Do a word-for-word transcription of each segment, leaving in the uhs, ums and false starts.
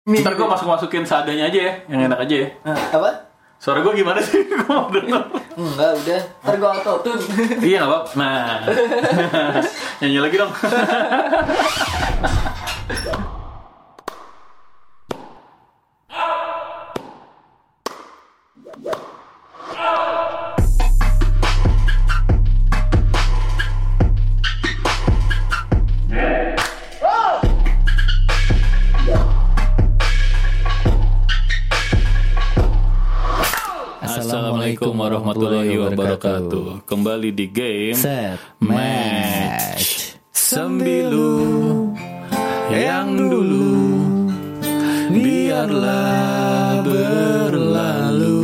Ntar gue masuk-masukin seadanya aja ya, yang enak aja ya. Apa? Suara gue gimana sih? Gue mau denger. Enggak, udah. Ntar gue auto-tune. Iya gak apa. Nah nyanyi lagi dong. Assalamualaikum warahmatullahi wabarakatuh. Kembali di game Set Match Sembilu yang dulu biarlah berlalu,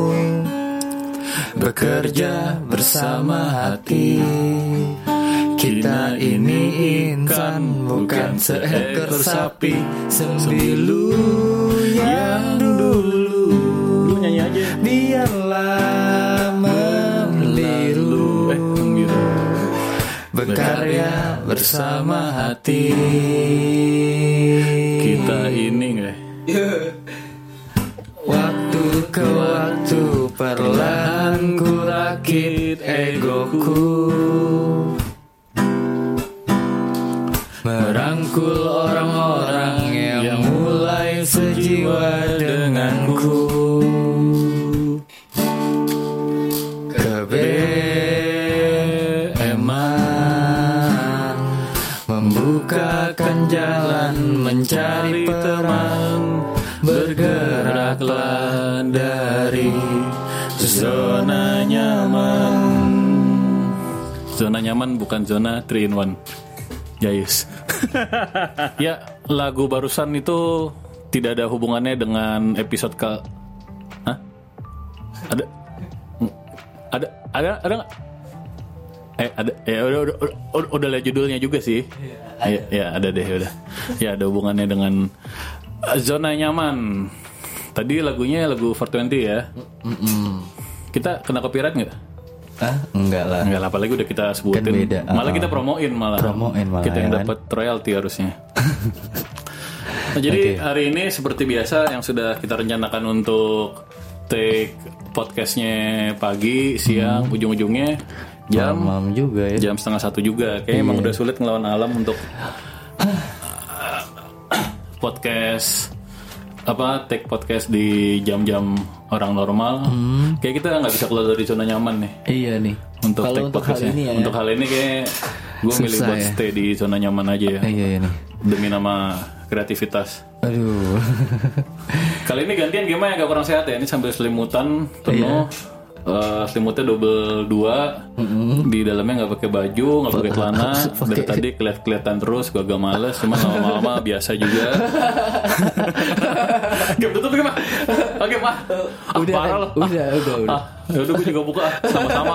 bekerja bersama hati. Kita ini insan bukan seekor sapi. Sembilu yang dulu, lu nyanyi aja. Biarlah membiru, eh, membiru. Berkarya bersama hati. Kita ini nggak? Waktu ke waktu perlahan ku rakit egoku, merangkul orang-orang yang mulai sejiwa denganku. Kebeeman membukakan jalan mencari teman. Bergeraklah dari zona nyaman. Zona nyaman bukan zona three in one. Jayus. Ya, lagu barusan itu tidak ada hubungannya dengan episode ke. Hah? Ada? Ada? Ada? Ada nggak? Eh, ada? Ya udah, udah, udah, udah lihat judulnya juga sih. Ya, ya ada deh, udah. Ya ada hubungannya dengan zona nyaman. Tadi lagunya lagu four twenty ya. Mm-mm. Kita kena copyright nggak? Ah, enggak lah. Enggak lah, apalagi udah kita sebutin. Kan beda. Malah uh, kita promoin malah. Promoin malah. Kita yang ya dapat kan? Royalti harusnya. Nah, jadi okay. Hari ini seperti biasa yang sudah kita rencanakan untuk take podcastnya pagi, siang, hmm. ujung-ujungnya jam malam juga ya. Jam setengah satu juga. Kayaknya emang udah sulit ngelawan alam untuk podcast apa take podcast di jam-jam orang normal. Hmm. Kayak kita nggak bisa keluar dari zona nyaman nih. Iya nih. Untuk kalau take untuk hal ini ya. Untuk hal ini kayak gue milih buat ya. stay di zona nyaman aja ya. Iya iya nih. Demi nama kreativitas. Aduh. Kali ini gantian gimana ya, gak kurang sehat ya. Ini sambil selimutan penuh. Iya. Uh, selimutnya double dua, mm-hmm. Di dalamnya nggak pakai baju, nggak pakai celana. Dari tadi keliat-kelihatan terus, gue agak males. Cuma lama-lama biasa juga. Gak tutup gimana? Oke mah. Udah, ah, udah, udah, udah, udah. Ah, yaudah gue juga buka sama-sama.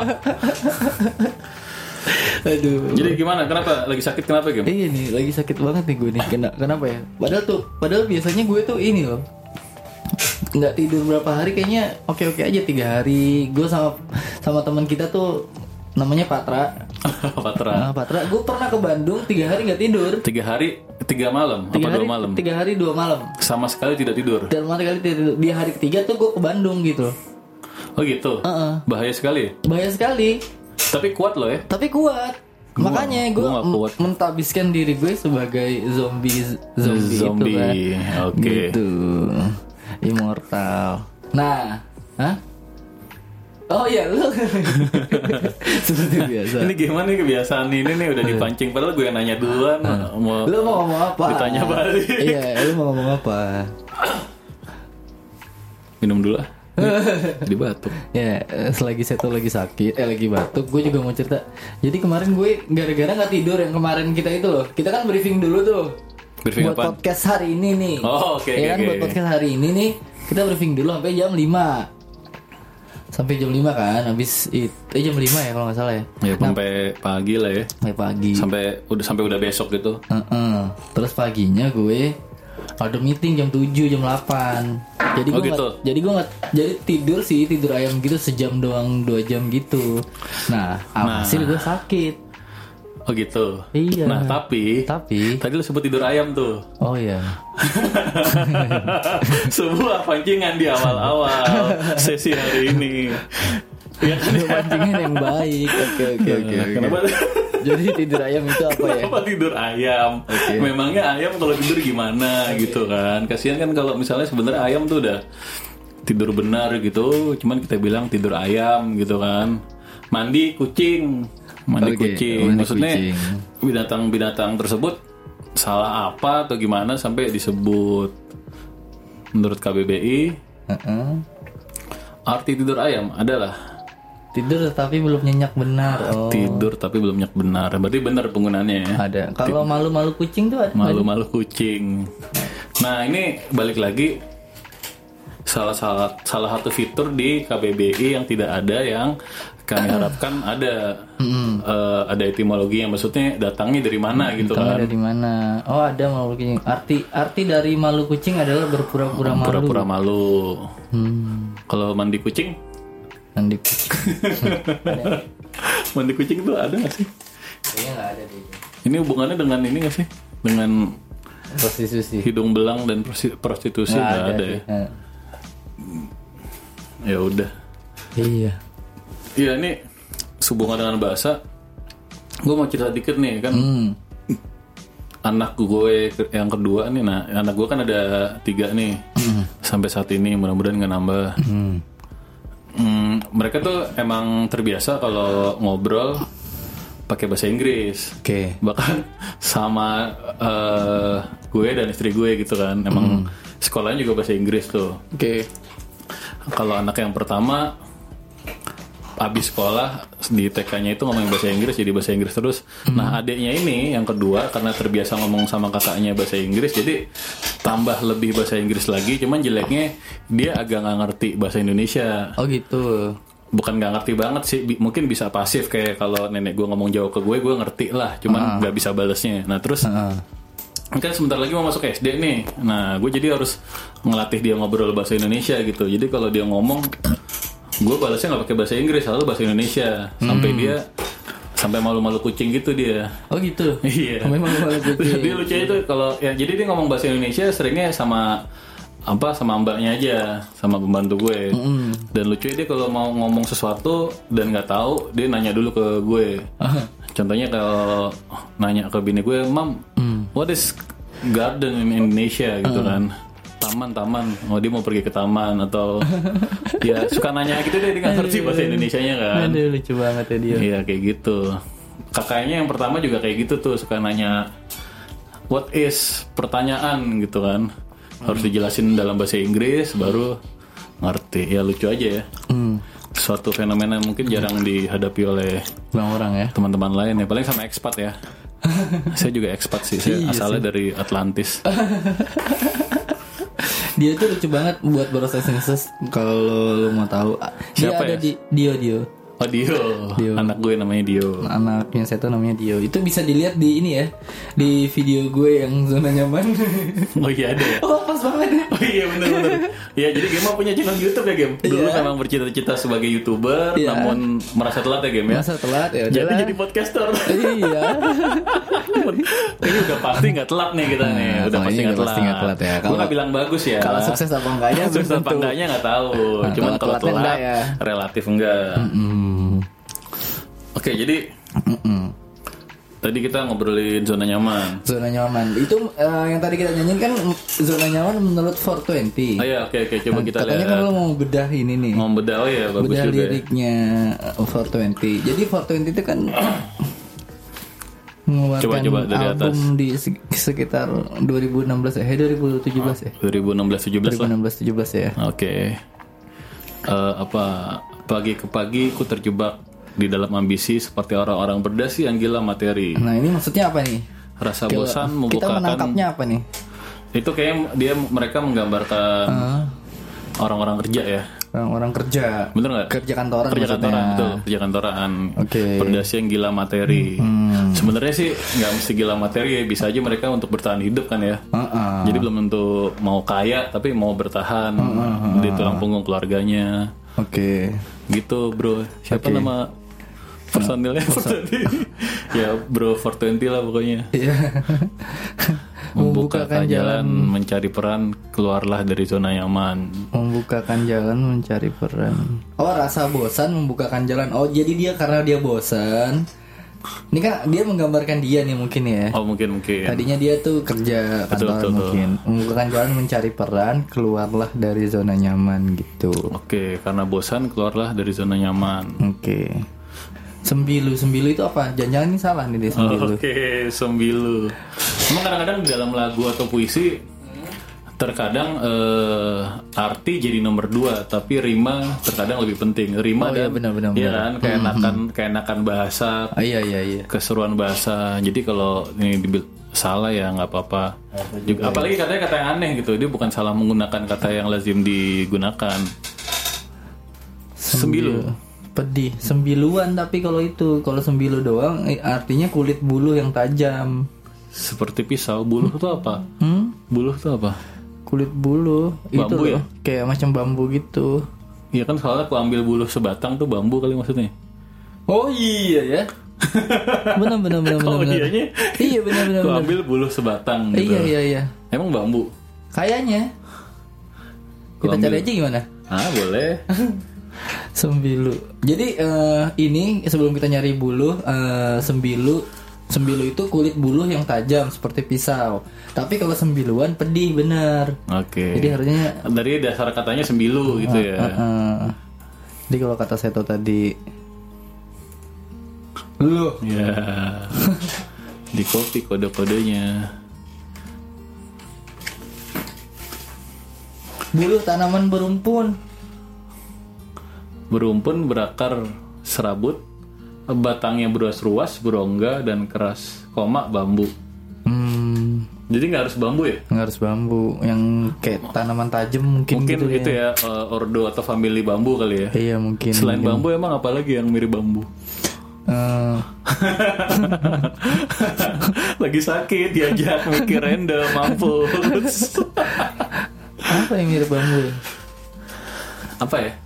Aduh. Jadi gimana? Kenapa? Lagi sakit kenapa Gem? Iya nih, lagi sakit banget nih gue nih. Kenapa ya? Padahal tuh, padahal biasanya gue tuh ini loh. Nggak tidur berapa hari kayaknya oke-oke aja. Tiga hari gue sama sama teman kita tuh namanya Patra. Patra. Nah, Patra. Gue pernah ke Bandung tiga hari nggak tidur. Tiga hari tiga malam. Tiga apa hari, dua malam? Tiga hari dua malam. Sama sekali tidak tidur. Dan sama sekali tidak tidur. Di hari ketiga tuh gue ke Bandung gitu. Oh gitu. Uh-uh. Bahaya sekali. Bahaya sekali. Tapi kuat loh ya. Tapi kuat. Gua, Makanya gue m- mentabiskan diri gue sebagai zombie zombie, zombie. itu kan. Oke. Okay. Gitu. Immortal. Nah, hah? Oh iya lu. Seperti biasa. Ini gimana nih kebiasaan ini nih udah dipancing padahal gue yang nanya duluan. Uh. Mau lu mau ngomong apa? Ditanya balik. Iya, lu mau ngomong apa? Minum dulu lah. Jadi batuk. Ya, selagi Seto lagi sakit, eh lagi batuk, gue juga mau cerita. Jadi kemarin gue gara-gara nggak tidur yang kemarin kita itu loh. Kita kan briefing dulu tuh. Briefing buat apaan? Podcast hari ini nih. Oh, oke. Okay, ya kan okay, buat okay. podcast hari ini nih kita briefing dulu sampai jam lima. Sampai jam lima kan, habis itu eh, jam lima ya kalau nggak salah ya. Ya sampai nah, pagi lah ya. Sampai pagi. Sampai udah sampai udah besok gitu. Uh-uh. Terus paginya gue ada meeting jam tujuh, jam delapan. Jadi gue oh, gitu. gak, jadi gue nggak jadi tidur sih tidur ayam gitu sejam doang dua jam gitu. Nah, hasil nah. gue sakit. Oh gitu. Iya. Nah tapi, Tapi, tadi lu sebut tidur ayam tuh. oh iya. Sebuah pancingan di awal-awal sesi hari ini. Ya kan? Itu pancingan yang baik. Oke oke oke. oke. Kenapa? Jadi tidur ayam itu apa ya? Kenapa tidur ayam? Oke. Memangnya ayam kalau tidur gimana gitu kan? Kasihan kan kalau misalnya sebenarnya ayam tuh udah tidur benar gitu, cuman kita bilang tidur ayam gitu kan. Mandi kucing, mandi Oke, kucing. mandi Maksudnya kucing. binatang-binatang tersebut salah apa atau gimana sampai disebut menurut K B B I Heeh. arti tidur ayam adalah Tidur tetapi belum nyenyak benar. Oh. tidur tapi belum nyenyak benar. Berarti benar penggunaannya ya. Ada. Kalau malu-malu kucing tuh ada. Malu-malu kucing. Nah ini balik lagi salah salah salah satu fitur di K B B I yang tidak ada yang kami harapkan ada. Eh, ada etimologi yang maksudnya datangnya dari mana gitu Tahu kan. dari mana? Oh ada malu kucing. Arti arti dari malu kucing adalah berpura-pura malu. Pura-pura malu. Hmm. Kalau mandi kucing, Mandi kucing. mandi kucing tuh ada nggak sih? Kayaknya nggak ada deh. Ini hubungannya dengan ini nggak sih? Dengan Prostitusi. hidung belang dan prosti- prostitusi Nggak nggak ada sih. ya? Nah. Ya udah. Iya. Iya ini sehubungan dengan bahasa. Gue mau cerita dikit nih kan. Hmm. Anak gue ke- yang kedua nih, nah anak gue kan ada tiga nih sampai saat ini, mudah-mudahan nggak nambah. Hmm. Hmm, mereka tuh emang terbiasa kalau ngobrol pakai bahasa Inggris. Oke. Bahkan sama eh, gue dan istri gue gitu kan, emang sekolahnya juga bahasa Inggris tuh. Oke. Kalau anak yang pertama abis sekolah di T K-nya itu ngomong bahasa Inggris, jadi bahasa Inggris terus. Nah adiknya ini yang kedua karena terbiasa ngomong sama kakaknya bahasa Inggris, jadi tambah lebih bahasa Inggris lagi. Cuman jeleknya dia agak nggak ngerti bahasa Indonesia. Oh gitu. Bukan nggak ngerti banget sih, bi- mungkin bisa pasif kayak kalau nenek gue ngomong Jawa ke gue, gue ngerti lah. Cuman nggak bisa balesnya. Nah terus Heeh. kan sebentar lagi mau masuk S D nih. Nah gue jadi harus ngelatih dia ngobrol bahasa Indonesia gitu. Jadi kalau dia ngomong, gue balasnya nggak pakai bahasa Inggris, selalu bahasa Indonesia. Sampai dia sampai malu-malu kucing gitu dia. Oh gitu. Iya. Oh, memang malu kucing. Dia lucu itu kalau ya, jadi dia ngomong bahasa Indonesia seringnya sama apa sama mbaknya aja, sama pembantu gue. Dan lucunya dia kalau mau ngomong sesuatu dan nggak tahu, dia nanya dulu ke gue. Contohnya kalau nanya ke bini gue, "Mam, what is garden in Indonesia?" gitu kan. Taman-taman. Oh dia mau pergi ke taman atau ya suka nanya gitu deh, dia nggak ngerti bahasa Indonesianya kan. Aduh lucu banget ya dia. Iya kayak gitu. Kakaknya yang pertama juga kayak gitu tuh, suka nanya what is, pertanyaan gitu kan. Harus dijelasin dalam bahasa Inggris baru ngerti. Ya lucu aja ya. Hmm. Suatu fenomena yang mungkin jarang dihadapi oleh Bang orang ya. teman-teman lain ya. Paling sama ekspat ya. Saya juga ekspat sih. Saya Iya asalnya dari Atlantis. Dia tuh lucu banget buat proses sensus. Kalau lu mau tahu, dia Siapa ada ya? di Dio Dio. Oh Dio. Dio. Anak gue namanya Dio. Anaknya saya tuh namanya Dio. Itu bisa dilihat di ini ya, di video gue yang zona nyaman. Oh iya ada ya. Oh pas banget ya. Oh iya benar-benar. Ya jadi Gema punya channel YouTube ya Gem. Dulu Iya. memang bercita-cita sebagai YouTuber, Iya. namun merasa telat ya Gem ya. Masa telat ya Jadi udahlah. jadi podcaster. Iya. Ini udah pasti nggak telat nih kita nih. Nah, Udah kalau pasti ini nggak udah telat. pasti nggak telat ya. Gue Kalau- nggak bilang bagus ya. Kalau sukses apa enggaknya belum sukses apa tentu. enggaknya nggak tahu. Nah, Cuman kalau kalau telatnya telat enggak ya. relatif enggak. Hmm. Oke jadi Mm-mm. tadi kita ngobrolin zona nyaman. Zona nyaman itu eh, yang tadi kita nyanyiin kan zona nyaman menurut four twenty. Oh iya oke oke coba kita Katanya kan lihat. lo mau bedah ini nih. Mau bedah oh ya bagus Bedah juga. ya. liriknya eh, four twenty. Jadi four twenty itu kan mengeluarkan Coba-coba dari album atas. di sek- sekitar dua ribu enam belas ya, eh dua ribu tujuh belas ya. dua ribu enam belas tujuh belas lah. dua ribu enam belas tujuh belas ya. Oke. Eh, apa pagi ke pagi ku terjebak di dalam ambisi seperti orang-orang berdasi yang gila materi. Nah ini maksudnya apa nih? Rasa Kita- bosan kita membukakan. menangkapnya apa nih? Itu kayak dia mereka menggambarkan Ah, orang-orang kerja ya. orang-orang kerja. Bener nggak? Kerja kantoran Kerja maksudnya. kantoran betul, kerja kantoran. Oke. Berdasi yang gila materi. Hmm. Sebenarnya sih nggak mesti gila materi ya, bisa aja mereka untuk bertahan hidup kan ya. Ah, ah. Jadi belum tentu mau kaya tapi mau bertahan di tulang punggung keluarganya. Oke. Gitu bro. Siapa Oke. nama personilnya tadi. Ya bro four twenty lah pokoknya. Iya. Membukakan jalan mencari peran, keluarlah dari zona nyaman. Membukakan jalan mencari peran. Oh, rasa bosan membukakan jalan. Oh, jadi dia karena dia bosan. Ini kan dia menggambarkan dia nih mungkin ya. Oh, mungkin mungkin. Tadinya dia tuh kerja kantor betul, mungkin. Betul. Membukakan jalan mencari peran, keluarlah dari zona nyaman gitu. Oke, karena bosan keluarlah dari zona nyaman. Oke. Sembilu, sembilu itu apa? Jangan-jangan ini salah nih deh sembilu. Oke, sembilu. Emang kadang-kadang di dalam lagu atau puisi terkadang eh, arti jadi nomor dua, tapi rima terkadang lebih penting. Rima oh, iya, dan benar-benar. ya kan, keenakan keenakan bahasa, ah, iya iya iya. keseruan bahasa. Jadi kalau ini dibil- salah ya nggak apa-apa. Juga, apalagi katanya kata yang aneh gitu. Dia bukan salah menggunakan kata yang lazim digunakan. Sembilu. Pedih, sembiluan tapi kalau itu, kalau sembilu doang eh, artinya kulit buluh yang tajam. Seperti pisau, buluh itu apa? Hmm? Buluh itu apa? Kulit buluh bambu itu ya? loh, kayak macam bambu gitu. Iya kan soalnya aku ambil buluh sebatang tuh bambu kali maksudnya. Oh iya ya. Benar benar benar benar. Oh iyanya? Iya benar benar. Aku ambil buluh sebatang gitu. Iya iya iya. Emang bambu? Kayaknya. Kita cari aja gimana? Ah boleh. Sembilu. Jadi uh, ini sebelum kita nyari buluh, uh, sembilu, sembilu itu kulit buluh yang tajam seperti pisau. Tapi kalau sembiluan pedih benar. Oke. Jadi harusnya dari dasar katanya sembilu gitu uh, ya. Uh, uh. Jadi kalau kata Seto tadi, lu. Ya. Di kopi kode-kodenya. Buluh tanaman berumpun. Berumpun, berakar, serabut, batangnya beruas-ruas, berongga dan keras, koma bambu. Hmm. Jadi nggak harus bambu ya? Nggak harus bambu, yang kayak tanaman tajam mungkin. Mungkin gitu itu ya, ya uh, ordo atau family bambu kali ya. Iya mungkin. Selain mungkin. bambu emang apa lagi yang mirip bambu? Uh. Lagi sakit diajak mikir random, mampus. Apa yang mirip bambu? Apa ya?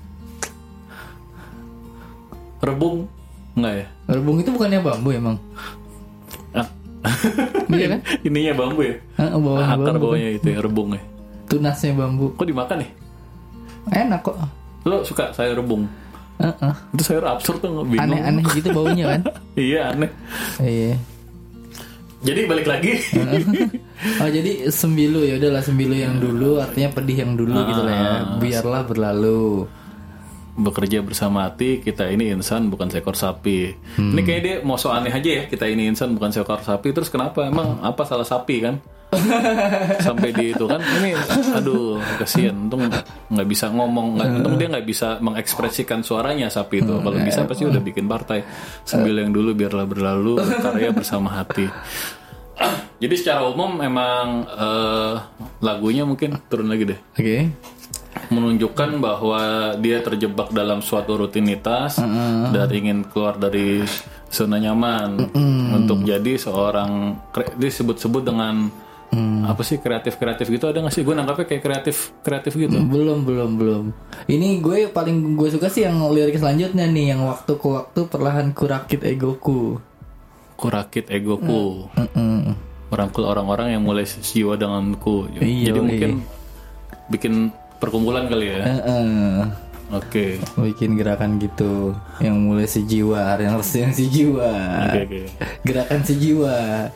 Rebung? Enggak ya? Rebung itu bukannya bambu emang? Ah. Iya kan? Ininya bambu ya? Ah, bawahnya akar bambu, bawahnya itu ya, rebung ya? Tunasnya bambu. Kok dimakan ya? Enak kok. Lo suka sayur rebung? Uh-uh. Itu sayur absurd tuh, bingung. Aneh-aneh gitu baunya kan? Iya aneh. Iya. Jadi balik lagi. Oh jadi sembilu, ya udahlah sembilu yang dulu artinya pedih yang dulu ah, gitu lah ya. Biarlah berlalu. Bekerja bersama hati, kita ini insan bukan seekor sapi. Hmm. Ini kayaknya dia mau so aneh aja ya, kita ini insan bukan seekor sapi. Terus kenapa emang apa salah sapi kan? Sampai di itu kan ini, aduh kasihan. Untung nggak bisa ngomong, nggak, untung dia nggak bisa mengekspresikan suaranya sapi itu. Kalau bisa pasti udah bikin partai. Sambil yang dulu biarlah berlalu, berkarya bersama hati. Jadi secara umum emang uh, lagunya mungkin turun lagi deh. Oke. Okay. Menunjukkan bahwa dia terjebak dalam suatu rutinitas uh-uh. dan ingin keluar dari zona nyaman uh-uh. untuk jadi seorang, disebut-sebut dengan uh. apa sih, kreatif-kreatif gitu, ada nggak sih? Gue nangkapnya kayak kreatif kreatif gitu. Belum belum belum. Ini gue paling gue suka sih yang lirik selanjutnya nih, yang waktu ke waktu perlahan kurakit egoku. Kurakit egoku. Uh-uh. Merangkul orang-orang yang mulai jiwa denganku. Iya, jadi iya. mungkin bikin perkumpulan kali ya. Uh-uh. Oke. Okay. Bikin gerakan gitu yang mulai sejiwa, yang harus yang sejiwa. Oke okay, oke. Okay. Gerakan sejiwa.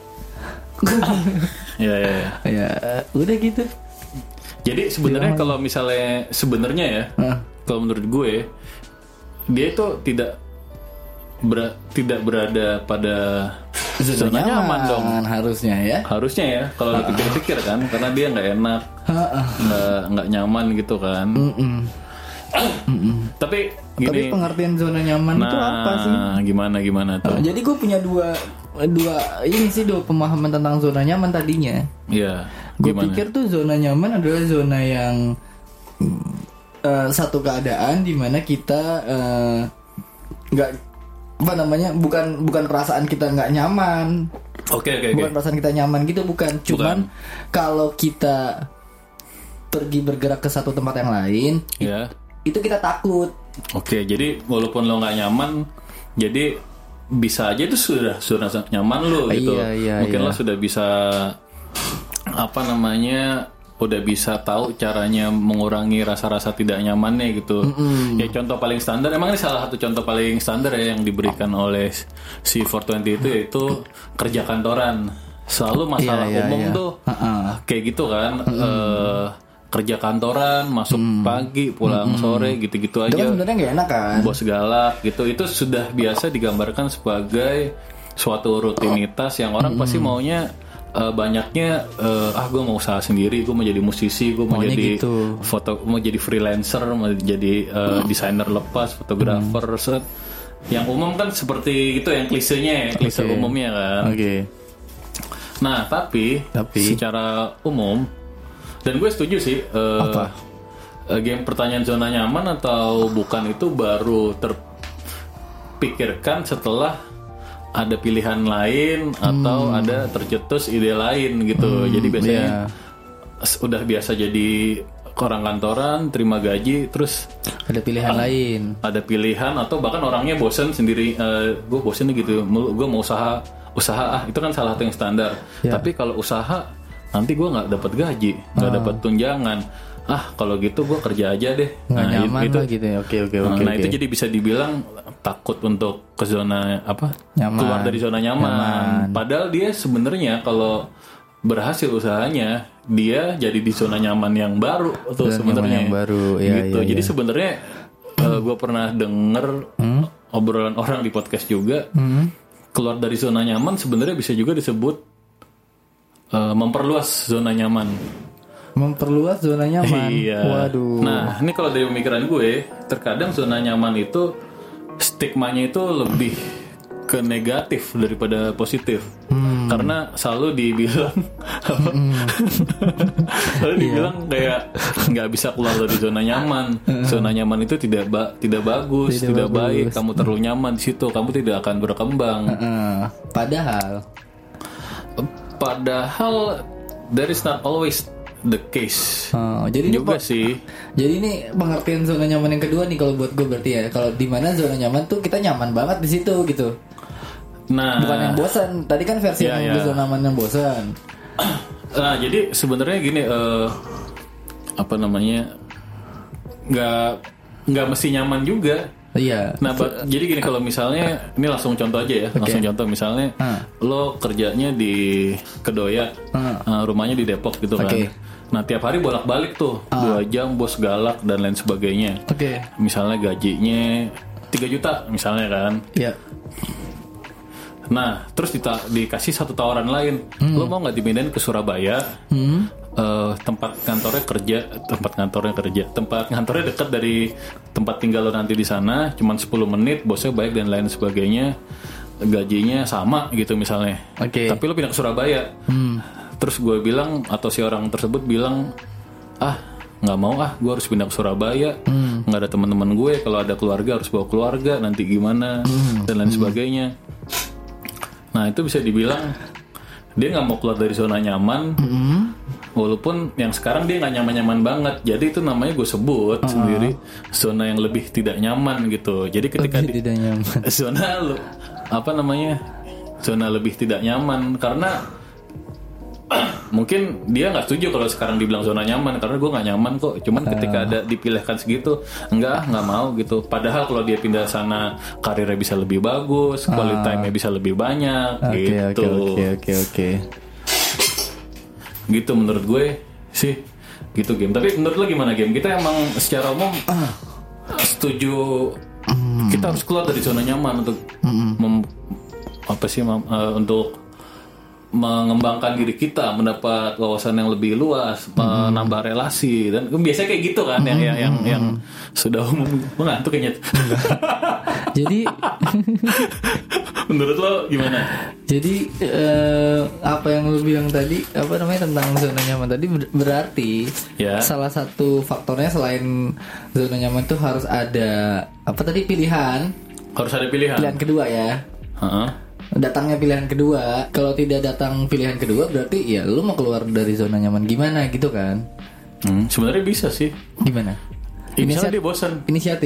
Ya ya ya. Ya, udah gitu. Jadi sebenarnya kalau misalnya sebenarnya ya, uh. kalau menurut gue dia itu tidak ber, tidak berada pada zona nyaman, nyaman dong. Harusnya ya. Harusnya ya. Kalau uh. dipikir-pikir kan, karena dia nggak enak, nggak uh. nggak nyaman gitu kan. Mm-mm. Mm-mm. Tapi gini, tapi pengertian zona nyaman nah, itu apa sih? Gimana gimana tuh? Uh, jadi gue punya dua dua ini sih dua pemahaman tentang zona nyaman tadinya. Iya. Gue pikir tuh zona nyaman adalah zona yang uh, satu keadaan di mana kita nggak uh, apa namanya bukan bukan perasaan kita nggak nyaman. Oke okay, oke. Okay, bukan okay. perasaan kita nyaman gitu, bukan. Cuman bukan. Kalau kita pergi bergerak ke satu tempat yang lain, yeah. itu kita takut. Oke, okay, jadi walaupun lo nggak nyaman, jadi bisa aja itu sudah sudah nyaman lo gitu. Iya, iya, Mungkin iya. lo sudah bisa apa namanya udah bisa tahu caranya mengurangi rasa-rasa tidak nyamannya gitu. Mm-hmm. Ya contoh paling standar, emang ini salah satu contoh paling standar ya yang diberikan oleh si four twenty itu yaitu kerja kantoran. Selalu masalah Iya, iya, umum iya. tuh Uh-uh. kayak gitu kan. Mm-hmm. Uh, kerja kantoran, masuk mm-hmm. pagi, pulang mm-hmm. sore, gitu-gitu Itu aja. kan sebenarnya nggak enak kan? Bos galak gitu, itu sudah biasa digambarkan sebagai suatu rutinitas yang orang mm-hmm. pasti maunya Uh, banyaknya uh, ah gue mau usaha sendiri, gue mau jadi musisi, gue mau Maunya jadi gitu. foto, mau jadi freelancer, mau jadi uh, desainer lepas, fotografer, Hmm. set. Yang umum kan seperti itu, yang klisenya, ya, klise Okay. umumnya kan. Oke. Okay. Nah tapi, Tapi secara umum, dan gue setuju sih. Uh, Apa? uh, game pertanyaan zona nyaman atau bukan itu baru terpikirkan setelah ada pilihan lain atau hmm. ada tercetus ide lain gitu. Hmm, jadi biasanya yeah. udah biasa jadi orang kantoran, terima gaji, terus ada pilihan uh, lain. Ada pilihan atau bahkan orangnya bosen sendiri. Uh, gue bosen nih gitu. Gue mau usaha, usaha ah itu kan salah satu yang standar. Yeah. Tapi kalau usaha nanti gue nggak dapat gaji, nggak uh. dapat tunjangan. Ah kalau gitu gue kerja aja deh. Nggak nah, nyaman itu, lah gitu ya. Oke oke nah, oke. Nah okay. itu jadi bisa dibilang takut untuk ke zona apa? Nyaman. Keluar dari zona nyaman. nyaman. Padahal dia sebenarnya kalau berhasil usahanya, dia jadi di zona nyaman yang baru tuh sebenarnya. Yang baru, ya, gitu. ya, jadi ya. sebenarnya uh, gue pernah denger hmm? obrolan orang di podcast juga. Hmm? Keluar dari zona nyaman sebenarnya bisa juga disebut uh, memperluas zona nyaman. Memperluas zona nyaman. Iya. Waduh. Nah, ini kalau dari pemikiran gue, terkadang zona nyaman itu stigmanya itu lebih ke negatif daripada positif. Hmm. Karena selalu dibilang apa? Hmm. selalu dibilang kayak nggak bisa keluar dari zona nyaman. Zona nyaman itu tidak ba- tidak bagus, tidak, tidak bagus. baik. Kamu terlalu nyaman di situ, kamu tidak akan berkembang. Uh-uh. Padahal padahal there is not always the case. Oh, jadi juga ini, sih. Jadi ini pengertian zona nyaman yang kedua nih kalau buat gue berarti ya. Kalau di mana zona nyaman tuh kita nyaman banget di situ gitu. Nah, bukan yang bosan. Tadi kan versi ya, yang ya. zona nyaman yang bosan. Nah, jadi sebenarnya gini uh, apa namanya? Nggak nggak mesti nyaman juga. Iya. Nah, ba- jadi gini kalau misalnya ini langsung contoh aja ya, okay. langsung contoh misalnya uh. lo kerjanya di Kedoya, uh. Uh, rumahnya di Depok gitu okay. kan. Nah tiap hari bolak-balik tuh uh. dua jam, bos galak dan lain sebagainya. Oke. Okay. Misalnya gajinya tiga juta misalnya kan. Iya. Yeah. Nah terus dita- dikasih satu tawaran lain, hmm. lo mau nggak dipindahin ke Surabaya? Hmm. Uh, tempat kantornya kerja, tempat kantornya kerja, tempat kantornya dekat dari tempat tinggal lo nanti di sana, cuman sepuluh menit, bosnya baik dan lain sebagainya, gajinya sama gitu misalnya. Oke. Okay. Tapi lo pindah ke Surabaya. Hmm. Terus gue bilang atau si orang tersebut bilang, ah nggak mau ah, gue harus pindah ke Surabaya, hmm. nggak ada teman-teman gue, kalau ada keluarga harus bawa keluarga, nanti gimana hmm. dan lain hmm. sebagainya. Nah itu bisa dibilang dia nggak mau keluar dari zona nyaman, mm-hmm. walaupun yang sekarang dia nggak nyaman-nyaman banget. Jadi itu namanya gue sebut uh-huh. sendiri zona yang lebih tidak nyaman gitu. Jadi ketika lebih di tidak nyaman. zona apa namanya zona lebih tidak nyaman karena mungkin dia nggak setuju kalau sekarang dibilang zona nyaman karena gue nggak nyaman kok. Cuman ketika ada dipilihkan segitu, enggak nggak mau gitu. Padahal kalau dia pindah sana karirnya bisa lebih bagus, quality time-nya bisa lebih banyak, okay, gitu. Oke oke oke oke. Gitu menurut gue sih, gitu game. Tapi menurut lo gimana game? Kita emang secara umum uh. setuju mm. kita harus keluar dari zona nyaman untuk mem, apa sih uh, untuk mengembangkan diri kita, mendapat wawasan yang lebih luas, mm-hmm. menambah relasi dan biasanya kayak gitu kan mm-hmm. yang yang yang, yang sudah umum. Mengantuk kayaknya. Jadi menurut lo gimana? Jadi uh, apa yang lo bilang tadi apa namanya tentang zona nyaman tadi berarti yeah. salah satu faktornya selain zona nyaman itu harus ada apa tadi pilihan. Harus ada pilihan. Pilihan kedua ya. Uh-huh. Datangnya pilihan kedua. Kalau tidak datang pilihan kedua berarti ya lu mau keluar dari zona nyaman gimana gitu kan? Hmm, sebenarnya bisa sih. Gimana? Inisiatif dia bosan. Inisiatif.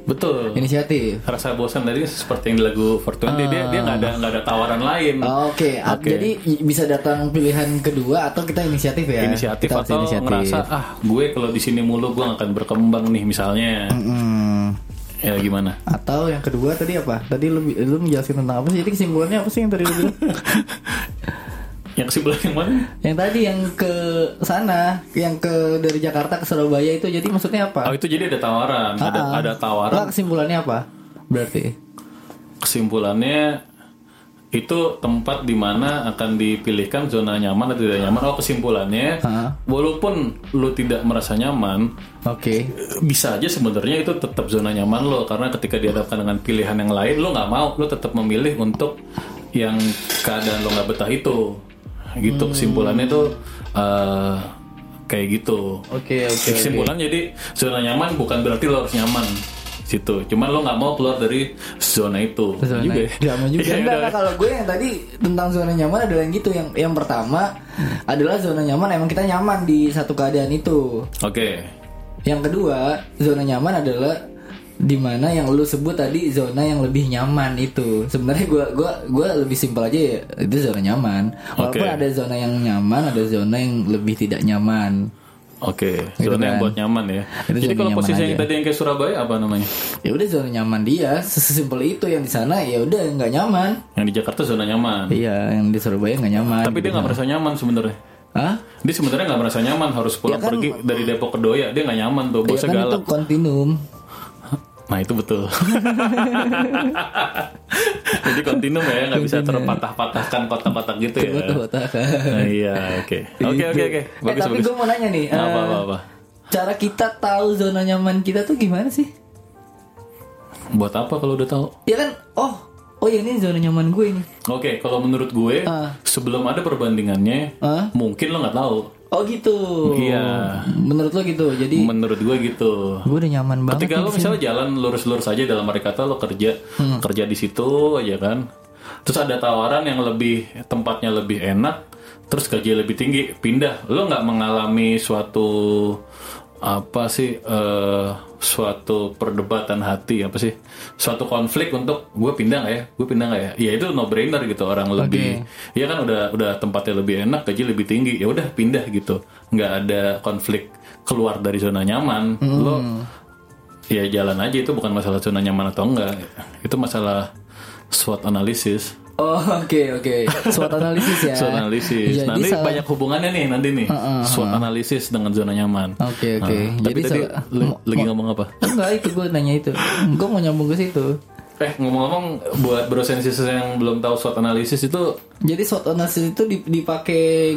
Betul. Inisiatif. Rasa bosan tadi seperti yang di lagu four twenty uh. dia dia nggak ada nggak ada tawaran lain. Oh, Oke, okay. okay. Jadi bisa datang pilihan kedua atau kita inisiatif ya. Inisiatif kita atau inisiatif. Ngerasa ah gue kalau di sini mulu gue nggak akan berkembang nih misalnya. Mm-hmm. Ya gimana? Atau yang kedua tadi apa? Tadi lu lu menjelaskan tentang apa sih? Jadi kesimpulannya apa sih yang tadi lu bilang? Yang kesimpulan yang mana? Yang tadi yang ke sana, yang ke dari Jakarta ke Surabaya itu jadi maksudnya apa? Oh itu jadi ada tawaran, uh-uh. ada ada tawaran. Nah, kesimpulannya apa? Berarti kesimpulannya itu tempat di mana akan dipilihkan zona nyaman atau tidak nyaman. Oh kesimpulannya, uh-huh. walaupun lu tidak merasa nyaman, oke, okay. bisa aja sebenarnya itu tetap zona nyaman lo karena ketika dihadapkan dengan pilihan yang lain, lo nggak mau, lo tetap memilih untuk yang keadaan lo nggak betah itu. Gitu kesimpulannya tuh uh, kayak gitu. Oke okay, oke. Okay, kesimpulan okay. Jadi zona nyaman bukan berarti lo harus nyaman situ. Cuman lo nggak mau keluar dari zona itu. Zona juga. Gak mau juga. Enggak, enggak, kalau gue yang tadi tentang zona nyaman adalah yang gitu. Yang yang pertama adalah zona nyaman emang kita nyaman di satu keadaan itu. Oke. Okay. Yang kedua zona nyaman adalah di mana yang lu sebut tadi zona yang lebih nyaman itu. Sebenarnya gue gua gua lebih simpel aja ya, itu zona nyaman. Walaupun okay. ada zona yang nyaman, ada zona yang lebih tidak nyaman. Oke, okay. Zona gitu yang kan buat nyaman ya. Itu jadi kalau posisi yang tadi yang kayak Surabaya apa namanya? Ya udah zona nyaman dia, sesimpel itu. Yang di sana ya udah nggak nyaman. Yang di Jakarta zona nyaman. Iya, yang di Surabaya nggak nyaman. Tapi gitu dia nggak merasa nyaman sebenarnya. Hah? Dia sebenarnya nggak merasa nyaman, harus pulang ya kan, pergi dari Depok ke Doya. Dia nggak nyaman tuh, bosnya ya kan galak. Itu kontinum. Nah itu betul. Jadi kontinum ya, nggak bisa terpatah-patahkan kotak-kotak gitu ya. Terpatah-patahkan. Nah, iya, oke, oke, oke, oke. Bagus, eh, tapi gue mau nanya nih. Apa, uh, apa, apa? Cara kita tahu zona nyaman kita tuh gimana sih? Buat apa kalau udah tahu? Ya kan, oh, oh ya ini zona nyaman gue ini. Oke, okay, kalau menurut gue, uh. sebelum ada perbandingannya, uh. mungkin lo nggak tahu. Oh gitu. Iya. Menurut lo gitu. Jadi menurut gue gitu. Gue udah nyaman banget. Ketika lo misalnya jalan lurus-lurus aja dalam arti kata lo kerja hmm. kerja di situ aja kan. Terus ada tawaran yang lebih tempatnya lebih enak, terus gaji lebih tinggi, pindah. Lo nggak mengalami suatu apa sih uh, suatu perdebatan hati apa sih suatu konflik untuk gue pindah nggak ya gue pindah nggak ya ya itu no brainer gitu orang lebih okay. Ya kan udah udah tempatnya lebih enak gaji lebih tinggi ya udah pindah gitu nggak ada konflik keluar dari zona nyaman hmm. Lo ya jalan aja itu bukan masalah zona nyaman atau enggak itu masalah SWOT analisis. Oh oke okay, oke okay. SWOT analisis ya. SWOT analisis. Jadi nanti salah... banyak hubungannya nih nanti nih. Uh, uh, uh. SWOT analisis dengan zona nyaman. Oke okay, oke. Okay. Uh, Jadi tapi tadi salah... lu M- lagi m- ngomong apa? Enggak itu gue nanya itu. Gue mau nyambung ke situ. Eh ngomong-ngomong buat brosensis yang belum tahu SWOT analisis itu. Jadi SWOT analisis itu dipakai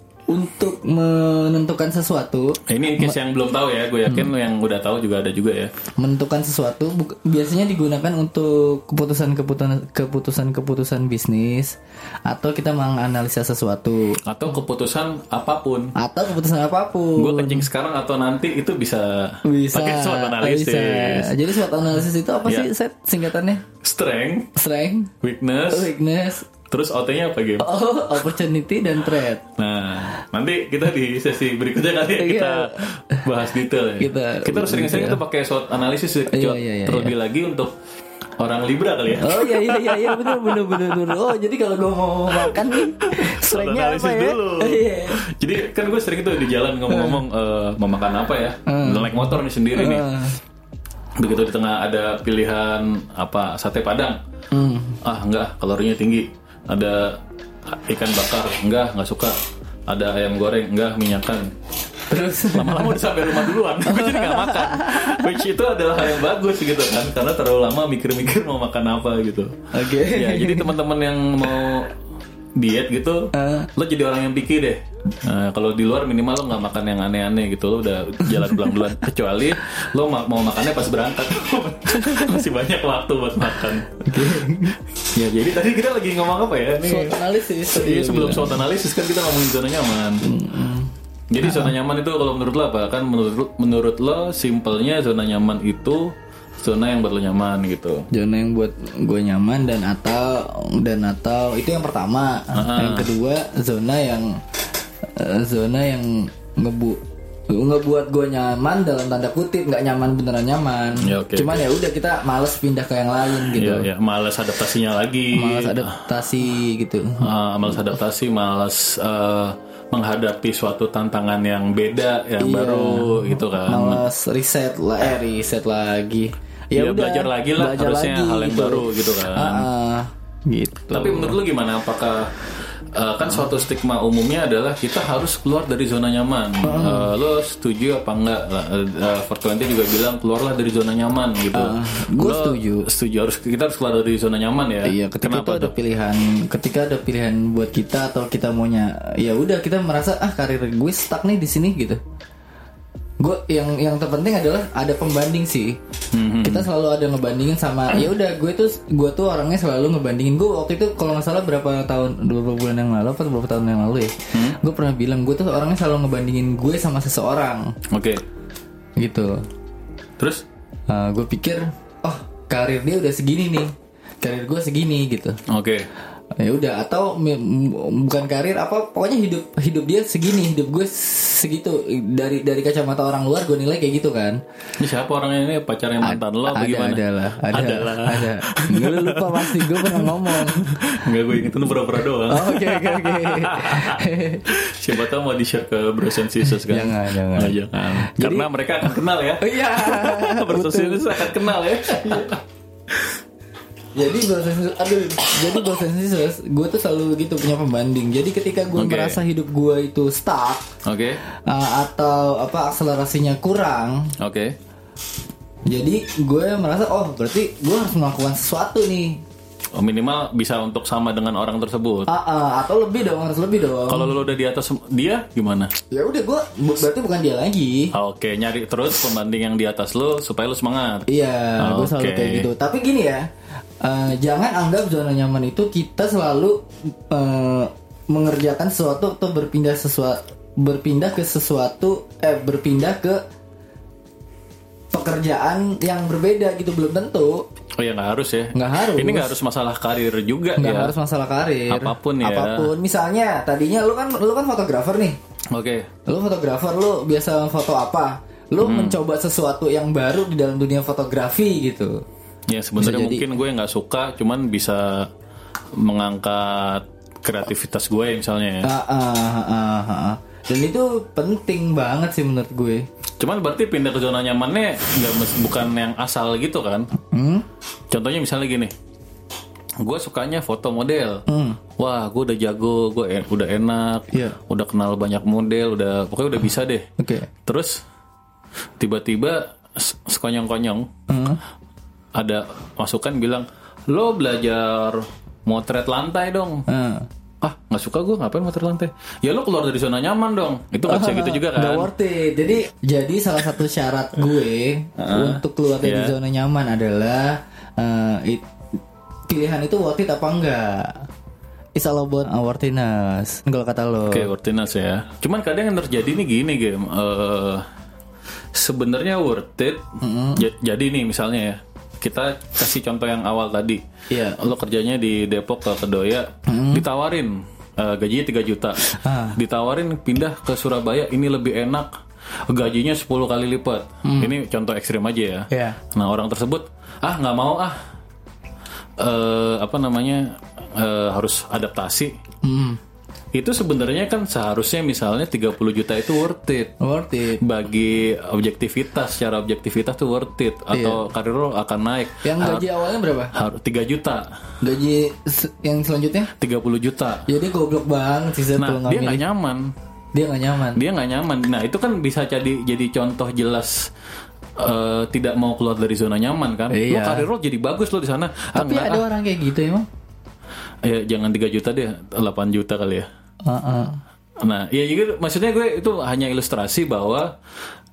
untuk menentukan sesuatu. Ini case yang belum tahu ya, gue yakin hmm. yang udah tahu juga ada juga ya. Menentukan sesuatu bu- biasanya digunakan untuk keputusan-keputusan keputusan-keputusan bisnis atau kita menganalisa sesuatu atau keputusan apapun. Atau keputusan apapun. Gue kencing sekarang atau nanti itu bisa, bisa pakai SWOT analisis. Bisa. Jadi SWOT analisis itu apa ya. sih set singkatannya? Strength, Strength, weakness, weakness. Terus O T-nya apa game? Oh, opportunity dan threat. Nah, nanti kita di sesi berikutnya kali ya kita bahas detail ya. Kita, kita harus sering-sering itu pakai SWOT analisis ya. Iya, iya, iya, terlebih iya. lagi untuk orang Libra kali ya. Oh iya iya iya, iya benar benar benar benar. Oh, jadi kalau gue mau makan nih strength-nya apa ya? Dulu. Iya. Jadi kan gue sering tuh di jalan ngomong-ngomong uh, mau makan apa ya? Uh. Naik motor nih sendiri uh. nih. Begitu di tengah ada pilihan apa sate Padang. Uh. Ah, enggak, kalorinya tinggi. Ada ikan bakar, enggak, enggak suka. Ada ayam goreng, enggak, minyakan. Terus lama-lama udah sampai rumah duluan, jadi nggak makan. Which itu adalah hal yang bagus gitu kan, karena terlalu lama mikir-mikir mau makan apa gitu. Oke. Okay. Ya, jadi teman-teman yang mau diet gitu, uh. lo jadi orang yang pikir deh. Nah, kalau di luar minimal lo nggak makan yang aneh-aneh gitu, lo udah jalan bulan-bulan. Kecuali lo ma- mau makannya pas berangkat, masih banyak waktu buat makan. Okay. Ya jadi tadi kita lagi ngomong apa ya? Nih, SWOT analisis. Iya sebelum SWOT analisis kan kita ngomongin zona nyaman. Mm-hmm. Jadi zona nyaman itu kalau menurut lo apa? Kan menurut menurut lo simpelnya zona nyaman itu zona yang buat lo nyaman gitu. Zona yang buat gue nyaman dan atau dan atau itu yang pertama. Uh-huh. Yang kedua zona yang uh, zona yang ngebu ngebuat gue nyaman dalam tanda kutip, nggak nyaman beneran nyaman. Ya, okay, Cuman okay. ya udah kita males pindah ke yang lain gitu. Iya, iya, malas adaptasinya lagi. Malas adaptasi gitu. Uh, malas adaptasi, malas uh, menghadapi suatu tantangan yang beda, yang Iya. baru gitu kan. Malas riset lah, eh riset lagi. Ya, udah, belajar lagi lah, belajar harusnya lagi, hal yang gitu. baru gitu kan. Ah, ah, gitu. Tapi menurut lu gimana? Apakah uh, kan suatu stigma umumnya adalah kita harus keluar dari zona nyaman. Uh, lu setuju apa enggak? Uh, empat dua puluh juga bilang keluarlah dari zona nyaman gitu. Uh, gue Lu setuju. Setuju harus kita harus keluar dari zona nyaman ya. Iya, ketika Kenapa itu ada tuh? pilihan, ketika ada pilihan buat kita atau kita maunya, ya udah kita merasa ah karir gue stuck nih di sini gitu. Gue yang yang terpenting adalah ada pembanding sih. Mm-hmm. Kita selalu ada ngebandingin sama, ya udah gue tuh gue tuh orangnya selalu ngebandingin. Gue waktu itu kalau nggak salah berapa tahun, beberapa bulan yang lalu atau beberapa tahun yang lalu ya, hmm? gue pernah bilang gue tuh orangnya selalu ngebandingin gue sama seseorang. Oke. Okay. Gitu. Terus? Uh, gue pikir, oh karir dia udah segini nih, karir gue segini gitu. Oke. Okay. Ya udah, atau m- bukan karir apa, pokoknya hidup hidup dia segini, hidup gue segitu. Dari dari kacamata orang luar gue nilai kayak gitu kan. Ini siapa orangnya ini, pacarnya mantan lo apa ada, gimana? Ada lah, ada, Adalah. ada. Gue lupa pasti, gue pernah ngomong. Enggak, gue inget itu pura-pura doang. Oke oke oke. Siapa tahu mau di-share ke Bros and Sisters kan? Jangan jangan. Nah, jangan. Jadi, karena mereka akan kenal ya. Iya. Bros and Sisters akan kenal ya. Jadi proses, aduh, jadi proses gue tuh selalu gitu punya pembanding. Jadi ketika gue Okay. merasa hidup gue itu stuck, Oke. Okay. uh, atau apa akselerasinya kurang, Oke. Okay. jadi gue merasa oh berarti gue harus melakukan sesuatu nih. Oh, minimal bisa untuk sama dengan orang tersebut. Uh, uh, atau lebih dong, harus lebih dong. Kalau lu udah di atas dia gimana? Ya udah gue bu- berarti bukan dia lagi. Oke, nyari terus pembanding yang di atas lu supaya lu semangat. Iya, gue selalu Oke. kayak gitu. Tapi gini ya, uh, jangan anggap zona nyaman itu kita selalu uh, mengerjakan sesuatu atau berpindah sesuatu, berpindah ke sesuatu, eh berpindah ke pekerjaan yang berbeda gitu, belum tentu. Oh ya, nggak harus ya. Nggak harus. Ini nggak harus masalah karir juga Nggak ya. harus masalah karir. Apapun ya. Apapun. Misalnya tadinya lu kan lu kan fotografer nih. Oke. Lu fotografer, lu biasa foto apa? Lu Hmm. mencoba sesuatu yang baru di dalam dunia fotografi gitu. Ya sebenarnya Bisa jadi. mungkin gue nggak suka, cuman bisa mengangkat kreativitas gue misalnya ya. Ah, ah, ah, ah, ah. Dan itu penting banget sih menurut gue. Cuman berarti pindah ke zona nyamannya nggak mes- bukan yang asal gitu kan? Hmm? Contohnya misalnya gini, gue sukanya foto model. Hmm. Wah, gue udah jago, gue en- udah enak, Iya. udah kenal banyak model, udah pokoknya udah bisa deh. Oke. Terus tiba-tiba s- sekonyong-konyong Hmm. ada masukan bilang, lo belajar motret lantai dong. Ah. Ah, nggak suka gue, ngapain motret lantai? Ya lo keluar dari zona nyaman dong. Itu nggak bisa gitu juga kan? Nggak worth it. Jadi jadi salah satu syarat gue untuk keluar dari Iya. zona nyaman adalah eh, it- pilihan itu worth it apa enggak. It's all about worthiness kalau kata lo. Oke, worthiness ya. Cuman kadang yang terjadi nih gini game. Eh sebenarnya worth it. Ja- jadi nih misalnya ya, kita kasih contoh yang awal tadi. Iya. Lo kerjanya di Depok ke Kedoya, ditawarin eh, gajinya tiga juta. Ah. Ditawarin pindah ke Surabaya, ini lebih enak. Gajinya sepuluh kali lipat. Ini contoh ekstrim aja ya. Iya. Nah, orang tersebut, ah nggak mau ah. Eh apa namanya? eh, harus adaptasi. Hmm. Itu sebenarnya kan seharusnya misalnya tiga puluh juta itu worth it. Worth it. Bagi objektivitas, secara objektivitas tuh worth it. Atau karir lo akan naik. Yang gaji awalnya berapa? Harus tiga juta, Gaji se- yang selanjutnya? tiga puluh juta. Jadi goblok banget sih saya Nah, tuh dia nggak ngambil. nyaman. Dia nggak nyaman. Dia nggak nyaman. Nah, itu kan bisa jadi jadi contoh jelas eh, tidak mau keluar dari zona nyaman kan. Lo Iya. karir lo jadi bagus lo di sana. Ah, Tapi nggak, ada ah. orang kayak gitu emang. Ya, jangan tiga juta deh, delapan juta kali ya. Uh-uh. Nah, ya jadi maksudnya gue itu hanya ilustrasi bahwa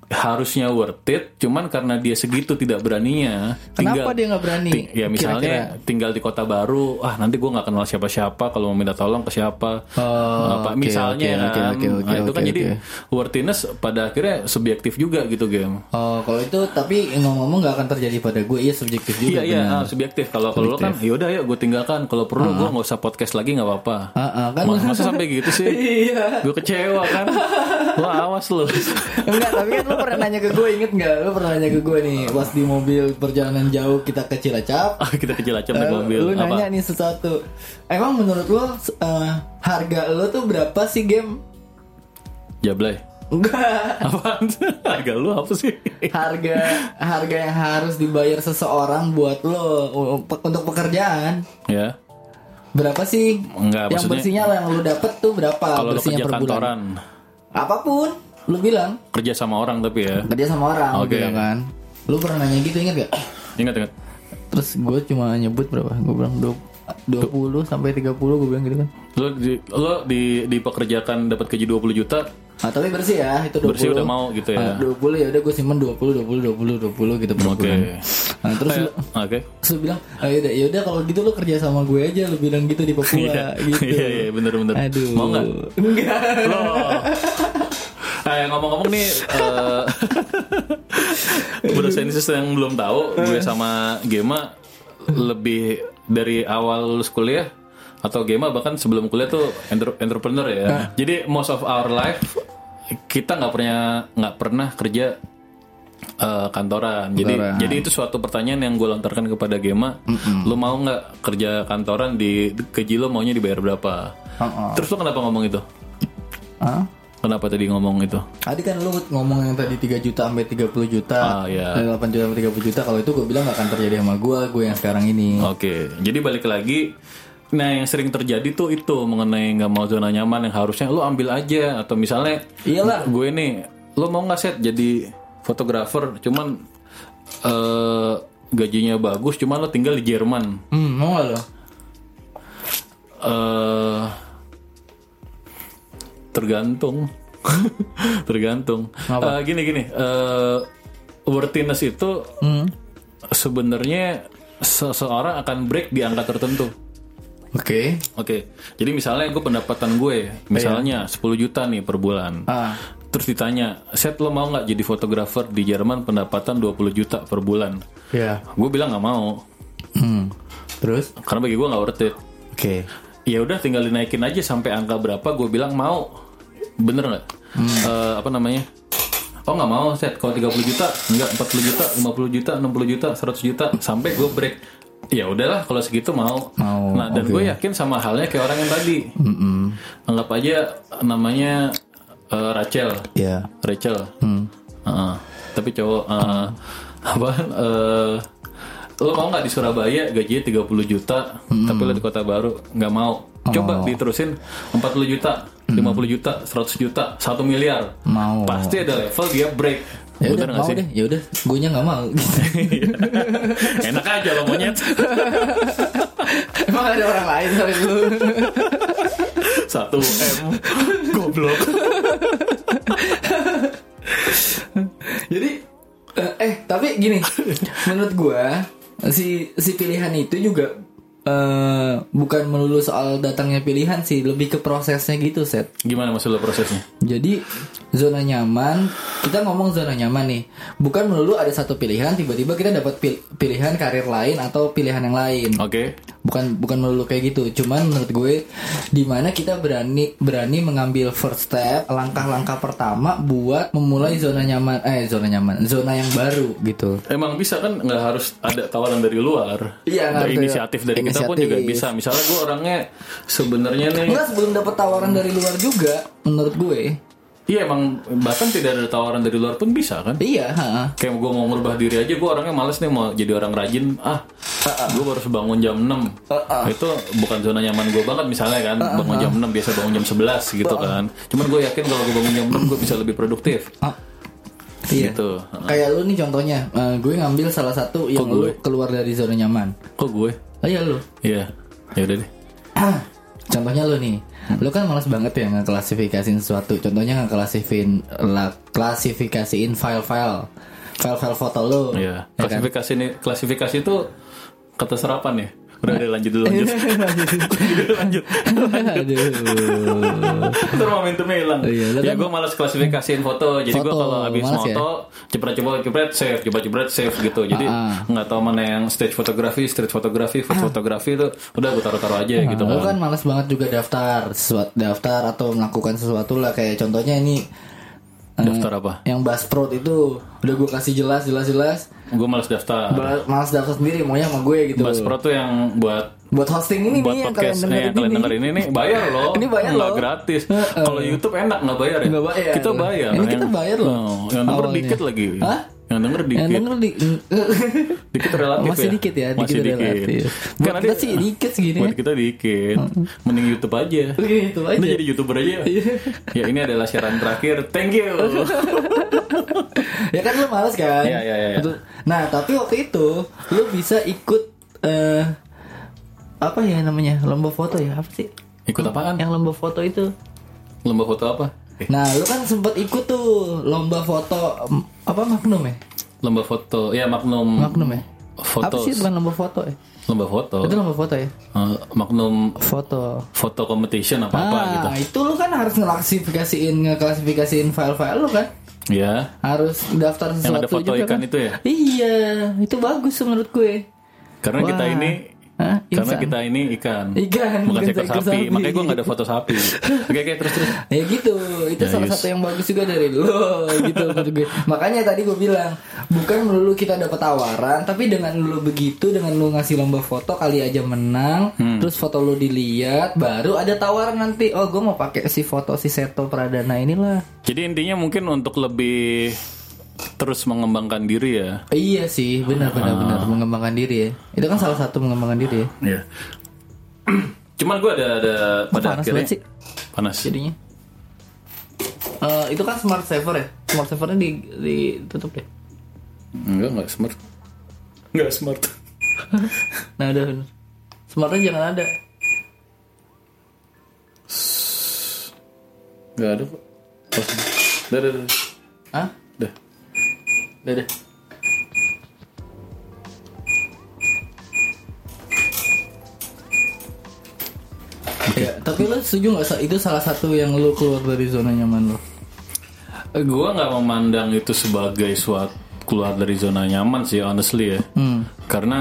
harusnya worth it, cuman karena dia segitu tidak beraninya. Kenapa tinggal, dia nggak berani? Ting- ya misalnya kira-kira? tinggal di kota baru, ah nanti gue nggak kenal siapa-siapa, kalau mau minta tolong ke siapa, Oh, apa okay, misalnya okay, okay, kan, okay, okay, nah itu kan okay, jadi okay. worthiness pada akhirnya subjektif juga gitu game. Oh, kalau itu tapi ngomong-ngomong nggak akan terjadi pada gue, iya subjektif juga. Iya iya benar. ah, subjektif. Kalau kalau lo kan, yaudah ya gue tinggalkan. Kalau perlu gue nggak usah podcast lagi nggak apa-apa. Ah, ah, kan? Ma- Masa sampai gitu sih? Iya. Gue kecewa kan. Lo awas lo. Enggak, tapi kan lu pernah nanya ke gue, inget nggak? Lu pernah nanya ke gue nih, pas di mobil perjalanan jauh kita ke Cilacap. Ah, kita kecil aja naik Eh, mobil. Lu Apa? nanya nih sesuatu. Emang menurut lu eh, harga lu tuh berapa sih game? Jablay. Enggak. Apaan? Harga lu apa sih? Harga harga yang harus dibayar seseorang buat lo u- untuk pekerjaan. Ya. Berapa sih? Enggak, Yang maksudnya bersihnya lo yang lu dapet tuh berapa kalau lo bersihnya kerja per bulan? kantoran, Apapun, lu bilang. kerja sama orang tapi ya. Kerja sama orang, lu Oke. bilang kan. Lu pernah nanya gitu, inget gak? Ingat ingat. Terus gue cuma nyebut berapa? Gue bilang dua puluh sampai tiga puluh, gue bilang gitu kan. Lo di lo di dipekerjakan dapat gaji dua puluh juta, Ah, tapi bersih ya, itu dua puluh. bersih udah mau gitu ya. Ah, dua puluh ya udah gue simpen dua puluh dua puluh dua puluh dua puluh gitu per Oke. bulan. Nah, terus Eh, lu, Oke. terus lu bilang, "Ah, yaudah, yaudah kalau gitu lu kerja sama gue aja," lu bilang gitu di Papua Iya. gitu. Iya iya bener-bener. Aduh. Mau nggak? Enggak. Lo. Eh ngomong-ngomong nih, eh buat sensus yang belum tahu, gue sama Gema lebih dari awal lulus kuliah atau Gema bahkan sebelum kuliah tuh entre- entrepreneur ya. Jadi most of our life kita nggak pernah nggak pernah kerja eh, kantoran. Jadi Kantoran. jadi itu suatu pertanyaan yang gue lontarkan kepada Gema. Lo mau nggak kerja kantoran, di gaji lo maunya dibayar berapa? Uh-uh. Terus lo kenapa ngomong itu? Hah? Kenapa tadi ngomong itu? Tadi kan lu ngomong yang tadi tiga juta sampai tiga puluh juta. Ah, iya. Dari delapan juta sampai tiga puluh juta. Kalau itu gue bilang gak akan terjadi sama gue, gue yang sekarang ini. Oke, jadi balik lagi. Nah, yang sering terjadi tuh itu mengenai nggak mau zona nyaman yang harusnya lo ambil aja, atau misalnya, Iyalah. gue nih, lo mau nggak set jadi fotografer, cuman eh, gajinya bagus, cuman lo tinggal di Jerman. Hmm, mau gak lo? Eh, tergantung, tergantung. Eh, gini gini, eh, worthiness itu Hmm. sebenarnya seseorang akan break di angka tertentu. Oke. Oke, jadi misalnya gue pendapatan gue, misalnya sepuluh juta nih per bulan. Ah. Terus ditanya, Set lo mau nggak jadi fotografer di Jerman pendapatan dua puluh juta per bulan? Ya. Gue bilang nggak mau, Hmm. Terus? karena bagi gue nggak worth it. Oke. Ya udah tinggal dinaikin aja sampai angka berapa, gue bilang mau. Bener nggak? Eh, apa namanya? Oh nggak mau Set, kalau tiga puluh juta, enggak empat puluh juta, lima puluh juta, enam puluh juta, seratus juta, sampai gue break. Ya udahlah kalau segitu mau. Mau, Nah dan oke. gue yakin sama halnya kayak orang yang tadi. Mm-mm. Anggap aja namanya eh, Rachel. Ya. Rachel. Hmm. Heeh. Tapi cowok eh, apa? eh, lo mau nggak di Surabaya gajinya tiga puluh juta, tapi lo di kota baru nggak mau. Coba diterusin empat puluh juta, lima puluh juta, seratus juta, satu miliar. Mau. Pasti ada level dia break. Ya udah, Bener nggak mau sih? deh. Ya udah, gue nya nggak mau. Enak aja lo monyet. Emang ada orang lain selain lu? Satu M. Goblok. Jadi eh, eh tapi gini, menurut gua si si pilihan itu juga eh, bukan melulu soal datangnya pilihan sih, lebih ke prosesnya gitu, Set. Gimana maksud lo prosesnya? Jadi zona nyaman, kita ngomong zona nyaman nih, bukan melulu ada satu pilihan tiba-tiba kita dapat pil- pilihan karir lain atau pilihan yang lain. Oke. Bukan bukan melulu kayak gitu. Cuman menurut gue di mana kita berani berani mengambil first step, langkah-langkah pertama buat memulai zona nyaman eh zona nyaman, zona yang baru gitu. Emang bisa kan, nggak harus ada tawaran dari luar. Iya, nggak Dari ada inisiatif dari kita pun inisiatif. juga bisa. Misalnya gue orangnya sebenarnya nih, Enggak, sebelum dapat tawaran dari luar juga menurut gue. iya emang bahkan tidak ada tawaran dari luar pun bisa kan. Iya, ha. Kayak gue mau merubah diri aja, gue orangnya males nih mau jadi orang rajin. Ah, gue baru bangun jam enam. Itu bukan zona nyaman gue banget misalnya kan. Bangun jam enam, biasa bangun jam sebelas gitu kan. Cuman gue yakin kalau gue bangun jam enam gue bisa lebih produktif. Ah. Iya. Gitu. Kayak lu nih contohnya, eh, gue ngambil salah satu yang Kok lu gue? keluar dari zona nyaman. Kok gue? Oh iya lu. Iya. Ya udah deh. Contohnya lu nih, Lu kan malas banget ya ngeklasifikasiin sesuatu. Contohnya ngeklasifikasiin lah, klasifikasiin file-file, file-file foto lu. Iya. Ya kan? Klasifikasi ini, klasifikasi itu kata serapan ya. Udah, udah lanjut dulu lanjut. lanjut. Aduh. Terus momentumnya hilang. Oh, iya, lu ya kan- gue malas klasifikasiin foto. Jadi gue Foto, kalau habis malas foto, cepet-cepet cepet save, cepet-cepet save gitu. Jadi Ah, nggak tahu mana yang stage fotografi, street fotografi, food fotografi itu udah gue taruh-taruh aja gitu Lu kan. kan malas banget juga daftar sesuatu, daftar atau melakukan sesuatu lah, kayak contohnya ini eh, Daftar apa? yang Buzzsprout itu udah gue kasih jelas jelas jelas. Gue malas daftar. Ba- malas daftar sendiri, maunya sama gue gitu. Buzzsprout tuh yang buat Buat hosting ini buat nih yang kalian podcast nih dengerin yang kalian ini. dengerin ini bayar loh. Ini bayar nggak loh. gratis. Heeh. Kalau YouTube enak nggak bayar ya? Nggak bayar. Kita bayar. Ini kita bayar loh. Oh, yang denger Awalnya. dikit lagi. Hah? Yang denger dikit. Yang denger di Dikit relatif masih ya. dikit ya, Masih dikit dikit. relatif. Kan Buat ada- kita sih dikit segini. Buat kita dikit. Mending YouTube aja. Gitu aja. Udah jadi YouTuber aja. Ya ini adalah siaran terakhir. Thank you. Ya kan lu males kan? Iya, iya, iya. Betul. Nah, tapi waktu itu lu bisa ikut eh apa ya namanya? Lomba foto ya? Apa sih? Ikut apaan? Yang lomba foto itu. Lomba foto apa? Eh, Nah, lu kan sempet ikut tuh lomba foto em, apa Magnum ya? lomba foto. Ya Magnum. Magnum ya? Foto. Apa sih bukan lomba foto ya? Lomba foto. Itu lomba foto ya? Eh, Magnum Foto. foto competition apa apa Ah, gitu. itu lu kan harus ngeklasifikasiin ngeklasifikasiin file-file lu kan? Ya. Harus daftar Yang sesuatu ada foto juga ikan kan? itu ya. Iya, itu bagus menurut gue. Karena Wah. kita ini Hah? karena Insan. kita ini ikan. Ikan, bukan bukan seekor seekor sapi. sapi. Makanya gue gak ada foto sapi. Oke oke terus terus. Ya gitu, itu Ya, salah yes. satu yang bagus juga dari lo gitu menurut gue. Makanya tadi gue bilang, bukan melulu kita dapat tawaran, tapi dengan lu begitu, dengan lu ngasih lomba foto kali aja menang, Hmm. terus foto lu dilihat, baru ada tawaran nanti. Oh, gue mau pakai si foto si Seto Pradana inilah. Jadi intinya mungkin untuk lebih terus mengembangkan diri ya. Iya sih, benar benar Ah. benar mengembangkan diri ya. Itu kan salah satu mengembangkan diri ya. Iya. Cuman gue ada ada pada panas akhirnya banget sih panas. jadinya. Eh, itu kan smart saver ya. Smart savernya di ditutup ya. Enggak enggak smart. Enggak smart. Nah udah bener. Smartnya jangan ada. Enggak ada kok. Oh, Udah, udah, udah. Hah? Udah. Udah deh. Ya, tapi lo setuju nggak Sa? Itu salah satu yang lo keluar dari zona nyaman lo? Eh, Gue nggak memandang itu sebagai suatu keluar dari zona nyaman sih, honestly ya. Hmm. Karena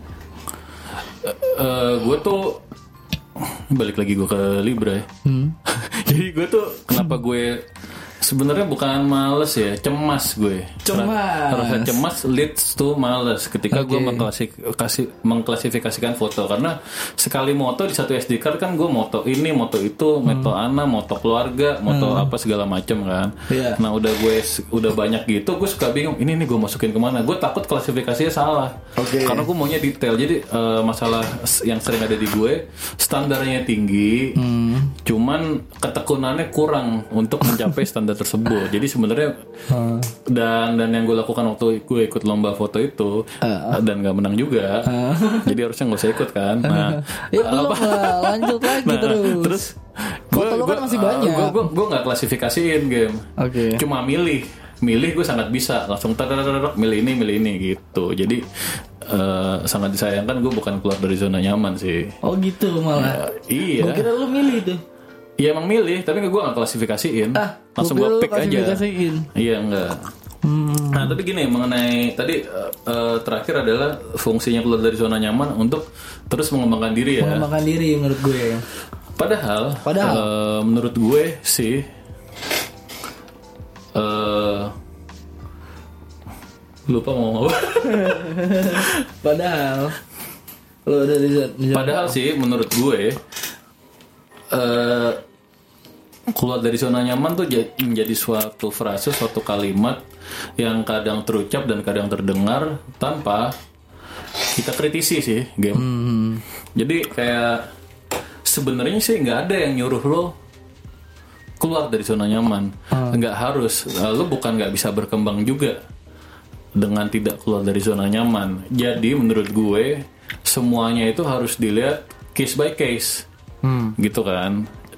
uh, gue tuh balik lagi gue ke Libra ya. Hmm. Jadi gue tuh kenapa gue sebenarnya bukan males ya, cemas gue. Cemas. Rasa cemas leads to males ketika gue Oke. mengklasifikasi mengklasifikasikan foto, karena sekali moto di satu S D card kan gue moto ini, moto itu, moto anak, moto keluarga, moto apa segala macam kan. Iya. Nah udah gue udah banyak gitu, gue suka bingung ini nih gue masukin kemana. Gue takut klasifikasinya salah. Oke. Karena gue maunya detail. Jadi eh, masalah yang sering ada di gue, standarnya tinggi, Hmm. cuman ketekunannya kurang untuk mencapai standar tersebut. Jadi sebenarnya Hmm. dan dan yang gue lakukan waktu gue ikut lomba foto itu dan gak menang juga. Jadi harusnya nggak usah ikut kan. Nah, Ya belum lah, lanjut lagi nah, terus. terus Foto lu kan masih banyak. Gue gue gue nggak klasifikasiin game. Oke. Cuma milih, milih gue sangat bisa langsung terus milih ini milih ini gitu. Jadi eh, sangat disayangkan gue bukan keluar dari zona nyaman sih. Oh gitu malah. Iya. Gue kira lu milih tuh. Iya emang milih, tapi gue gak klasifikasiin. Ah, Langsung gua kira gue lu pick aja. klasifikasiin. Iya enggak. Hmm. Nah tapi gini mengenai tadi eh, eh, terakhir adalah fungsinya keluar dari zona nyaman untuk terus mengembangkan diri ya. Mengembangkan diri menurut gue. Padahal, Padahal. eh, menurut gue sih, eh lupa mau ngomong apa. Padahal lo udah di zona. Padahal sih menurut gue eh keluar dari zona nyaman tuh ja- menjadi suatu frase, suatu kalimat yang kadang terucap dan kadang terdengar tanpa kita kritisi sih, game. Hmm. Jadi kayak sebenarnya sih nggak ada yang nyuruh lo keluar dari zona nyaman, nggak harus. Lo bukan nggak bisa berkembang juga dengan tidak keluar dari zona nyaman. Jadi menurut gue semuanya itu harus dilihat case by case, Hmm. gitu kan.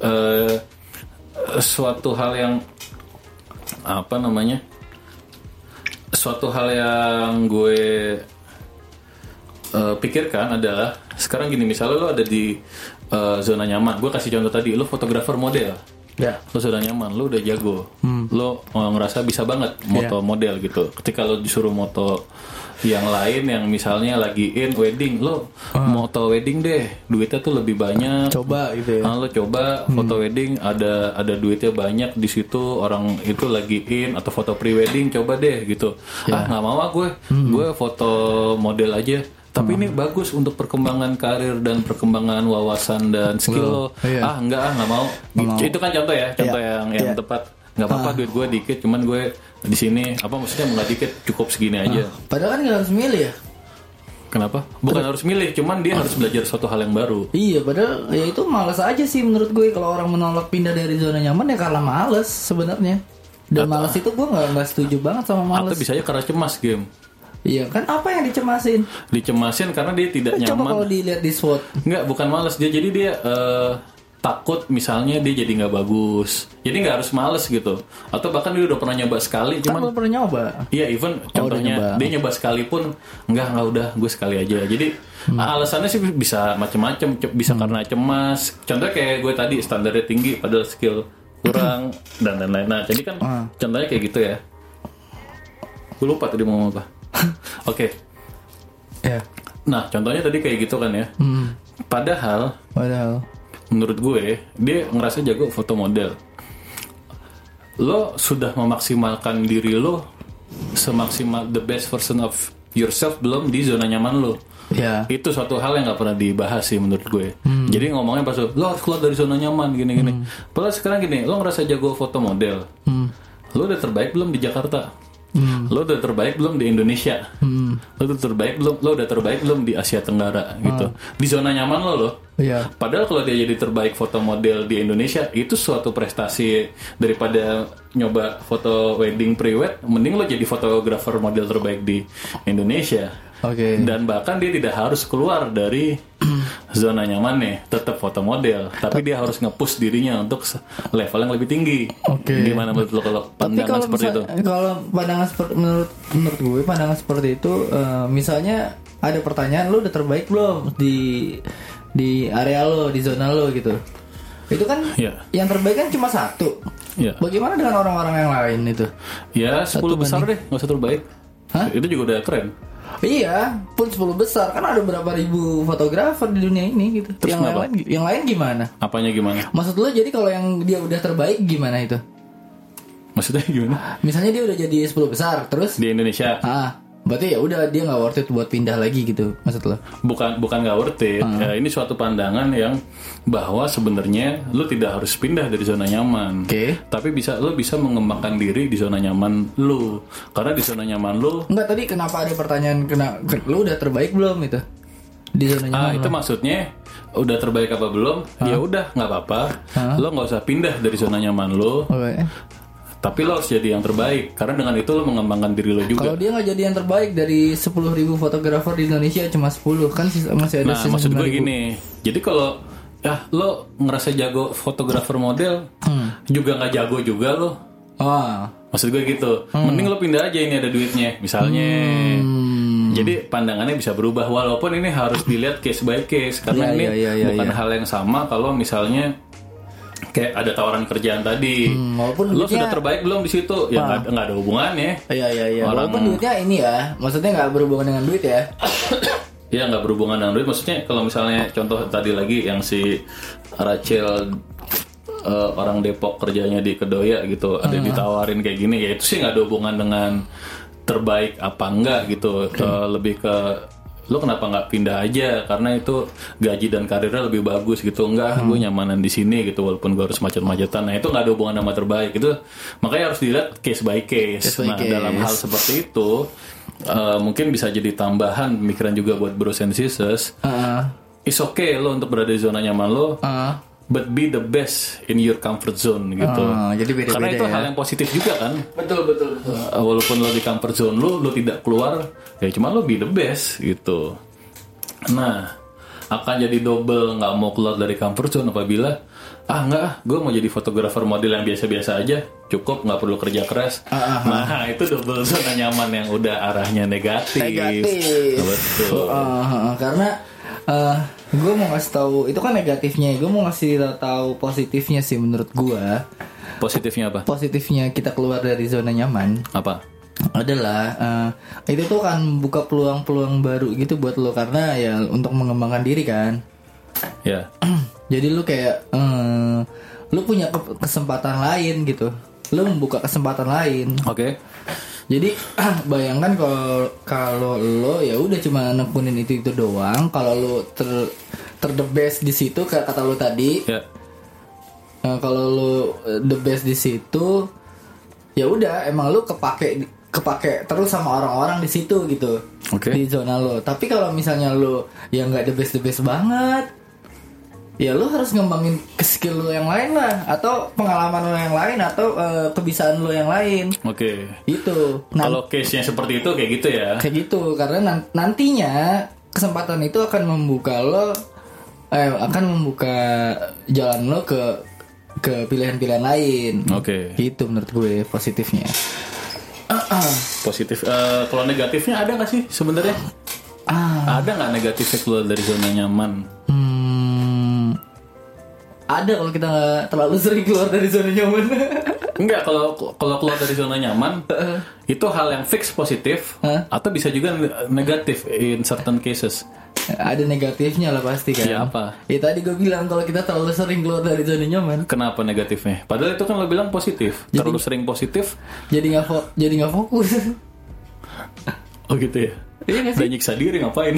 uh, suatu hal yang apa namanya? Suatu hal yang gue uh, pikirkan adalah sekarang gini, misalnya lo ada di uh, zona nyaman. Gue kasih contoh tadi, lo fotografer model. Ya. Lo sudah nyaman, lo udah jago, hmm. lo uh, ngerasa bisa banget moto yeah. model gitu. Ketika lo disuruh moto yang lain yang misalnya lagi in wedding, lo uh. moto wedding deh, duitnya tuh lebih banyak. Coba gitu ya. Nah, lo coba foto hmm. wedding, ada ada duitnya banyak di situ, orang itu lagi in, atau foto pre wedding coba deh gitu. Yeah. Ah nggak mau ah gue, hmm. gue foto model aja. Tapi hmm. ini bagus untuk perkembangan karir dan perkembangan wawasan dan skill lo. Iya. Ah enggak ah nggak mau. mau. Itu kan contoh ya, contoh yeah. yang yang yeah. tepat. Nggak apa-apa ah. duit gue dikit, cuman gue di sini apa maksudnya nggak dikit, cukup segini aja. Ah. Padahal kan nggak harus milih ya. Kenapa? Bukan Ter- harus milih, cuman dia harus belajar suatu hal yang baru. Iya, padahal ya itu malas aja sih menurut gue kalau orang menolak pindah dari zona nyaman ya karena malas sebenarnya. Dan atau, malas itu gue nggak nggak setuju banget sama malas. Atau bisa aja karena cemas game. Iya kan, apa yang dicemasin? Dicemasin karena dia tidak nah, nyaman. Coba kalau dilihat di SWOT. Enggak, bukan malas dia. Jadi dia uh, takut misalnya dia jadi nggak bagus. Jadi nggak harus malas gitu. Atau bahkan dia udah pernah nyoba sekali. Kan cuman belum pernah nyoba. Iya, even oh, contohnya nyoba. Dia nyoba sekali pun enggak enggak udah gue sekali aja. Jadi hmm. alasannya sih bisa macam-macam. Bisa hmm. karena cemas. Contohnya kayak gue tadi standarnya tinggi padahal skill kurang dan lain-lain. Nah jadi kan hmm. contohnya kayak gitu ya. Gue lupa tadi mau ngomong apa. Oke. Okay. Ya. Yeah. Nah, contohnya tadi kayak gitu kan ya. Hmm. Padahal, padahal menurut gue dia ngerasa jago foto model. Lo sudah memaksimalkan diri lo semaksimal the best version of yourself belum di zona nyaman lo. Ya. Yeah. Itu suatu hal yang nggak pernah dibahas sih menurut gue. Hmm. Jadi ngomongnya pas lo harus keluar dari zona nyaman gini-gini. Hmm. Padahal sekarang gini, lo ngerasa jago foto model. Hmm. Lo udah terbaik belum di Jakarta? Hmm. Lo udah terbaik belum di Indonesia? Hmm. Lo udah terbaik belum? Lo udah terbaik belum di Asia Tenggara gitu? Hmm. Di zona nyaman lo lo. Yeah. Padahal kalau dia jadi terbaik foto model di Indonesia itu suatu prestasi daripada nyoba foto wedding pre-wed. Mending lo jadi fotografer model terbaik di Indonesia. Oke. Okay. Dan bahkan dia tidak harus keluar dari zona nyamannya, tetap foto model, tapi dia harus nge-push dirinya untuk level yang lebih tinggi. Oke. Okay. Gimana menurut lo kalau pandangan kalau seperti misal, itu? Kalau pandangan seperti menurut menurut gue pandangan seperti itu, uh, misalnya ada pertanyaan, lo udah terbaik belum di di area lo, di zona lo gitu. Itu kan yeah. yang terbaik kan cuma satu. Yeah. Bagaimana dengan orang-orang yang lain itu? Ya sepuluh besar deh, nggak usah terbaik. Hah? Itu juga udah keren. Iya, pun sepuluh besar kan ada berapa ribu fotografer di dunia ini gitu. Terus yang lain, yang lain gimana? Apanya gimana? Maksud lo jadi kalau yang dia udah terbaik gimana itu? Maksudnya gimana? Misalnya dia udah jadi sepuluh besar terus di Indonesia. Ah, berarti ya udah dia nggak worth it buat pindah lagi gitu maksud lo? Bukan bukan nggak worth it. Hmm. Ya, ini suatu pandangan yang bahwa sebenarnya lo tidak harus pindah dari zona nyaman. Oke. Okay. Tapi bisa lo bisa mengembangkan diri di zona nyaman lo. Karena di zona nyaman lo. Enggak, tadi kenapa ada pertanyaan kena lo udah terbaik belum itu? Di zona nyaman. Ah, itu lo. Maksudnya udah terbaik apa belum? Huh? Ya udah nggak apa-apa. Huh? Lo nggak usah pindah dari zona nyaman lo. Oke. Okay. Tapi lo harus jadi yang terbaik. Karena dengan itu lo mengembangkan diri lo juga. Kalau dia gak jadi yang terbaik dari sepuluh ribu fotografer di Indonesia cuma sepuluh kan masih ada. Nah maksud gue gini. Jadi kalau ya lo ngerasa jago fotografer model hmm. juga gak jago juga lo. Oh. Maksud gue gitu. Hmm. Mending lo pindah aja, ini ada duitnya misalnya. Hmm. Jadi pandangannya bisa berubah. Walaupun ini harus dilihat case by case. Karena ya, ini ya, ya, ya, bukan ya. hal yang sama kalau misalnya kayak ada tawaran kerjaan tadi, hmm, walaupun lo duitnya, sudah terbaik belum di situ? Ya nggak ada hubungannya. Iya iya iya. Walaupun duitnya ini ya, maksudnya nggak berhubungan dengan duit ya? Iya nggak berhubungan dengan duit. Maksudnya kalau misalnya contoh tadi lagi yang si Rachel uh, orang Depok kerjanya di Kedoya gitu, ada hmm. ditawarin kayak gini, ya itu sih nggak ada hubungan dengan terbaik apa enggak gitu. Okay. Uh, lebih ke lo kenapa nggak pindah aja karena itu gaji dan karirnya lebih bagus gitu. Enggak, hmm. gue nyamanan di sini gitu walaupun gue harus macet-macetan. Nah itu nggak ada hubungan sama terbaik itu, makanya harus dilihat case by case, case by nah case. Dalam hal seperti itu uh, mungkin bisa jadi tambahan pemikiran juga buat bros and sisters. uh-uh. It's okay lo untuk berada di zona nyaman lo, uh-uh. but be the best in your comfort zone gitu. Uh, jadi beda-beda karena itu ya. hal yang positif juga kan. Betul betul betul. Uh, walaupun lo di comfort zone lo, lo tidak keluar, ya cuma lo be the best gitu. Nah, akan jadi double nggak mau keluar dari comfort zone apabila ah nggak ah gue mau jadi fotografer model yang biasa-biasa aja cukup nggak perlu kerja keras. Uh-huh. Nah itu double zona nyaman yang udah arahnya negatif. Negatif. Betul. Uh, karena uh, gue mau ngasih tahu itu kan negatifnya, gue mau ngasih tahu positifnya sih menurut gue. Positifnya apa? Positifnya kita keluar dari zona nyaman. Apa? Adalah uh, itu tuh kan buka peluang-peluang baru gitu buat lo karena ya untuk mengembangkan diri kan. Ya. Jadi lu kayak uh, lu punya ke- kesempatan lain gitu. Lu membuka kesempatan lain. Oke. Okay. Jadi bayangkan kalau kalau lo ya udah cuma nekunin itu itu doang. Kalau lo ter ter the best di situ kayak kata lo tadi. Ya. Uh, kalau lo the best di situ, ya udah emang lo kepake kepake terus sama orang-orang di situ gitu. Oke. Okay. Di zona lo. Tapi kalau misalnya lo yang nggak the best the best banget, ya lo harus ngembangin ke skill lo yang lain lah, atau pengalaman lo yang lain, atau uh, kebiasaan lo yang lain. Oke. Okay. Itu. Nah, kalau case-nya seperti itu kayak gitu ya. Kayak gitu, karena nantinya kesempatan itu akan membuka lo, eh, akan membuka jalan lo ke ke pilihan-pilihan lain. Oke. Okay. Gitu menurut gue positifnya. Uh-uh. Positif. Uh, kalau negatifnya ada nggak sih sebenarnya? Ah. Ada nggak negatifnya keluar dari zona nyaman? Hmm. Ada kalau kita nggak terlalu sering keluar dari zona nyaman. Enggak, kalau kalau keluar dari zona nyaman uh. itu hal yang fix positif, huh? Atau bisa juga negatif in certain cases. Ada negatifnya lah pasti kan. Ya apa? Ya tadi gue bilang kalau kita terlalu sering keluar dari zona nyaman. Kenapa negatifnya? Padahal itu kan lo bilang positif. Jadi, terlalu sering positif. Jadi nggak fo- jadi nggak fokus. Oh gitu ya. Iya, udah nyiksa diri ngapain?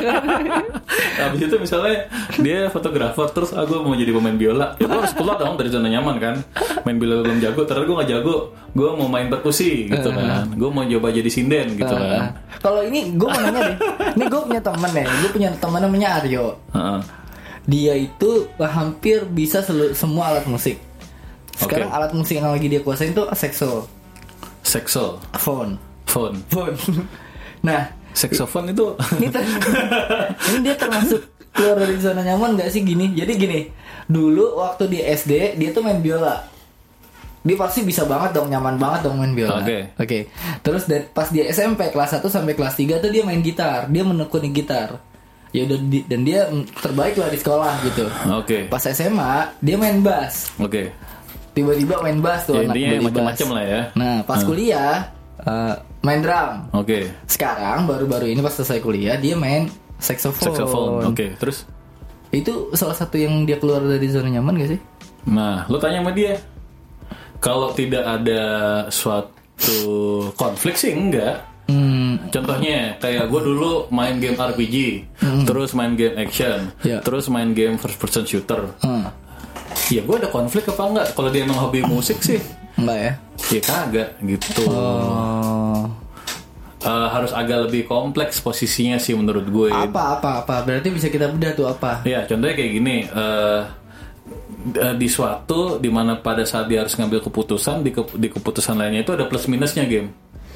Habis itu misalnya dia fotografer terus ah gue mau jadi pemain biola, ya gue harus keluar dong dari zona nyaman kan. Main biola belum jago, ternyata gue nggak jago, gue mau main perkusi gitu kan, gue mau coba jadi sinden gitu uh, kan. Kalau ini gue mau nanya deh, ini gue punya teman deh, gue punya teman namanya Aryo. Uh-uh. Dia itu hampir bisa selu- semua alat musik. Sekarang okay. Alat musik yang lagi dia kuasain tuh saxo. Saxo. Phone. Phone. Phone. Nah. Saxophone itu ini, ter- ini dia termasuk keluar dari zona nyaman gak sih gini? Jadi gini, dulu waktu di S D dia tuh main biola. Dia pasti bisa banget dong, nyaman banget dong main biola. Oke. Okay. Oke. Okay. Terus dan pas dia S M P kelas satu sampai kelas tiga tuh dia main gitar, dia menekuni gitar. Ya udah di, dan dia terbaik lah di sekolah gitu. Oke. Okay. Pas S M A dia main bass. Oke. Okay. Tiba-tiba main bass tuh ya, anak intinya macam-macam lah ya. Nah, pas hmm. kuliah Uh, main drum. Oke. Okay. Sekarang baru-baru ini pas selesai kuliah dia main saxophone. Saxophone. Oke. Okay. Terus? Itu salah satu yang dia keluar dari zona nyaman gak sih? Nah, lo tanya sama dia. Kalau tidak ada suatu konflik sih enggak. Hmm. Contohnya kayak gue dulu main game R P G, hmm. terus main game action, yeah. terus main game first person shooter. Hmm. Ya gue ada konflik apa enggak? Kalau dia emang hobi musik sih enggak ya? Ya kagak gitu. Oh. Uh, harus agak lebih kompleks posisinya sih menurut gue. Apa apa apa? Berarti bisa kita bedah tuh apa? Ya contohnya kayak gini. Uh, di suatu dimana pada saat dia harus ngambil keputusan di, ke, di keputusan lainnya itu ada plus minusnya game.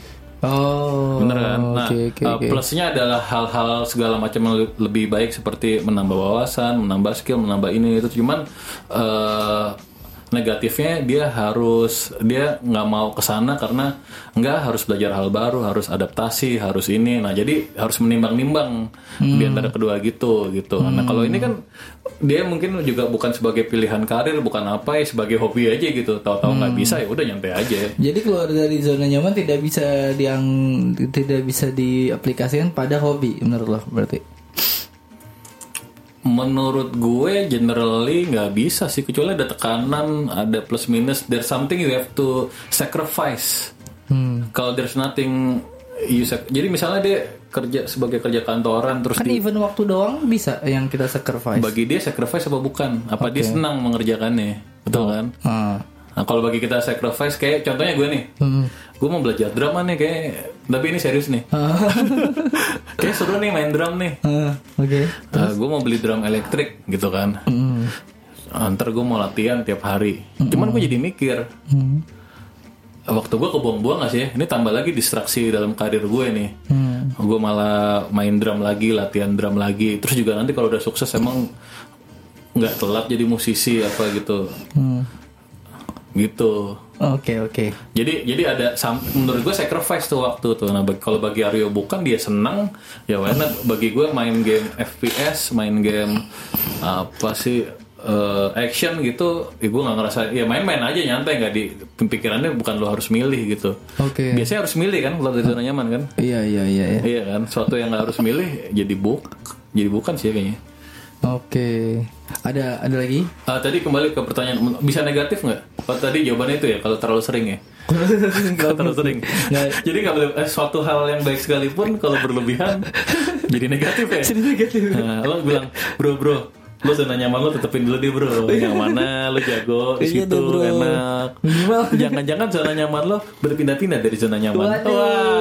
Oh. Bener kan? Nah okay, okay, uh, okay. plusnya adalah hal-hal segala macam yang lebih baik seperti menambah wawasan, menambah skill, menambah ini itu. Cuman uh, negatifnya dia harus dia nggak mau kesana karena nggak harus belajar hal baru, harus adaptasi, harus ini. Nah jadi harus menimbang-nimbang hmm. di antara kedua gitu gitu. Hmm. Nah kalau ini kan dia mungkin juga bukan sebagai pilihan karir, bukan apa ya, sebagai hobi aja gitu. Tahu-tahu nggak hmm. bisa ya udah nyantai aja. Jadi keluar dari zona nyaman tidak bisa diang tidak bisa diaplikasikan pada hobi menurut lo berarti? Menurut gue generally nggak bisa sih, kecuali ada tekanan, ada plus minus. There's something you have to sacrifice. Hmm. Kalau there's nothing you sac- jadi misalnya dia kerja sebagai kerja kantoran terus kan di- even waktu doang bisa yang kita sacrifice. Bagi dia sacrifice apa bukan? Apa okay. dia senang mengerjakannya, betul kan? Hmm. Nah kalau bagi kita sacrifice kayak contohnya gue nih, hmm. gue mau belajar drama nih kayak, tapi ini serius nih. Kayak seru nih main drum nih. Uh, Oke. Okay. Uh, gue mau beli drum elektrik gitu kan. Mm. Ntar gue mau latihan tiap hari. Mm. Cuman gue jadi mikir, mm. waktu gue kebuang-buang gak sih? Ini tambah lagi distraksi dalam karir gue nih. Mm. gue malah main drum lagi, latihan drum lagi. Terus juga nanti kalau udah sukses emang nggak telat jadi musisi apa gitu. Hmm. Gitu. Oke okay, oke. Okay. Jadi jadi ada menurut gue sacrifice tuh waktu tuh. Nah bagi, kalau bagi Aryo bukan dia senang ya karena bagi gue main game F P S, main game apa sih uh, action gitu, ya gue nggak ngerasa ya main-main aja nyantai nggak di pikirannya bukan lo harus milih gitu. Oke. Okay. Biasanya harus milih kan kalau dari zona nyaman kan? Iya iya iya. Iya, iya kan, suatu yang nggak harus milih jadi buk, jadi bukan sih kayaknya. Oke. Okay. Ada ada lagi? Uh, tadi kembali ke pertanyaan, bisa negatif nggak? Kalau tadi jawabannya itu ya kalau terlalu sering ya. Kalau terlalu sering. Jadi nggak boleh eh, suatu hal yang baik sekalipun kalau berlebihan jadi negatif ya. Jadi negatif. Nah, lo bilang bro bro, lo zona nyaman lo tetepin dulu deh bro. Yang mana lo jago di situ enak. Minimal. Jangan-jangan zona nyaman lo berpindah-pindah dari zona nyaman. Waduh.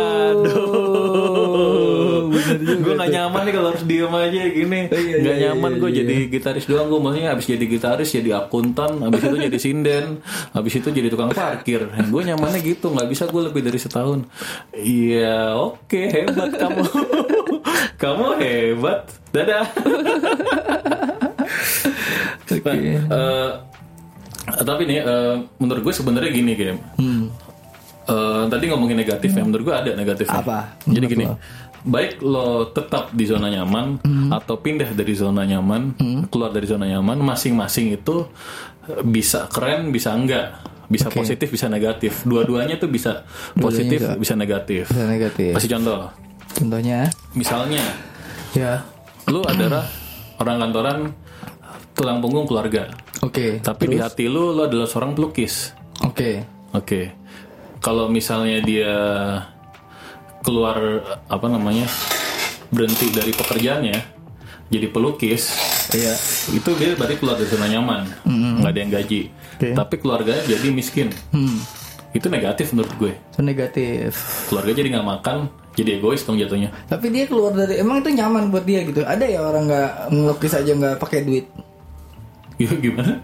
Waduh. Gue nggak nyaman nih kalau harus diem aja gini. Nggak iya, iya, nyaman iya, gue iya. Jadi gitaris doang. Gue maksudnya abis jadi gitaris jadi akuntan, abis itu jadi sinden, abis itu jadi tukang parkir. Gue nyamannya gitu. Nggak bisa gue lebih dari setahun. Iya oke okay, hebat kamu. Kamu hebat. Dadah. Okay. Nah, uh, tapi nih uh, menurut gue sebenarnya gini game. Hmm. Uh, tadi ngomongin negatif ya, menurut gue ada negatifnya. Apa? Jadi gini, lo? Baik lo tetap di zona nyaman hmm. atau pindah dari zona nyaman, hmm. keluar dari zona nyaman, masing-masing itu bisa keren, bisa enggak, bisa okay. positif, bisa negatif. Dua-duanya tuh bisa positif, Dua-duanya bisa negatif. Bisa negatif. Kasih contoh. Contohnya? Misalnya, ya, lo adalah orang kantoran, tulang punggung keluarga. Oke. Okay, tapi terus? Di hati lu lu adalah seorang pelukis. Oke. Okay. Oke. Okay. Kalau misalnya dia keluar apa namanya berhenti dari pekerjaannya jadi pelukis, iya. Itu dia berarti keluar dari zona nyaman, mm-hmm. nggak ada yang gaji. Okay. Tapi keluarganya jadi miskin. Hmm. Itu negatif menurut gue. Itu negatif. Keluarga jadi nggak makan, jadi egois dong jatuhnya. Tapi dia keluar dari emang itu nyaman buat dia gitu. Ada ya orang nggak ngelukis aja nggak pakai duit. Ya gimana?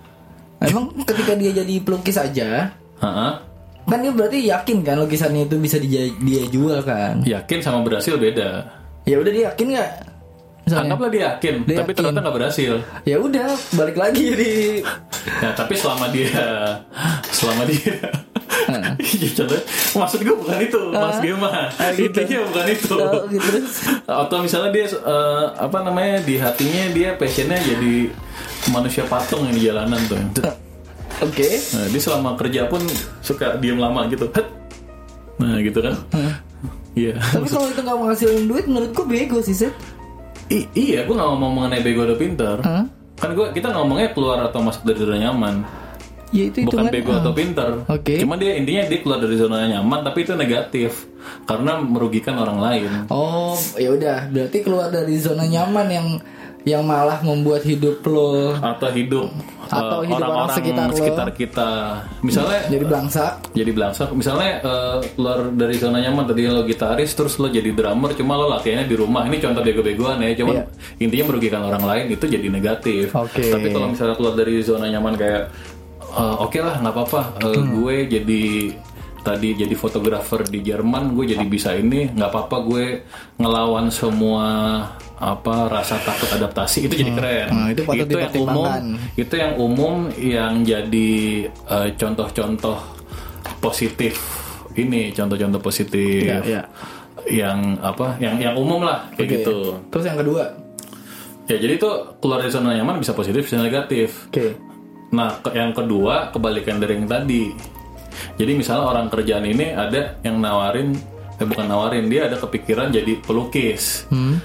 Emang ketika dia jadi pelukis aja, uh-huh. kan dia berarti yakin kan lukisannya itu bisa dia, dia jual kan? Yakin sama berhasil beda. Ya udah dia yakin nggak? Anggaplah dia yakin, dia tapi yakin. Ternyata nggak berhasil. Ya udah balik lagi di. Nah tapi selama dia, selama dia. Nah. Contoh, maksud gue bukan itu, Mas Gema. Ah, gitu. Intinya bukan itu. Oh, gitu. Atau misalnya dia uh, apa namanya di hatinya dia passionnya jadi manusia patung yang di jalanan tuh. Oke. Okay. Nah, dia selama kerja pun suka diem lama gitu. Nah, gitu kan? Iya. Huh? Tapi kalau itu nggak menghasilin duit, menurutku bego sih, Seth. I- iya, gue nggak ngomong mengenai bego atau pintar. Huh? Kan gue kita ngomongnya keluar atau masuk dari zona nyaman. Ya, itu bukan kan, bego uh. atau pintar. Okay. Cuma dia intinya dia keluar dari zona nyaman, tapi itu negatif karena merugikan orang lain. Oh, ya udah, berarti keluar dari zona nyaman yang yang malah membuat hidup lo atau hidup atau uh, hidup orang-orang orang sekitar, sekitar kita misalnya jadi belangsa uh, jadi belangsa misalnya uh, keluar dari zona nyaman tadi lo gitaris terus lo jadi drummer cuma lo latihannya di rumah. Ini contoh bego-begoan ya, cuman yeah. intinya merugikan orang lain itu jadi negatif. Okay. Tapi kalau misalnya keluar dari zona nyaman kayak uh, oke okay lah nggak apa-apa uh, hmm. gue jadi tadi jadi fotografer di Jerman, gue jadi bisa ini, nggak apa-apa gue ngelawan semua apa rasa takut adaptasi, itu jadi keren. Hmm, itu itu yang umum, itu yang umum yang jadi uh, contoh-contoh positif ini, contoh-contoh positif ya, ya. yang apa, yang yang umum lah kayak okay. gitu. Terus yang kedua, ya jadi itu keluar dari zona nyaman bisa positif bisa negatif. Oke. Okay. Nah ke, yang kedua kebalikan dari yang tadi. Jadi misalnya orang kerjaan ini ada yang nawarin, eh bukan nawarin, dia ada kepikiran jadi pelukis. Hmm.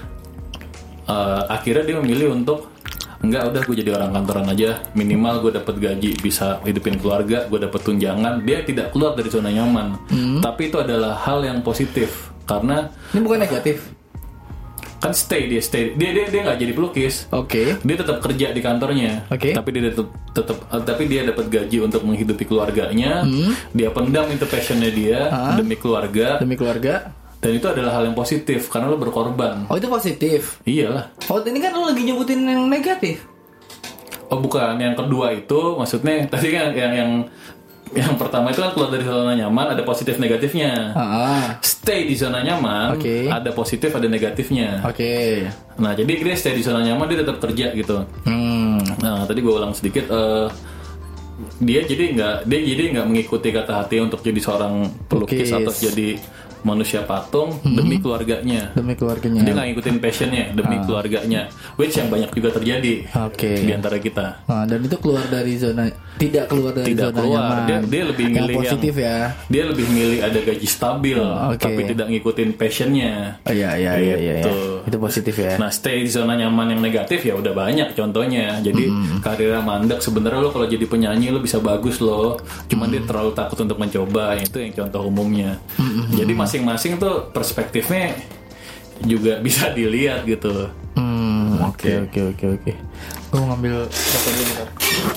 Uh, akhirnya dia memilih untuk enggak, udah gue jadi orang kantoran aja, minimal gue dapat gaji, bisa hidupin keluarga, gue dapat tunjangan. Dia tidak keluar dari zona nyaman. Hmm. Tapi itu adalah hal yang positif karena ini bukan negatif. Kan stay dia stay dia dia dia nggak jadi pelukis. Oke. Okay. Dia tetap kerja di kantornya. Oke. Okay. Tapi dia tetap tetap tapi dia dapat gaji untuk menghidupi keluarganya. Hmm. Dia pendam itu passionnya dia ha? demi keluarga. Demi keluarga. Dan itu adalah hal yang positif karena lo berkorban. Oh itu positif. Iyalah. Oh ini kan lo lagi nyebutin yang negatif. Oh bukan, yang kedua itu maksudnya tadi kan yang yang yang pertama itu kan keluar dari zona nyaman, ada positif negatifnya. Ah. Stay di zona nyaman, Oke. ada positif ada negatifnya. Oke. Nah jadi dia stay di zona nyaman, dia tetap kerja gitu. Hmm. Nah tadi gue ulang sedikit, eh, dia jadi nggak dia jadi nggak mengikuti kata hati untuk jadi seorang pelukis Pelukis. atau jadi manusia patung demi keluarganya. Demi keluarganya. Dia nggak ngikutin passionnya demi keluarganya, which yang banyak juga terjadi Oke. di antara kita. Nah, dan itu keluar dari zona, tidak keluar dari Tidak zona keluar. nyaman. Dia, dia lebih yang milih positif yang, ya. Dia lebih milih ada gaji stabil, Oke. tapi tidak ngikutin passionnya. Oh iya iya iya iya. Gitu. Ya. Itu positif ya. Nah, stay di zona nyaman yang negatif ya udah banyak contohnya. Jadi karirnya mandek, sebenarnya lo kalau jadi penyanyi lo bisa bagus lo. Cuman dia terlalu takut untuk mencoba. Itu yang contoh umumnya. Jadi masing-masing tuh perspektifnya juga bisa dilihat gitu. Hmm, Oke. oke oke oke oke. Gue mau ngambil rokok dulu bentar.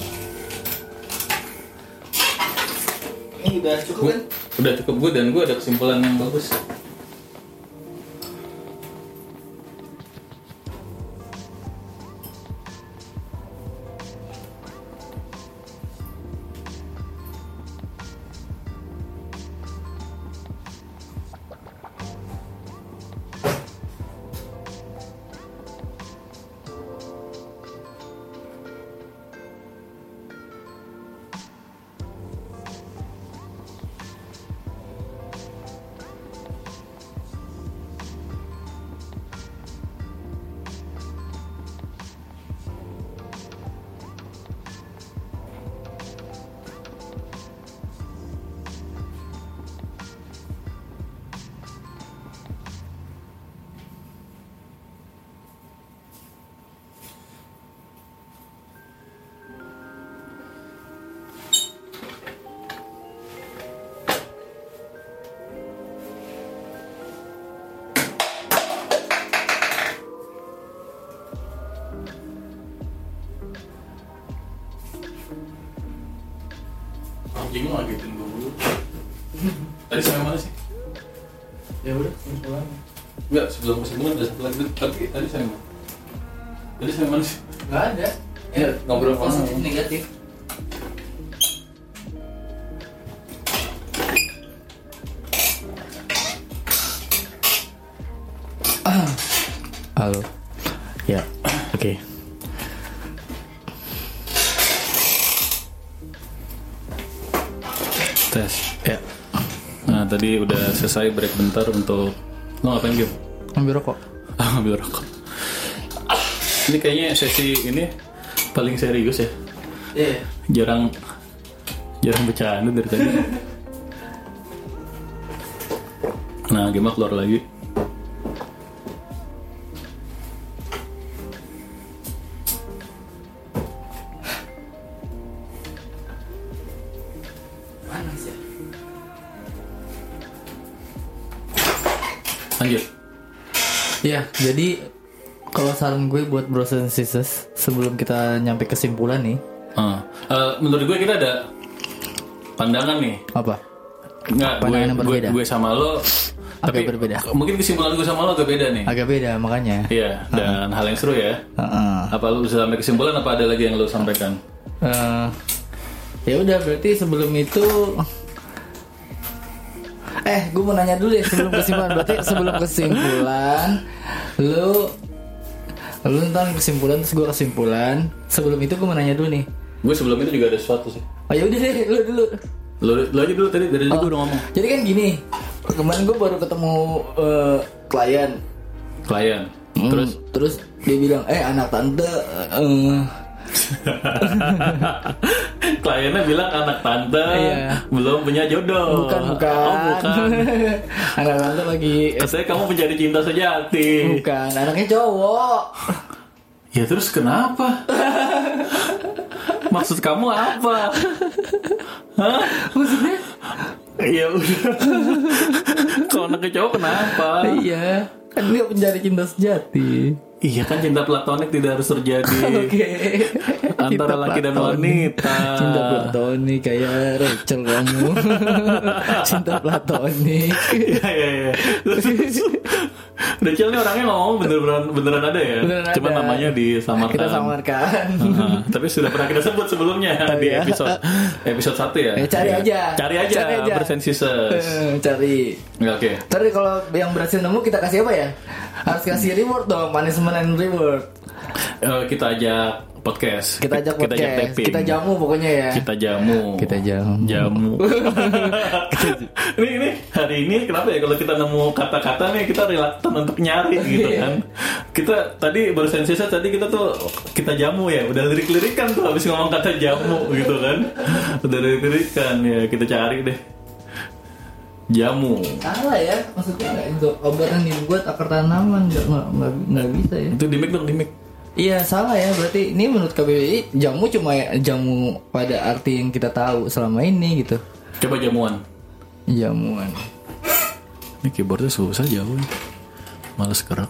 Ini udah cukup kan? Udah cukup gue dan gue ada kesimpulan yang bagus. Anjing lo ngagetin gue dulu. Tadi sampai mana sih? Ya udah, kesimpulan. Enggak, sebelum kesimpulan ada satu lagi. Tapi tadi sampai mana? Tadi sampai mana sih? Enggak ada. Ya, ngobrol positif sama. negatif. Halo. Ya, oke. Tes. Ya, Nah, tadi udah selesai break bentar untuk lo ngapain game? ambil rokok. Ambil rokok. Ini kayaknya sesi ini paling serius ya. Iya. Jarang jarang bercanda dari tadi. Nah, game keluar lagi. Panas ya. Lanjut. Iya, jadi kalau saran gue buat bros and sisters sebelum kita nyampe kesimpulan nih, Ah. Eh, menurut gue kita ada pandangan nih. apa? Enggak, gue, Pandangan yang gue, berbeda. gue sama lo tapi Agak berbeda. mungkin kesimpulan gue sama lo agak beda nih. Agak beda makanya. Iya, dan hal yang seru ya. Heeh. Apa lu bisa sampai kesimpulan apa ada lagi yang lo sampaikan? Eh, ya udah berarti sebelum itu eh gue mau nanya dulu ya sebelum kesimpulan. Berarti sebelum kesimpulan lu lu ntar kesimpulan terus gue kesimpulan. Sebelum itu gue mau nanya dulu nih. Gue sebelum itu juga ada sesuatu sih. Oh ya udah deh lu dulu. Lo, lo aja dulu tadi dari tadi gue udah ngomong. Jadi kan gini, kemarin gue baru ketemu eh, klien. Klien. Hmm, Terus terus dia bilang, eh anak tante eh, kliennya bilang anak tante Iya. belum punya jodoh. bukan bukan, Oh, bukan. anak tante lagi Katanya kamu mencari cinta sejati. bukan, anaknya cowok. Ya terus kenapa? Maksud kamu apa? Hah? Maksudnya? Ya udah. Kalau anaknya cowok kenapa? Iya, kan dia pencari cinta sejati. Iya kan cinta platonik tidak harus terjadi Oke. antara Cinta laki dan platonik. wanita. Cinta platonik kayak Rachel kamu. Cinta platonik. Iya iya iya. Terus, Decil nih orangnya ngomong beneran beneran ada ya. Beneran Cuma ada. namanya disamarkan. Kita samarkan. Uh, tapi sudah pernah kita sebut sebelumnya Oh, di iya? episode episode satu ya. Eh, cari Ya. aja. Cari aja. Cari aja. Bersensises. Eh, Cari. Ya, Oke. Tapi kalau yang berhasil nemu kita kasih apa ya? Harus kasih reward dong, punishment and reward. Eh, kita ajak podcast. Kita ajak podcast. Kita, ajak taping. Kita jamu pokoknya ya. Kita jamu. Kita jamu. Jamu. ini ini hari ini kenapa ya kalau kita nemu kata-kata nih kita reluctant untuk nyari gitu kan. Kita tadi baru sensasi tadi kita tuh kita jamu ya. Udah lirik-lirikan tuh habis ngomong kata jamu gitu kan. Udah lirik-lirikan ya kita cari deh. Jamu. Salah ya, maksudnya nggak itu obat yang dibuat akar tanaman nggak nggak nggak nggak bisa ya. Itu di mic dong, di mic. Iya salah ya, berarti ini menurut K B B I jamu cuma ya, jamu pada arti yang kita tahu selama ini gitu. Coba jamuan. Jamuan. Ini keyboardnya susah jauh. Males gerak.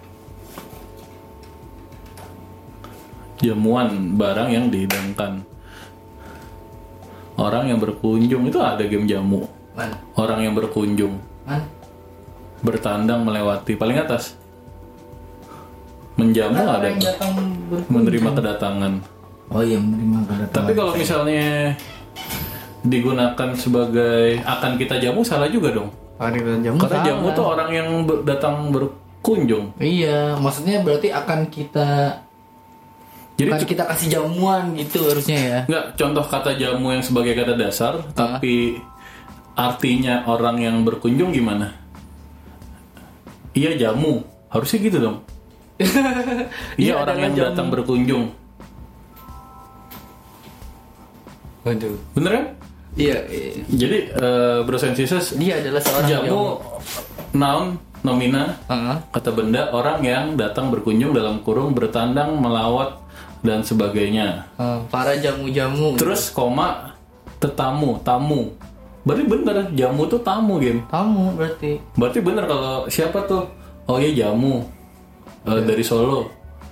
Jamuan, barang yang dihidangkan. Orang yang berkunjung itu ada game jamu. Man. Orang yang berkunjung. Man. Bertandang melewati paling atas. Menjamu Nah, ada. orang yang datang berkunjung. Menerima kedatangan. Oh iya menerima kedatangan. Tapi kalau misalnya digunakan sebagai akan kita jamu salah juga dong. Orang jamu Karena salah. jamu tuh orang yang ber- datang berkunjung. Iya, maksudnya berarti akan kita Jadi akan kita kasih jamuan gitu harusnya ya. Enggak, contoh kata jamu yang sebagai kata dasar, tapi artinya orang yang berkunjung gimana? Iya jamu, harusnya gitu dong. Iya orang adalah yang jamu. datang berkunjung, Waduh. bener kan? Iya, iya. Jadi uh, brosensises Dia adalah seorang jamu, noun, nomina, Heeh. kata benda orang yang datang berkunjung dalam kurung bertandang, melawat dan sebagainya. Uh, para jamu-jamu. Terus koma tetamu, tamu. Berarti bener jamu tuh tamu game. tamu berarti. Berarti bener kalau siapa tuh? Oh iya jamu Eh, dari Solo.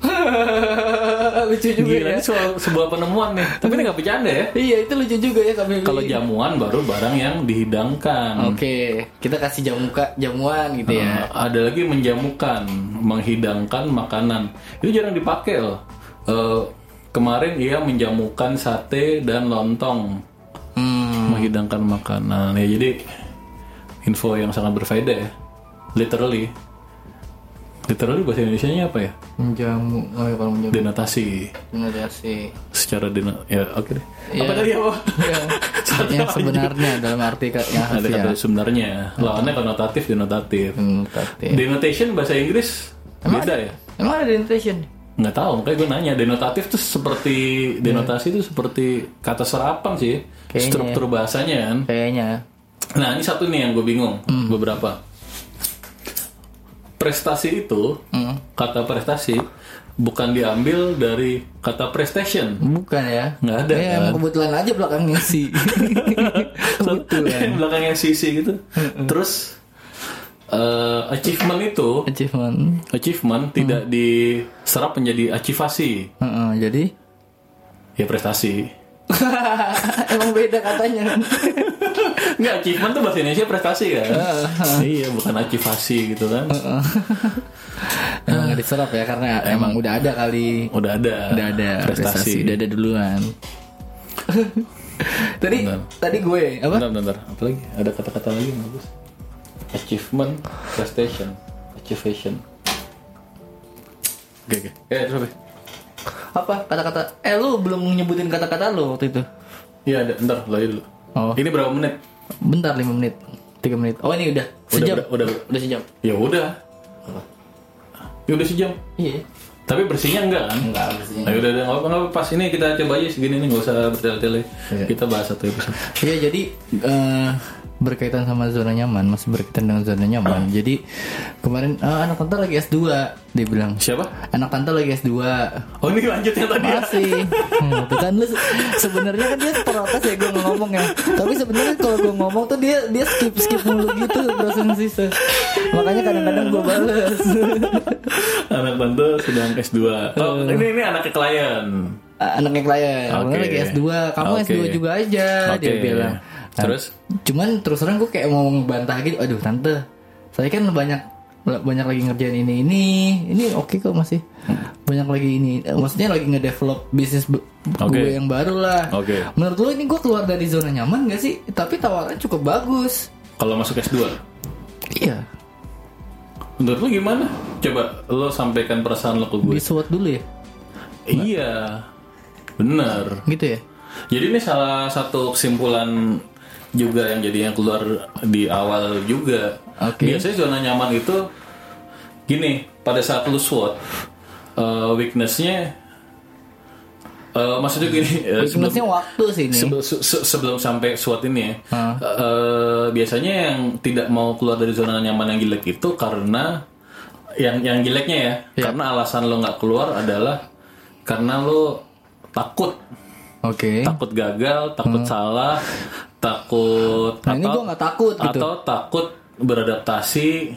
Lucu juga Gila, ya. ini soal sebuah penemuan nih. Tapi ini nggak bercanda ya. Iya itu lucu juga ya kami. Kalau jamuan baru barang yang dihidangkan. Oke, kita kasih jamu kak jamuan gitu ya. Eh, ada lagi menjamukan, menghidangkan makanan. Itu jarang dipakai loh. Eh, kemarin ia menjamukan sate dan lontong. Hmm. Menghidangkan makanan. Ya jadi info yang sangat berfaedah ya. Literally. Literally bahasa Indonesianya apa ya? Menjamu. Oh ya kalau menjamu. Denotasi. Denotasi. Secara deno ya oke deh. Iya. Apa tadi apa? Ya. Yang sebenarnya dalam arti kata yang Ada harfiah. kata sebenarnya. Lawannya konotatif, denotatif. Denotatif. Denotation bahasa Inggris Emang beda ada? ya? Emang ada denotation? Nggak tahu, makanya gue nanya. Denotatif tuh seperti denotasi itu seperti kata serapan sih. Kayaknya. Struktur bahasanya kan. Kayaknya. Nah ini satu nih yang gue bingung. Beberapa. Prestasi itu, Hmm. kata prestasi bukan diambil dari kata prestation. Bukan ya? Nggak ada, Ya, kan? emang kebetulan aja belakangnya sih. Kebetulan. Belakangnya sisi gitu. Terus eh, achievement itu, Achievement. achievement tidak diserap menjadi achievasi, Heeh, jadi ya prestasi. emang beda katanya. Nggak, achievement tuh bahasa Indonesia prestasi kan? Iya, bukan achievasi gitu kan? Emang nggak diserap ya karena emang udah ada kali. Udah ada, Udah ada prestasi, udah ada duluan. tadi Benar. tadi gue apa? Bentar, bentar. Apa lagi? Ada kata-kata lagi yang bagus. Achievement, prestation, achievation. Oke, oke. Eh, terus apa? Apa kata-kata? Eh lu belum nyebutin kata-kata lu waktu itu. Iya, ada. Bentar, lagi dulu. Oh. Ini berapa menit? Bentar lima menit. tiga menit. Oh ini udah sejam. Udah, udah, udah. Udah sejam. Ya udah. Ya udah sejam. Iya. Tapi bersihnya enggak kan? Enggak bersihnya. Nah, udah, udah, nggak apa, nggak apa. Pas ini kita coba aja segini nih, nggak usah bertele-tele. Iya. Kita bahas satu episode. Iya jadi eh, berkaitan sama zona nyaman, masih berkaitan dengan zona nyaman. Jadi kemarin eh, anak tante lagi S dua, dia bilang. Siapa? Anak tante lagi S dua. Oh ini lanjut yang tadi ya? Masih. Hmm, tuh kan lu se- sebenarnya kan dia protes ya gue ngomong ya. Tapi sebenarnya kalau gue ngomong tuh dia dia skip skip mulu gitu prosesnya. Makanya kadang-kadang gue bales. Anak tante sedang S dua. Oh ini ini anaknya klien. Anaknya klien, Oke. okay. lagi S dua. Kamu Oke. S dua juga aja, dia Oke. bilang. Nah, Terus? cuman terus terang gue kayak mau ngebantah gitu. Aduh tante, saya kan banyak banyak lagi ngerjain ini ini ini oke okay kok masih banyak lagi ini, maksudnya lagi ngedevelop bisnis be- okay. gue yang baru lah. Okay. Menurut lo ini gue keluar dari zona nyaman gak sih? Tapi tawaran cukup bagus. Kalau masuk S dua? Iya. Menurut lo gimana? Coba lo sampaikan perasaan lo ke gue. Di SWOT dulu ya? Iya, bener. Gitu ya? Jadi ini salah satu kesimpulan juga yang jadi yang keluar di awal juga. Okay. Biasanya zona nyaman itu gini, pada saat lu SWOT, uh, weaknessnya, uh, maksudnya gini, uh, weaknessnya sebelum, waktu sih ini. Sebelum, se- sebelum sampai SWOT ini ya, huh? uh, biasanya yang tidak mau keluar dari zona nyaman yang jelek itu karena yang yang jeleknya ya, yeah. karena alasan lo nggak keluar adalah karena lo takut. Oke. Okay. Takut gagal, takut hmm. salah, takut nah, atau, ini gue nggak takut gitu. Atau takut beradaptasi,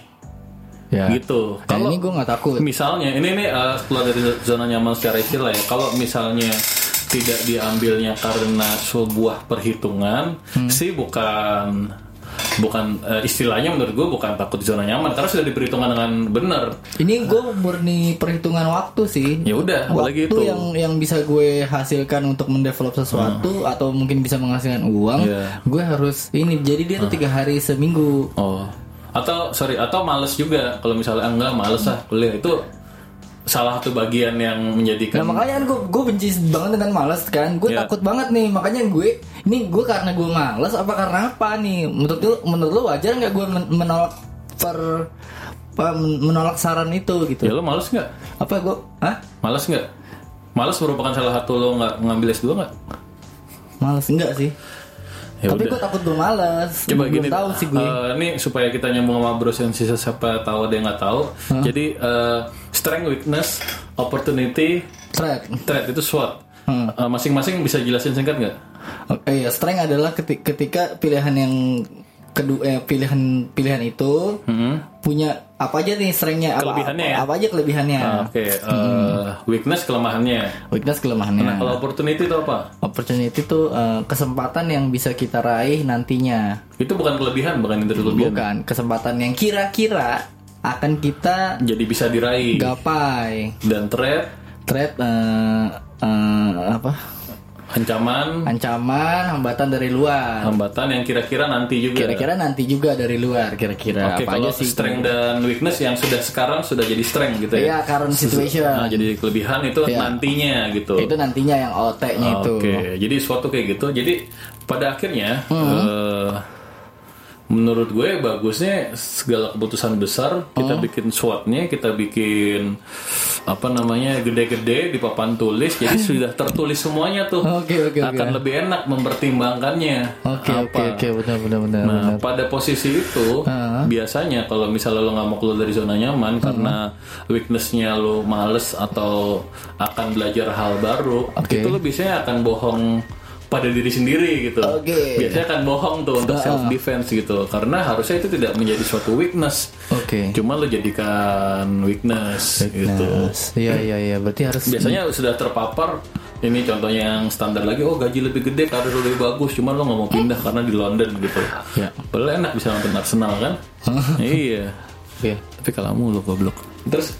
ya. gitu. Nah, kalau ini gue nggak takut. Misalnya, ini nih uh, keluar dari zona nyaman secara istilah ya. Kalau misalnya tidak diambilnya karena sebuah perhitungan, hmm. sih bukan bukan uh, istilahnya menurut gue bukan takut di zona nyaman karena sudah diperhitungkan dengan benar. Ini gue murni perhitungan waktu sih. Ya udah, waktu itu yang yang bisa gue hasilkan untuk mendevelop sesuatu hmm. atau mungkin bisa menghasilkan uang, yeah. gue harus ini. Jadi dia tuh hmm. tiga hari seminggu. Oh, atau sorry atau males juga kalau misalnya enggak males lah kuliah itu. Salah satu bagian yang menjadikan. Nah makanya gue gue benci banget dengan malas kan. Gue yeah. takut banget nih. Makanya gue ini gue karena gue malas apa karena apa nih? Menurut lu menurut lu wajar nggak gue menolak per menolak saran itu gitu? Ya lo malas nggak? Apa gue? Hah? Malas nggak? Malas merupakan salah satu lo nggak ngambil S dua nggak? Malas enggak sih. Ya tapi gue takut gue malas. Coba belum gini, tahu sih gue. Uh, ini supaya kita nyambung sama bros yang sisa siapa tahu ada yang nggak tahu. Huh? Jadi uh, strength, weakness, opportunity, threat. Threat itu SWOT. Hmm. Uh, masing-masing bisa jelasin singkat nggak? Oke, ya strength adalah ketika, ketika pilihan yang kedua eh, pilihan pilihan itu hmm. punya apa aja nih strengthnya, kelebihannya apa, ya? apa aja kelebihannya. Uh, Oke, okay. uh, hmm. weakness kelemahannya. Weakness kelemahannya. Nah, kalau opportunity itu apa? Opportunity itu uh, kesempatan yang bisa kita raih nantinya. Itu bukan kelebihan, bukan itu kelebihan. Bukan, kesempatan yang kira-kira akan kita jadi bisa diraih. Gapai. Dan threat? Threat uh, uh, apa? Ancaman, ancaman, hambatan dari luar. Hambatan yang kira-kira nanti juga. Kira-kira nanti juga dari luar, kira-kira. Oke, apa kalau aja sih? Strength dan weakness yang sudah sekarang sudah jadi strength gitu ya. Iya, current situation. Nah, jadi kelebihan itu ya. Nantinya gitu. Itu nantinya yang O T-nya oh, itu. Oke, jadi suatu kayak gitu. Jadi pada akhirnya hmm. uh, menurut gue bagusnya segala keputusan besar kita hmm. bikin SWOT-nya, kita bikin apa namanya gede-gede di papan tulis, jadi sudah tertulis semuanya tuh. Okay, okay, akan okay. lebih enak mempertimbangkannya. Oke oke oke benar-benar benar. Nah benar. pada posisi itu uh-huh. biasanya kalau misalnya lo nggak mau keluar dari zona nyaman uh-huh. karena weakness-nya lo males atau akan belajar hal baru, okay. itu lo biasanya akan bohong pada diri sendiri gitu. Okay. Biasanya akan bohong tuh untuk uh, self defense gitu. Karena harusnya itu tidak menjadi suatu weakness. Oke. Okay. Cuma lo jadikan weakness, weakness. gitu. Iya iya iya, berarti harus biasanya sudah terpapar. Ini contohnya yang standar lagi, oh gaji lebih gede, karir lebih bagus, cuma lo nggak mau pindah karena di London gitu. Ya. Padahal enak bisa nonton Arsenal kan? Iya. Iya. Tapi kalau kamu lo goblok. Terus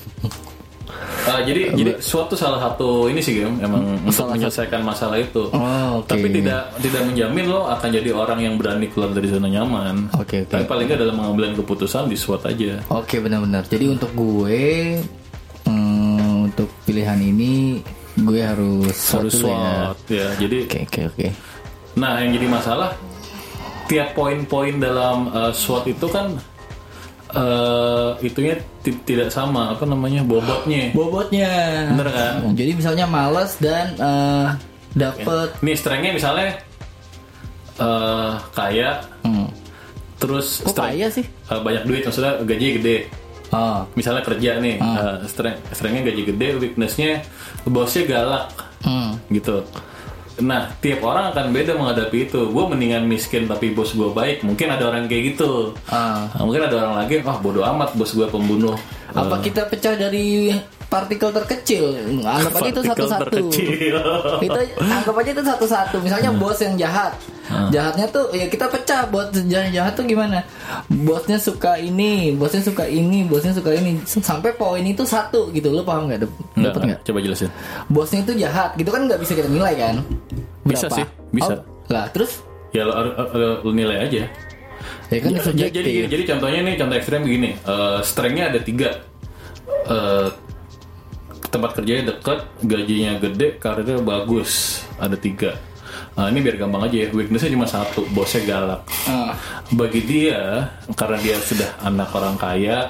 Uh, jadi jadi suatu salah satu ini sih game emang salah untuk menyelesaikan satu. Masalah itu. Oh, okay. Tapi tidak tidak menjamin lo akan jadi orang yang berani keluar dari zona nyaman. Oke. Okay, okay. Tapi paling nggak dalam mengambil keputusan di SWOT aja. Oke okay, benar-benar. Jadi untuk gue hmm, untuk pilihan ini gue harus harus SWOT ya. ya. Jadi. Oke okay, oke okay, oke. Okay. Nah yang jadi masalah tiap poin-poin dalam uh, SWOT itu kan Uh, itunya t- tidak sama apa namanya bobotnya bobotnya bener kan jadi misalnya malas dan uh, dapat nih strengthnya misalnya uh, kaya hmm. terus kok strength, kaya sih uh, banyak duit maksudnya gaji gede oh. misalnya kerja nih oh. uh, strength strengthnya gaji gede weaknessnya bosnya galak hmm. gitu. Nah, tiap orang akan beda menghadapi itu. Gue mendingan miskin tapi bos gue baik. Mungkin ada orang kayak gitu. Uh. Nah, mungkin ada orang lagi, wah bodo amat bos gue pembunuh. Apa uh. kita pecah dari partikel terkecil. Anggap aja itu Partikel satu-satu. terkecil. Itu anggap aja itu satu-satu. Misalnya bos yang jahat. Hmm. Jahatnya tuh ya kita pecah. Bos jahat jahat tuh gimana? Bosnya suka ini, bosnya suka ini, bosnya suka ini. Sampai poin itu satu gitu. Lu paham enggak? Nggak, Dapat enggak? coba jelasin. Bosnya itu jahat. Gitu kan enggak bisa kita nilai kan? Bisa Berapa? sih, bisa. Oh, lah, terus Ya lo, lo, lo nilai aja. ya kan Ya, subjektif. jadi, jadi contohnya nih, contoh ekstrem begini. Uh, strength-nya ada tiga. Uh, tempat kerjanya dekat, gajinya gede, karirnya bagus. Ada tiga. Nah, ini biar gampang aja ya. Weakness-nya cuma satu, bosnya galak. Ah. Bagi dia, karena dia sudah anak orang kaya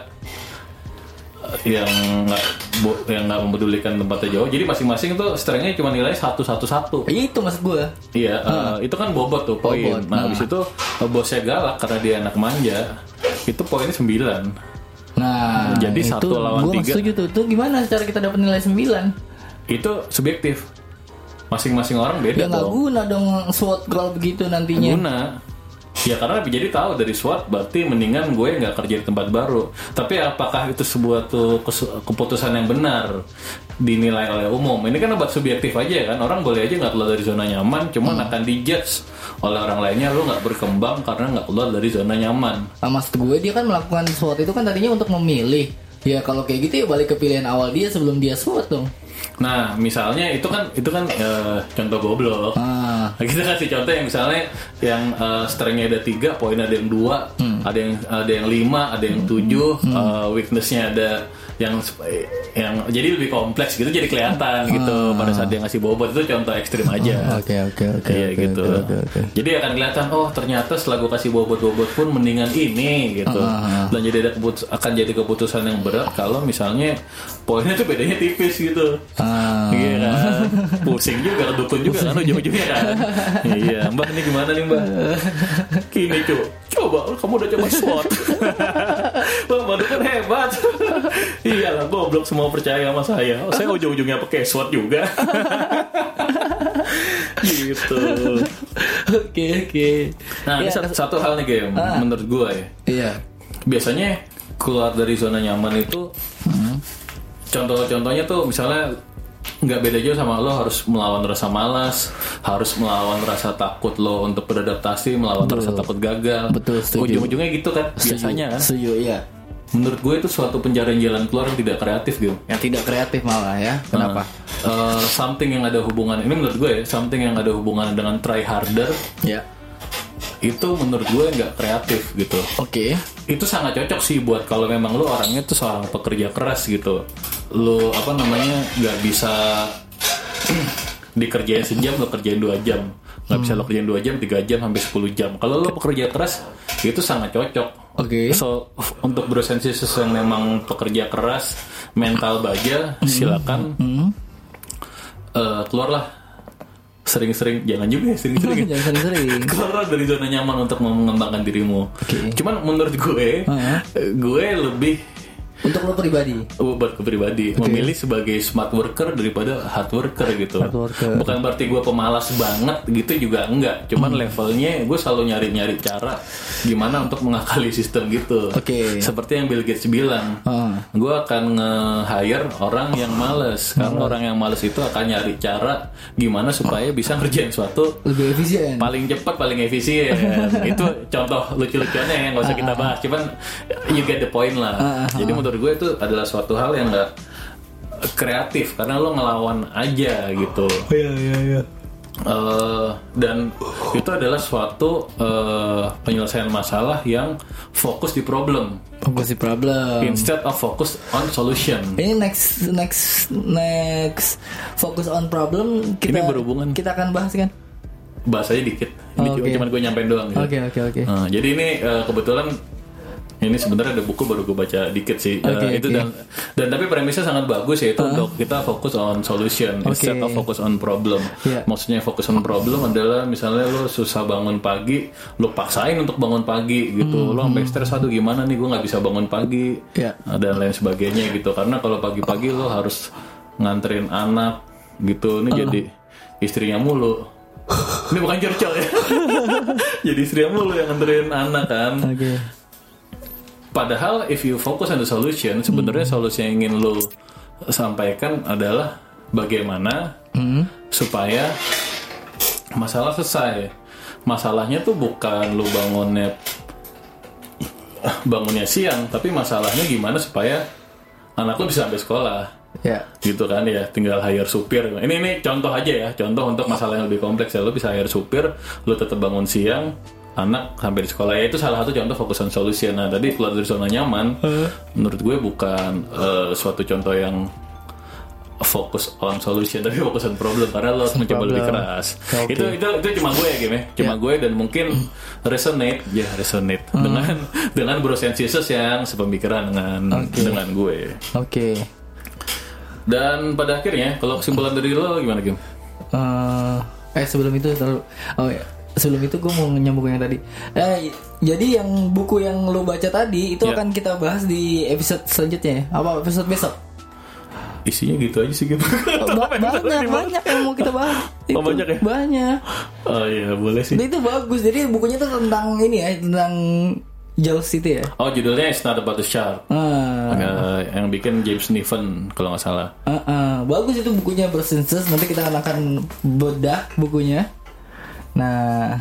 yang nggak bo- yang nggak mempedulikan tempatnya jauh, jadi masing-masing tuh strength-nya cuma nilai satu satu satu. Ya, itu maksud gua. Iya, uh, itu kan bobot tuh poin. Bobot, Nah, nah. habis itu uh, bosnya galak karena dia anak manja, itu poinnya sembilan. Nah, Jadi itu satu lawan gua nggak tiga. setuju tuh. Tuh gimana cara kita dapat nilai sembilan? Itu subjektif. Masing-masing orang beda Ya nggak dong. guna dong SWOT kalau begitu nantinya. Guna. Ya karena jadi tahu dari SWOT berarti mendingan gue nggak kerja di tempat baru. Tapi apakah itu sebuah tuh kes- keputusan yang benar dinilai oleh umum? Ini kan obat subjektif aja kan. Orang boleh aja nggak keluar dari zona nyaman, cuman Hmm. akan dijudge oleh orang lainnya lu nggak berkembang karena nggak keluar dari zona nyaman. Nah, maksud gue dia kan melakukan SWOT itu kan tadinya untuk memilih. Ya kalau kayak gitu ya balik ke pilihan awal dia sebelum dia SWOT dong. Nah, misalnya itu kan itu kan eh, contoh goblok. Ah. Nah, kita kasih contoh yang misalnya yang eh, strength-nya ada tiga, poin ada yang dua, Hmm. ada yang ada yang lima, ada yang tujuh, eh, weakness-nya ada yang yang jadi lebih kompleks gitu, jadi kelihatan gitu pada saat dia ngasih bobot. Itu contoh ekstrim aja. Oke oke oke. Iya oke, gitu. oke, oke, oke. Jadi akan kelihatan oh ternyata setelah gue kasih bobot-bobot pun mendingan ini gitu. Ah, ah, ah. Dan jadi ada keputus- akan jadi keputusan yang berat kalau misalnya poinnya tuh bedanya tipis gitu. Ah. Iya kan. Pusing juga, dukun juga kan ujung-ujungnya kan. Iya, Mbak ini gimana nih Mbak? Gini cu, coba kamu udah coba SWOT. Wah, Mbak dukun hebat. Iya lah, goblok semua percaya sama saya. Oh, saya ujung-ujungnya pakai SWOT juga. Gitu. Oke oke. Nah, ini Ya, satu, satu hal nih game Ah. menurut gue ya. Iya. Biasanya keluar dari zona nyaman itu contoh-contohnya tuh misalnya nggak beda jauh sama lo harus melawan rasa malas, harus melawan rasa takut lo untuk beradaptasi, melawan Betul. rasa takut gagal. Betul, setuju. Ujung-ujungnya gitu kan Setuju. biasanya kan. Setuju ya. Menurut gue itu suatu pencarian jalan keluar yang tidak kreatif gitu. Yang tidak kreatif malah ya. Kenapa? Uh, something yang ada hubungan ini menurut gue ya, something yang ada hubungan dengan try harder Ya. itu menurut gue nggak kreatif gitu. Oke. Itu sangat cocok sih buat kalau memang lu orangnya tuh seorang pekerja keras gitu. Lu apa namanya nggak bisa dikerjain sejam lo kerjain dua jam, nggak bisa lo kerjain dua jam, tiga jam sampai sepuluh jam. Kalau lu pekerja keras itu sangat cocok. Oke. So untuk brosensisus yang memang pekerja keras, mental baja, silakan Hmm. eh, keluarlah sering-sering, jangan juga ya sering-sering. Jangan sering-sering. Keluar dari zona nyaman untuk mengembangkan dirimu. Oke. Cuman menurut gue, Uh-huh. gue lebih Untuk lo pribadi. uh, buat ke pribadi memilih sebagai smart worker daripada hard worker gitu. Hard worker. Bukan berarti gue pemalas banget gitu juga enggak. Cuman Hmm. levelnya gue selalu nyari-nyari cara gimana untuk mengakali sistem gitu. Oke. Seperti yang Bill Gates bilang, Ah. gue akan nge-hire orang yang males. Karena orang yang males itu akan nyari cara gimana supaya bisa ngerjain suatu Lebih efisien. paling cepat, paling efisien. Itu contoh lucu-lucuannya ya, nggak usah kita bahas. Cuman you get the point lah. Ah, ah, Jadi menurut gue itu adalah suatu hal yang nggak kreatif karena lo ngelawan aja gitu. Iya iya iya. Eh, dan itu adalah suatu eh, penyelesaian masalah yang fokus di problem Fokus di problem. instead of focus on solution. Ini next next next fokus on problem kita Ini berhubungan. kita akan bahas kan? Bahasanya dikit. Ini Oke. cuma gue nyampein doang gitu. Oke oke oke. Nah, jadi ini eh, kebetulan ini sebenarnya ada buku baru gue baca dikit sih. Eh, Oke, itu oke. dan dan tapi premisnya sangat bagus yaitu untuk kita fokus on solution Oke. instead of focus on problem. Iya. Maksudnya fokus on problem adalah misalnya lo susah bangun pagi, lo paksain untuk bangun pagi gitu. Lo sampai stres, aduh gimana nih gue nggak bisa bangun pagi. Iya. Nah, dan lain sebagainya gitu. Karena kalau pagi-pagi lo harus nganterin anak gitu. Ini jadi istrinya mulu. Ini bukan curcol ya. Jadi istrinya mulu yang nganterin anak kan. Oke. Padahal if you focus on the solution, sebenarnya solusi yang ingin lo sampaikan adalah bagaimana hmm. supaya masalah selesai. Masalahnya tuh bukan lu bangunnya bangunnya siang, tapi masalahnya gimana supaya anak lu bisa sampai sekolah. Ya. Gitu kan ya, tinggal hire supir. Ini ini contoh aja ya, contoh untuk masalah yang lebih kompleks ya. Lu bisa hire supir, lu tetap bangun siang, anak sampai di sekolah. Ya itu salah satu contoh focus on solution. Nah tadi keluar dari zona nyaman, uh. menurut gue bukan uh, suatu contoh yang fokus on solution, tapi fokus on problem, karena lo harus mencoba lebih keras. Okay. Itu itu itu cuma gue ya, game ya, cuma yeah. gue dan mungkin resonate, ya yeah, resonate mm. dengan dengan Bro Sensisus yang sepemikiran dengan okay. dengan gue. Oke. Okay. Dan pada akhirnya, kalau kesimpulan dari lo gimana, Kim? Uh, eh sebelum itu terlalu, oh ya. Sebelum itu gue mau nyambung yang tadi. Eh, jadi yang buku yang lo baca tadi itu yeah. akan kita bahas di episode selanjutnya. Apa episode besok? Isinya gitu aja sih gitu. Ba- banyak banyak yang mau kita bahas. Oh, banyak ya? Banyak. Oh iya boleh sih. Jadi itu bagus. Jadi bukunya tuh tentang ini ya, tentang Jaws itu ya. Oh judulnya It's Not About the Shark. Ah. Uh, yang bikin James Niven kalau nggak salah. Uh, uh. Bagus itu bukunya Bersensus. Nanti kita akan, akan bedah bukunya. Nah.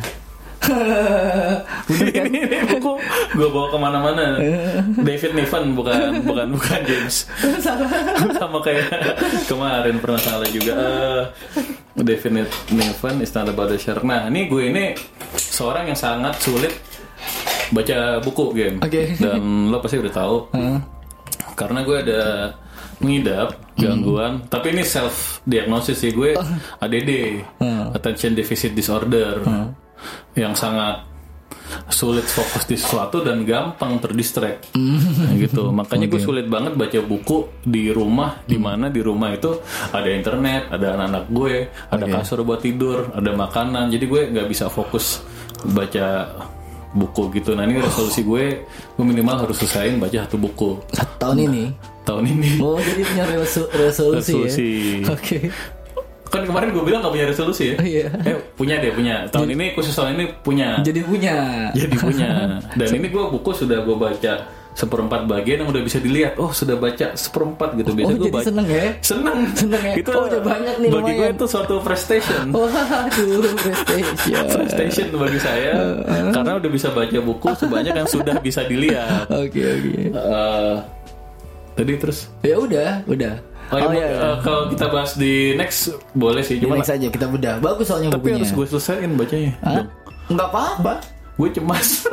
Bener kan? ini, ini buku gue bawa kemana-mana. David Niven bukan bukan bukan James. Sama kayak kemarin pernah salah juga. Uh, David Niven It's Not About the Shark. Nah ini gue ini seorang yang sangat sulit baca buku, game. Okay. Dan lo pasti udah tahu. Uh. Karena gue ada mengidap gangguan, hmm. tapi ini self diagnosis sih gue, A D D, uh. Attention Deficit Disorder. Uh. Yang sangat sulit fokus di sesuatu dan gampang terdistract nah, gitu. Makanya okay. gue sulit banget baca buku di rumah, di mana di rumah itu ada internet, ada anak-anak gue, ada okay. kasur buat tidur, ada makanan. Jadi gue nggak bisa fokus baca buku gitu. Nah ini resolusi gue, gue minimal harus selesaiin baca satu buku tahun ini. Tahun ini. Oh jadi punya resolusi, resolusi ya? Oke. Okay. Kan kemarin gue bilang gak punya resolusi ya. Oh, iya. Eh punya deh, punya. Tahun jadi, ini khusus tahun ini punya. Jadi punya. Jadi punya. Dan ini gue buku sudah gue baca seperempat bagian yang udah bisa dilihat. Oh sudah baca seperempat gitu. Biasanya oh, gue jadi baca. Seneng ya? Seneng. Seneng ya? Itu oh udah banyak nih. Bagi gue itu suatu prestation. Waduh prestation. Prestation bagi saya. Uh-huh. Karena udah bisa baca buku sebanyak yang sudah bisa dilihat. Oke okay, oke. Okay. Uh, tadi terus? Ya udah, udah. Oh, oh iya, iya. Uh, kalau kita bahas di next boleh sih, cuma next aja kita bedah. Bagus soalnya tapi bukunya. Tapi harus gue selesaiin bacanya. Enggak apa-apa. Gue cemas.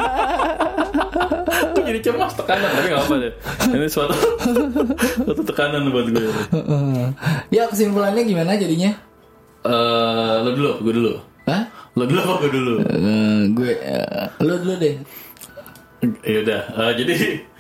Gue jadi cemas, tekanan, tapi enggak apa deh. Ini suatu suatu tekanan buat gue. Ya kesimpulannya gimana jadinya? Eh, uh, lo dulu, gue dulu. Hah? Lo dulu apa gue dulu? Uh, gue uh, lo dulu deh. Ya udah. Uh, jadi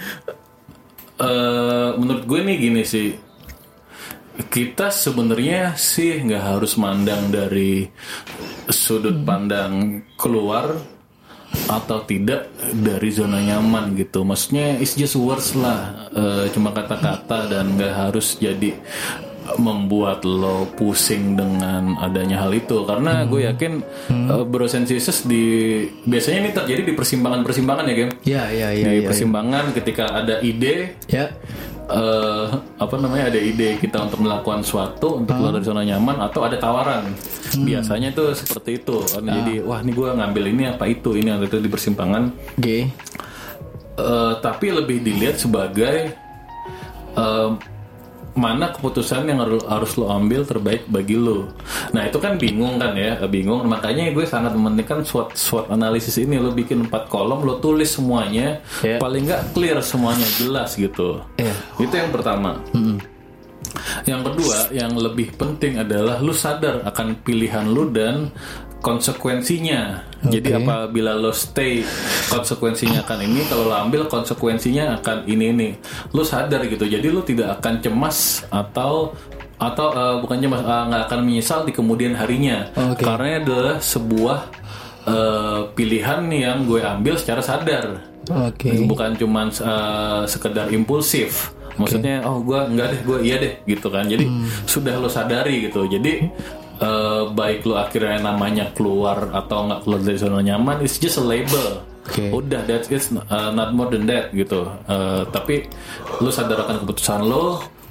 uh, menurut gue nih gini sih. Kita sebenarnya sih nggak harus mandang dari sudut pandang keluar atau tidak dari zona nyaman gitu. Maksudnya it's just words lah, e, cuma kata-kata dan nggak harus jadi membuat lo pusing dengan adanya hal itu. Karena gue yakin hmm. uh, Bro Sensisus di biasanya ini terjadi di persimpangan-persimpangan ya, Gem? Iya, iya, iya. Di ya, persimpangan ya. Ketika ada ide. Ya. Uh, apa namanya ada ide kita untuk melakukan sesuatu untuk keluar dari zona nyaman atau ada tawaran hmm. biasanya tuh seperti itu kan ah. Jadi wah ini gue ngambil ini apa itu ini yang itu di persimpangan okay. uh, tapi lebih dilihat sebagai uh, mana keputusan yang harus, harus lo ambil terbaik bagi lo. Nah itu kan bingung kan ya, bingung. Makanya gue sangat mementingkan SWOT, SWOT analisis ini. Lo bikin empat kolom, lo tulis semuanya, yeah. paling nggak clear semuanya, jelas gitu. Yeah. Itu yang pertama. Mm-hmm. Yang kedua, yang lebih penting adalah lo sadar akan pilihan lo dan konsekuensinya. Okay. Jadi apabila lo stay, konsekuensinya akan ini. Kalau lo ambil, konsekuensinya akan ini ini. Lo sadar gitu. Jadi lo tidak akan cemas atau atau uh, bukan cemas, nggak uh, akan menyesal di kemudian harinya. Okay. Karena adalah sebuah uh, pilihan yang gue ambil secara sadar. Okay. Bukan cuma uh, sekedar impulsif. Maksudnya, okay. oh gue enggak deh, gue iya deh gitu kan. Jadi hmm. sudah lo sadari gitu. Jadi Uh, baik lo akhirnya namanya keluar atau nggak keluar dari zona nyaman, it's just a label. Okay. Udah, that's it, uh, not more than that gitu. Uh, tapi lo sadar akan keputusan lo,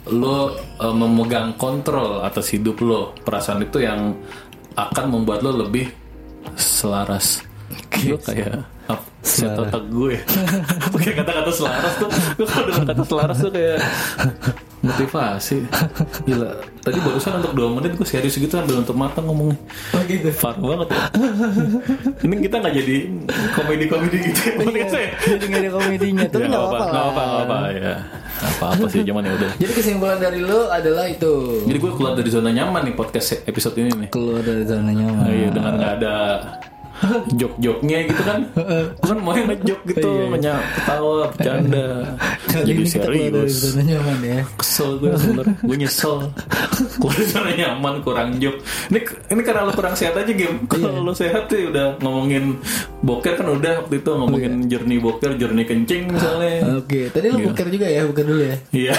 lo uh, memegang kontrol atas hidup lo. Perasaan itu yang akan membuat lo lebih selaras. Gue kayak set otak gue pakai kata-kata selaras tuh. Gue kalau dengar kata selaras tuh kayak motivasi. Gila, tadi barusan untuk dua menit gue serius gitu kan, belum untuk matang ngomongnya. Oh gitu. Far banget ya. Ini kita gak jadi komedi-komedi gitu ya, Iya, jadi gak ada komedinya. Tapi ya, gak apa-apa lah. Gak apa-apa ya. Apa-apa sih, cuman ya udah. Jadi kesimpulan dari lo adalah itu. Jadi gue keluar dari zona nyaman nih podcast episode ini nih. Keluar dari zona nyaman. Nah, iya, dengan gak ada jok-joknya gitu kan. Gue kan mau yang ngejok gitu, iya. ketawa, bercanda. Jadi ini kita keluar dari serius. zona nyaman ya. Kesel gue sebenernya. Gue nyesel. Keluar dari zona nyaman, kurang jok. Ini ini karena lo kurang sehat aja game. Kalau lo sehat sih udah ngomongin boker kan udah waktu itu ngomongin Oh, iya. journey boker, journey kencing misalnya. Oke, tadi lo Iya. buker juga ya, buker dulu ya. Iya.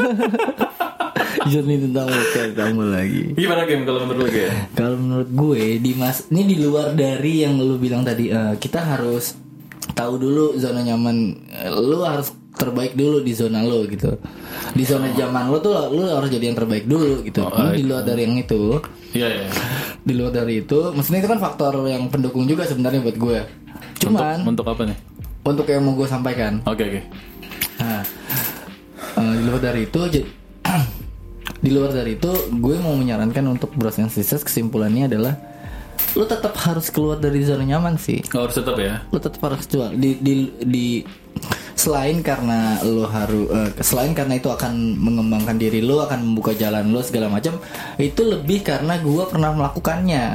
Journey tentang buker kamu lagi. Gimana game kalau menurut lo ya? Kalau menurut gue di mas ini di luar dari yang lu bilang tadi, eh, kita harus tahu dulu zona nyaman. Eh, lu harus terbaik dulu di zona lo gitu. Di zona nyaman lo tuh lu harus jadi yang terbaik dulu gitu. Oh, Ini right. di luar dari yang itu. Iya iya. Di luar dari itu, maksudnya itu kan faktor yang pendukung juga sebenarnya buat gue. Cuman Untuk, untuk apa nih? untuk yang mau gue sampaikan. Oke oke. Nah, eh, di luar dari itu, j- di luar dari itu, gue mau menyarankan untuk Bros and Sisters, kesimpulannya adalah lu tetap harus keluar dari zona nyaman sih. Oh, harus tetap ya. Lu tetap harus keluar di di di selain karena lu harus eh, selain karena itu akan mengembangkan diri lu, akan membuka jalan lu segala macam, itu lebih karena gue pernah melakukannya.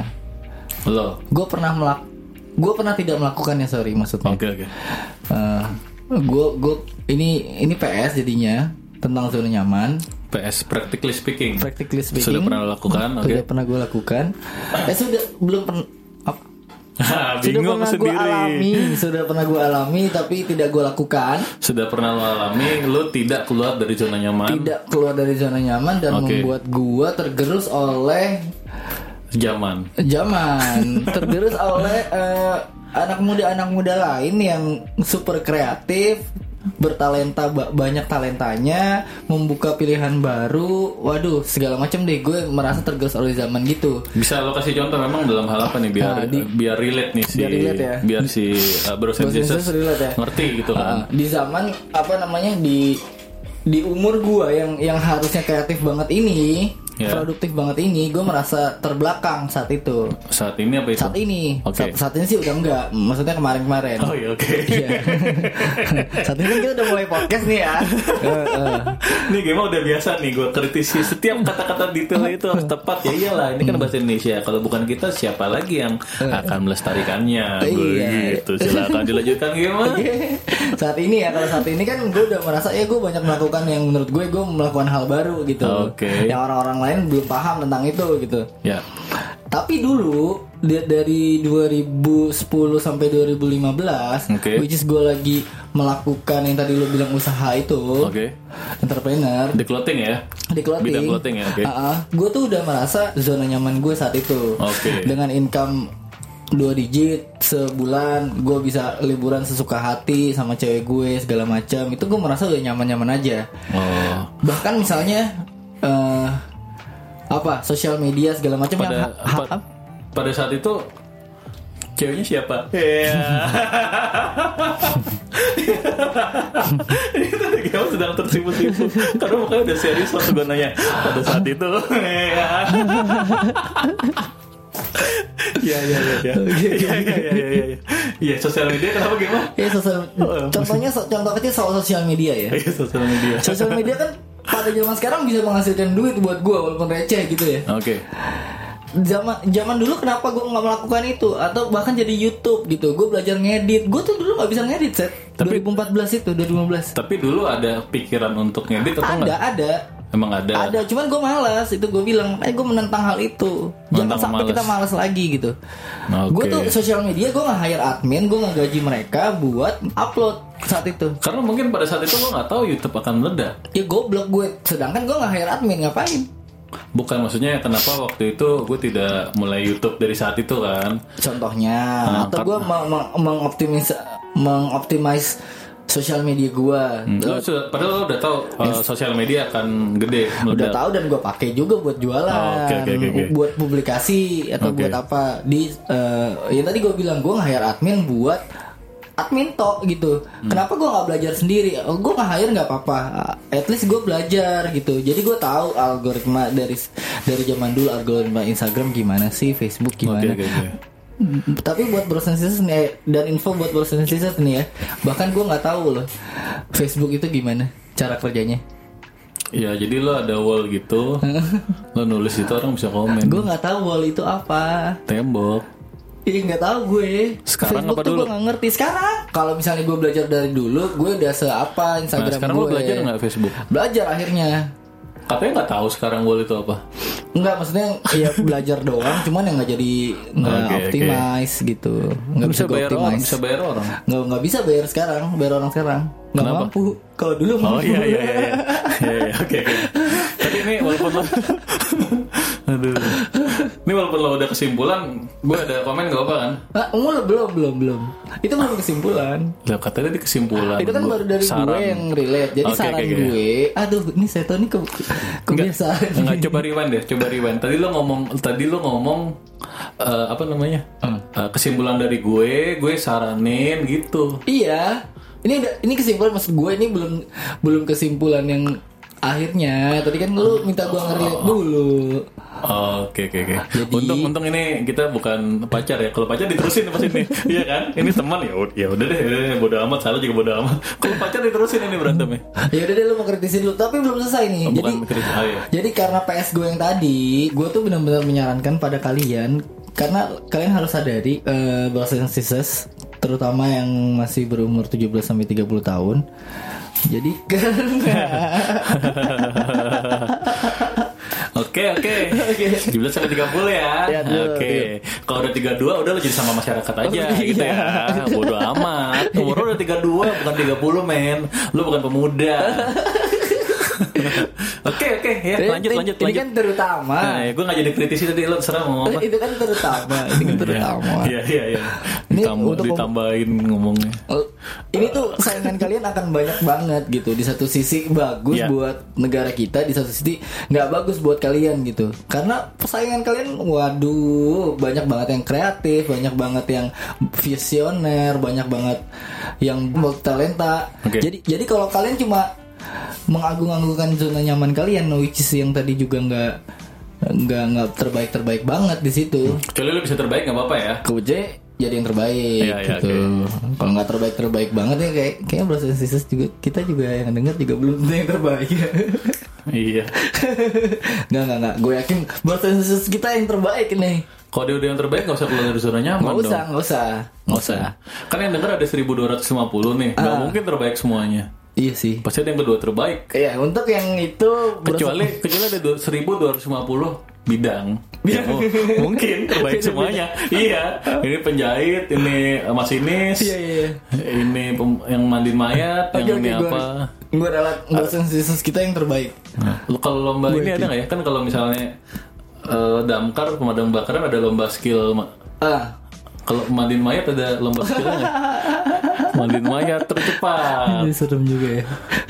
Lo. Gue pernah melak gue pernah tidak melakukannya, sorry maksudnya. Oke oke. Eh, gue gue ini ini P S jadinya tentang zona nyaman. P S practically speaking. Practically speaking, Sudah pernah lakukan, oke. Sudah pernah gue lakukan. Eh sudah belum pernah. Sudah Bingung pernah gue sendiri. alami, sudah pernah gue alami, tapi tidak gue lakukan. Sudah pernah lo alami, lo tidak keluar dari zona nyaman. Tidak keluar dari zona nyaman dan Oke. membuat gue tergerus oleh Zaman. zaman, tergerus oleh eh, anak muda-anak muda lain yang super kreatif, bertalenta, ba- banyak talentanya, membuka pilihan baru. Waduh, segala macam deh. Gue merasa tergerus oleh zaman gitu. Bisa lo kasih contoh memang dalam hal apa nih biar Nah, di- biar relate nih si biar relate ya. biar si uh, Bros and Bros and Sisters Sisters relate ya. ngerti gitu Ah, kan. di zaman apa namanya di di umur gue yang yang harusnya kreatif banget ini, Ya. produktif banget ini, gue merasa terbelakang saat itu. Saat ini apa itu? Saat ini, Oke. saat, saat ini sih udah enggak. Maksudnya kemarin-kemarin. Oh iya oke. Iya. Saat ini kan kita udah mulai podcast nih ya. Eh, eh. Nih game udah biasa nih gue kritisi setiap kata-kata detail itu harus tepat. Ya iyalah, ini kan bahasa Indonesia. Kalau bukan kita siapa lagi yang akan melestarikannya? Iya. Begitu. Silakan dilanjutkan gimana? Oke. Saat ini ya, kalau saat ini kan gue udah merasa ya gue banyak melakukan yang menurut gue gue melakukan hal baru gitu. Oke. Yang orang-orang lain belum paham tentang itu gitu. Ya. Tapi dulu di- dari dua ribu sepuluh sampai dua ribu lima belas, Oke. which is gue lagi melakukan yang tadi lu bilang usaha itu, Oke. entrepreneur Di clothing ya. di clothing. Bidang clothing ya, oke. gue tuh udah merasa zona nyaman gue saat itu. Oke. Dengan income dua digit sebulan, gue bisa liburan sesuka hati sama cewek gue segala macam. Itu gue merasa udah nyaman-nyaman aja. Oh. Bahkan misalnya eh, apa sosial media segala macam yang Pada ha- ha- pa- pada saat itu ceweknya siapa? Iya. Ini tadi kamu sedang tersipu-sipu karena mukanya udah serius waktu gue nanya pada saat itu. Iya iya iya iya. Iya iya iya iya. Iya sosial media kenapa gimana? ya sosial contohnya so- contoh kecil soal sosial media ya. Iya sosial media. Sosial media kan pada zaman sekarang bisa menghasilkan duit buat gue walaupun receh gitu ya. Oke. Zaman zaman dulu kenapa gue nggak melakukan itu atau bahkan jadi YouTube gitu. Gue belajar ngedit. Gue tuh dulu nggak bisa ngedit set. Tapi- dua ribu empat belas itu dua ribu lima belas. Tapi dulu ada pikiran untuk ngedit atau Ada enggak? ada. Emang ada. Ada, cuman gue malas. Itu gue bilang, eh gue menentang hal itu. Jangan Menentang sampai malas. kita malas lagi gitu. Oke. Gue tuh sosial media gue nggak hire admin, gue nggak gaji mereka buat upload saat itu. Karena mungkin pada saat itu lo nggak tahu YouTube akan meledak. Ya goblok gue. Sedangkan gue nggak hire admin, ngapain? Bukan maksudnya kenapa waktu itu gue tidak mulai YouTube dari saat itu kan? Contohnya, Nah, atau kan- gue mengoptimis mengoptimize sosial media gue. Hmm. Lo sudah, padahal lo udah tahu uh, sosial media akan gede. Udah meledak. tahu dan gue pakai juga buat jualan, Oh, okay, okay, okay, okay. buat publikasi atau Okay. buat apa. Di uh, ya tadi gue bilang gue nge-hire admin buat admin tok gitu. Hmm. Kenapa gue nggak belajar sendiri? Oh, gue nggak hire nggak apa-apa. At least gue belajar gitu. Jadi gue tahu algoritma dari dari zaman dulu, algoritma Instagram gimana sih, Facebook gimana. Okay, okay, okay. Tapi buat browser sistem nih dan info buat browser sistem nih ya, bahkan gue nggak tahu loh Facebook itu gimana cara kerjanya. Ya jadi lo ada wall gitu, lo nulis itu orang bisa komen. Gue nggak tahu wall itu apa. Tembok. Iya nggak tahu gue. Sekarang Facebook apa tuh dulu? gue nggak ngerti sekarang. Kalau misalnya gue belajar dari dulu, gue udah seapa Instagram Nah, sekarang gue. lo belajar nggak Facebook? Belajar akhirnya. Katanya nggak tahu sekarang wall itu apa. Enggak, maksudnya ya belajar doang, cuman yang nggak jadi nggak Oke, oke. optimize gitu, nggak bisa, Bisa gue bayar orang, optimize. bisa bayar orang. Nggak nggak bisa bayar sekarang, bayar orang sekarang. Nggak Kenapa? mampu. Kalau dulu Oh mampu. iya iya iya. Iya iya oke oke. Tapi ini walaupun lo aduh. Ini walaupun lo udah kesimpulan, gue ada komen gak apa kan? Ah, umur belum belum belum. Itu belum kesimpulan. Lah katanya di kesimpulan. Itu kan Gua- baru dari saran. gue yang relate. Jadi Oke, saran oke, oke. gue, aduh, ini Seto ini ke kebiasaan. Enggak, coba rewind deh, coba rewind. Tadi lo ngomong, tadi lo ngomong eh, apa namanya? Eh, kesimpulan dari gue, gue saranin gitu. Iya. Ini udah ini kesimpulan maksud gue, ini belum belum kesimpulan yang akhirnya. Tadi kan lu minta gue nge-relate dulu. Oke oke oke. Jadi- Untung untung ini kita bukan pacar ya. Kalau pacar diterusin pas ini, iya kan? Ini teman ya. ud- Ya udah deh, udah deh, bodo amat. Salah juga bodo amat. Kalau pacar diterusin ini berantemnya. Ya udah deh, lu mau kritisin dulu, tapi belum selesai nih. Oh, jadi bukan kritis. Oh, iya. jadi karena P S gue yang tadi, gue tuh benar-benar menyarankan pada kalian, karena kalian harus sadari uh, brothers and sisters, terutama yang masih berumur tujuh belas sampai tiga puluh tahun. Jadi karena Oke oke. tujuh belas sampai tiga puluh ya. Ya, dulu, Oke. Kalau udah tiga puluh dua udah lo jadi sama masyarakat aja Oh, gitu iya. ya. Bodo amat. Umur lo udah tiga puluh dua bukan tiga puluh men. Lo bukan pemuda. Oke oke ya lanjut ini, lanjut ini lanjut. kan terutama. Nah, ya, gue gak jadi kritisi tadi lo serah mau apa. Itu kan terutama, ini kan terutama. Iya iya iya. Ini Ditambah, untuk- ditambahin ngomongnya. Oh, ini tuh saingan kalian akan banyak banget gitu. Di satu sisi bagus Ya. buat negara kita, di satu sisi nggak bagus buat kalian gitu. Karena persaingan kalian, waduh, banyak banget yang kreatif, banyak banget yang visioner, banyak banget yang talenta. Oke. Jadi jadi kalau kalian cuma mengagung-agungkan zona nyaman kalian, which is yang tadi juga nggak nggak nggak terbaik terbaik banget di situ. Kecuali lo bisa terbaik nggak apa-apa ya. Ke U J jadi yang terbaik Iya, iya, gitu. Kalau nggak terbaik terbaik banget ya kayak kayak Brothers and Sisters juga, kita juga yang denger juga belum tentu yang terbaik. Iya. Nggak nggak nggak. Gue yakin Brothers and Sisters kita yang terbaik nih. Kalau dia udah yang terbaik nggak usah keluar dari zona nyaman Nggak dong. usah nggak usah Nggak usah. Kan yang denger ada seribu dua ratus lima puluh nih. Nggak Ah. mungkin terbaik semuanya. Iya sih. Pasti ada yang kedua terbaik. Ya untuk yang itu Kecuali kecuali ada seribu dua ratus lima puluh bidang. Ya, oh, mungkin terbaik semuanya. Iya. Ini penjahit, ini eh, masinis. Iya iya. iya. Ini pem- yang mandiin mayat, Oke yang oke ini gue. apa? Gue rela Brothers and Sisters kita yang terbaik. Nah, kalau lomba Gue ini ada yakin. nggak ya? Kan kalau misalnya eh, damkar pemadam kebakaran ada lomba skill. ma- Ah. Kalau mandiin mayat ada lomba skillnya nggak? Mandiin mayat tercepat. Ini serem juga ya.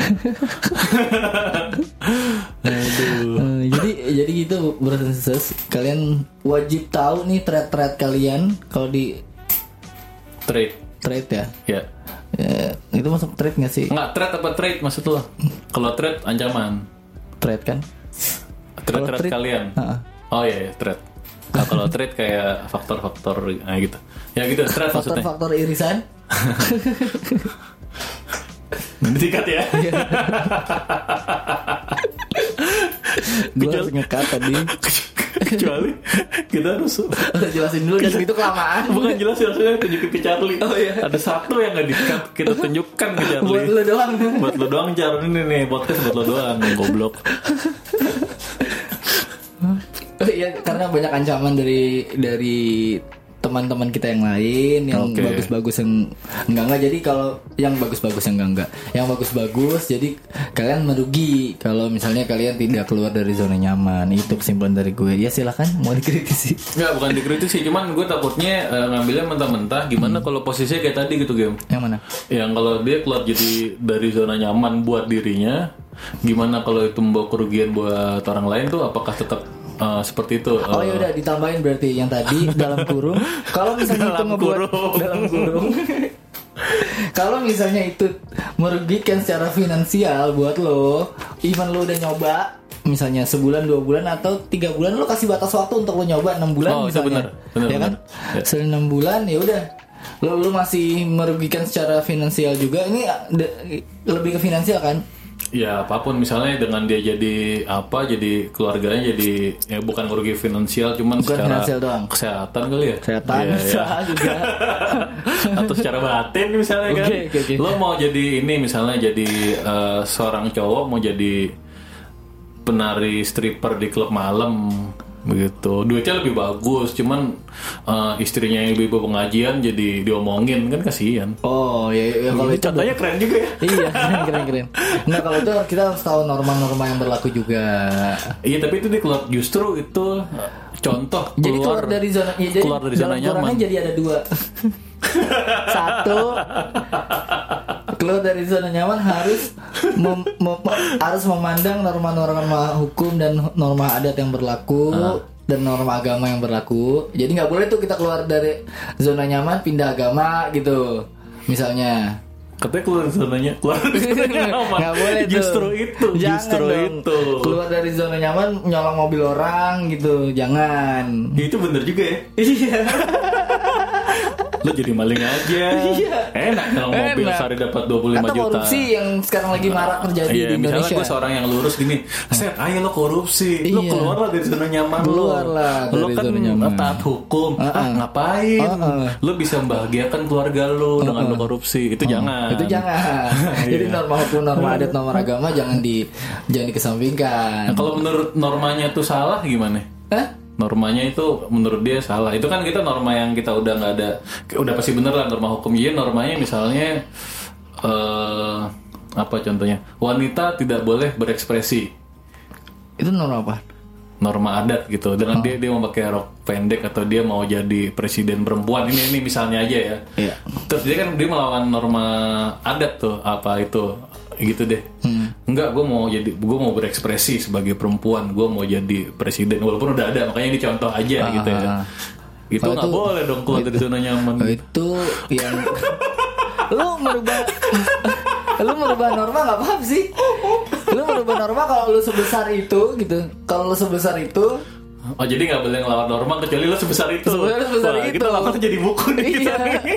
Aduh. Eh, jadi jadi gitu Brothers and Sisters, kalian wajib tahu nih thread-thread kalian kalau di Trade. trade ya. Ya. Ya, itu masuk trade nggak sih? Nggak trade apa trade maksud lo? Kalau trade ancaman. Trade kan? Trade Kalau trade trade- kalian. Ha-ha. Oh iya, iya trade. Nah, kalau trade kayak faktor-faktor nah gitu. Ya gitu, trade maksudnya. Faktor-faktor irisan. Nanti dikat ya. Gue Kecuali- harus ngekat tadi. Kecuali kita harus Udah jelasin dulu dan itu kelamaan. bukan jelas jelasnya tunjukin ke Charlie. Oh, iya. Ada satu yang nggak dikat, kita tunjukkan ke Charlie. Buat lu doang. Buat lo doang Charlie, ini nih podcast buat lo doang, goblok. Oh iya, karena banyak ancaman dari dari teman-teman kita yang lain yang Okay. bagus-bagus yang enggak enggak jadi kalau yang bagus-bagus yang enggak enggak yang bagus-bagus jadi kalian merugi kalau misalnya kalian tidak keluar dari zona nyaman. Itu kesimpulan dari gue. Ya silakan mau dikritisi. Nggak, bukan dikritik sih, cuman gue takutnya uh, ngambilnya mentah-mentah. Gimana hmm. kalau posisinya kayak tadi gitu, Game? Yang mana? Yang kalau dia keluar jadi dari zona nyaman buat dirinya, gimana kalau itu membawa kerugian buat orang lain tuh? Apakah tetap uh, seperti itu? Uh, oh ya udah ditambahin berarti yang tadi dalam kurung. Kalau misalnya itu ngebuat dalam kurung. Kalau misalnya itu merugikan secara finansial buat lo, even lo udah nyoba misalnya sebulan, dua bulan atau tiga bulan, lo kasih batas waktu untuk lo nyoba enam bulan oh, misalnya, bener, bener, ya kan? Ya. Setelah enam bulan ya udah, lo lo masih merugikan secara finansial juga. Ini de- lebih ke finansial kan? Ya apapun misalnya dengan dia jadi apa, jadi keluarganya jadi ya bukan merugi finansial, cuman bukan secara doang. Kesehatan kali ya. Kesehatan ya, ya. juga. Atau secara batin misalnya kan. Okay, okay, okay. Lo mau jadi ini misalnya jadi uh, seorang cowok mau jadi penari stripper di klub malam begitu, duitnya lebih bagus, cuman uh, istrinya yang ibu-ibu pengajian jadi diomongin kan, kasihan. Oh ya, ya kalau itu contohnya keren juga ya. Iya, keren keren keren. Nah kalau itu kita harus tahu norma-norma yang berlaku juga. Iya tapi itu di keluar, justru itu contoh keluar, jadi keluar dari zona ya, jadi keluar dari zona nyaman. Jadi ada dua. Satu, keluar dari zona nyaman harus mem, mem, harus memandang norma-norma hukum dan norma adat yang berlaku uh. dan norma agama yang berlaku. Jadi nggak boleh tuh kita keluar dari zona nyaman pindah agama gitu misalnya. Katanya keluar dari zonanya, keluar dari zona nyaman. Nggak boleh tuh. Justru itu, jangan justru dong. itu. Keluar dari zona nyaman nyolong mobil orang gitu, jangan. Ya, itu bener juga ya. Iya. Lo jadi maling aja. Iya. Enak kalau mobil sehari dapat dua puluh lima atau juta. Korupsi yang sekarang lagi marak terjadi iya, di Indonesia. Misalnya gue seorang yang lurus gini, set ayo lo korupsi, iya. Lo keluarlah dari zona nyaman lo. Keluarlah dari lo kan zona nyaman. taat hukum, uh-uh. ah ngapain? Uh-uh. Lo bisa membahagiakan keluarga lo uh-uh. dengan lo korupsi, itu uh-uh. jangan. Itu jangan. Jadi norma hukum, norma adat, norma agama jangan di jangan dikesampingkan. Nah, kalau menurut normanya tuh salah gimana? Hah? Normanya itu menurut dia salah. Itu kan kita norma yang kita udah nggak ada, udah pasti bener lah norma hukum. Jadi normanya misalnya uh, apa contohnya, wanita tidak boleh berekspresi. Itu norma apa? Norma adat gitu. Dengan oh. dia dia mau pakai rok pendek atau dia mau jadi presiden perempuan. Ini ini misalnya aja ya. Iya. Terus dia kan dia melawan norma adat tuh apa itu gitu deh. Hmm. Enggak, gue mau jadi, gue mau berekspresi sebagai perempuan, gue mau jadi presiden walaupun udah ada, makanya ini contoh aja ah, gitu ya. Gitu nggak boleh dong keluar dari zona nyaman. Itu yang lu merubah, lu merubah norma nggak paham sih. Lu merubah norma kalau lu sebesar itu gitu, kalau lu sebesar itu. Oh jadi nggak boleh ngelawan norma kecuali lu sebesar itu. Sebesar, sebesar Wah, itu. Kita lakukan jadi buku nih kita.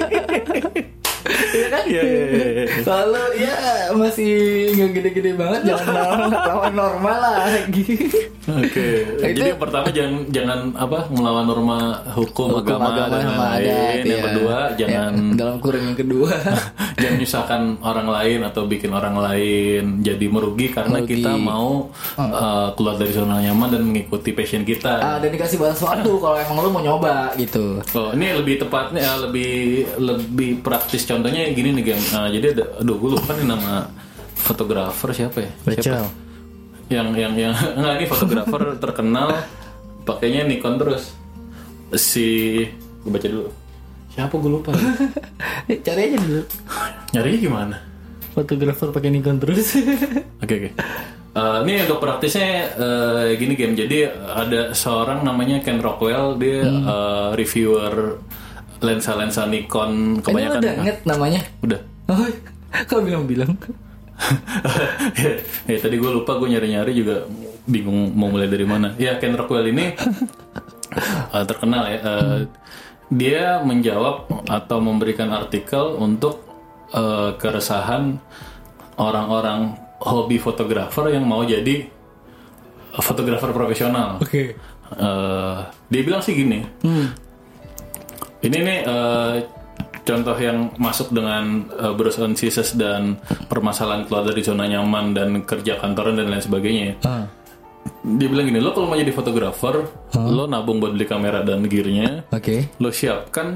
Iya kan? Iya, iya, iya. Kalau ya masih nggak gede-gede banget, jangan lawan normal lagi. Oke. Okay. Jadi yang pertama jangan jangan apa melawan norma hukum, hukum agama, agama dan lain. Adat, yang ya. kedua jangan ya, dalam kurung yang kedua jangan menyusahkan orang lain atau bikin orang lain jadi merugi karena merugi. Kita mau uh. Uh, keluar dari zona nyaman dan mengikuti passion kita. Ah, dan dikasih batas waktu kalau emang lu mau nyoba gitu. Oh, ini lebih tepatnya lebih lebih praktis. Contohnya gini nih, Gang. Uh, jadi ada, aduh gue lupa nih nama fotografer siapa ya? Siapa? Yang yang yang nggak, ini fotografer terkenal pakainya Nikon terus. Si gue baca dulu. Siapa gue lupa. Cari aja dulu. Nyarinya gimana? Fotografer pakai Nikon terus. Oke oke. Uh, ini untuk praktisnya uh, gini, Game. Jadi ada seorang namanya Ken Rockwell, dia hmm. uh, reviewer lensa-lensa Nikon kebanyakan. Ini udah inget namanya? Udah. Oh, kau bilang-bilang. ya, ya tadi gue lupa, gue nyari-nyari juga bingung mau mulai dari mana. Ya Ken Rockwell ini uh, terkenal ya. Uh, dia menjawab atau memberikan artikel untuk uh, keresahan orang-orang hobi fotografer yang mau jadi fotografer profesional. Oke. Okay. Uh, dia bilang sih gini. Hmm. Ini nih uh, contoh yang masuk dengan uh, Bros and Sisters dan permasalahan keluar dari zona nyaman dan kerja kantoran dan lain sebagainya. Uh. dia bilang gini, lo kalau mau jadi fotografer, Huh? lo nabung buat beli kamera dan gearnya, Oke. lo siapkan,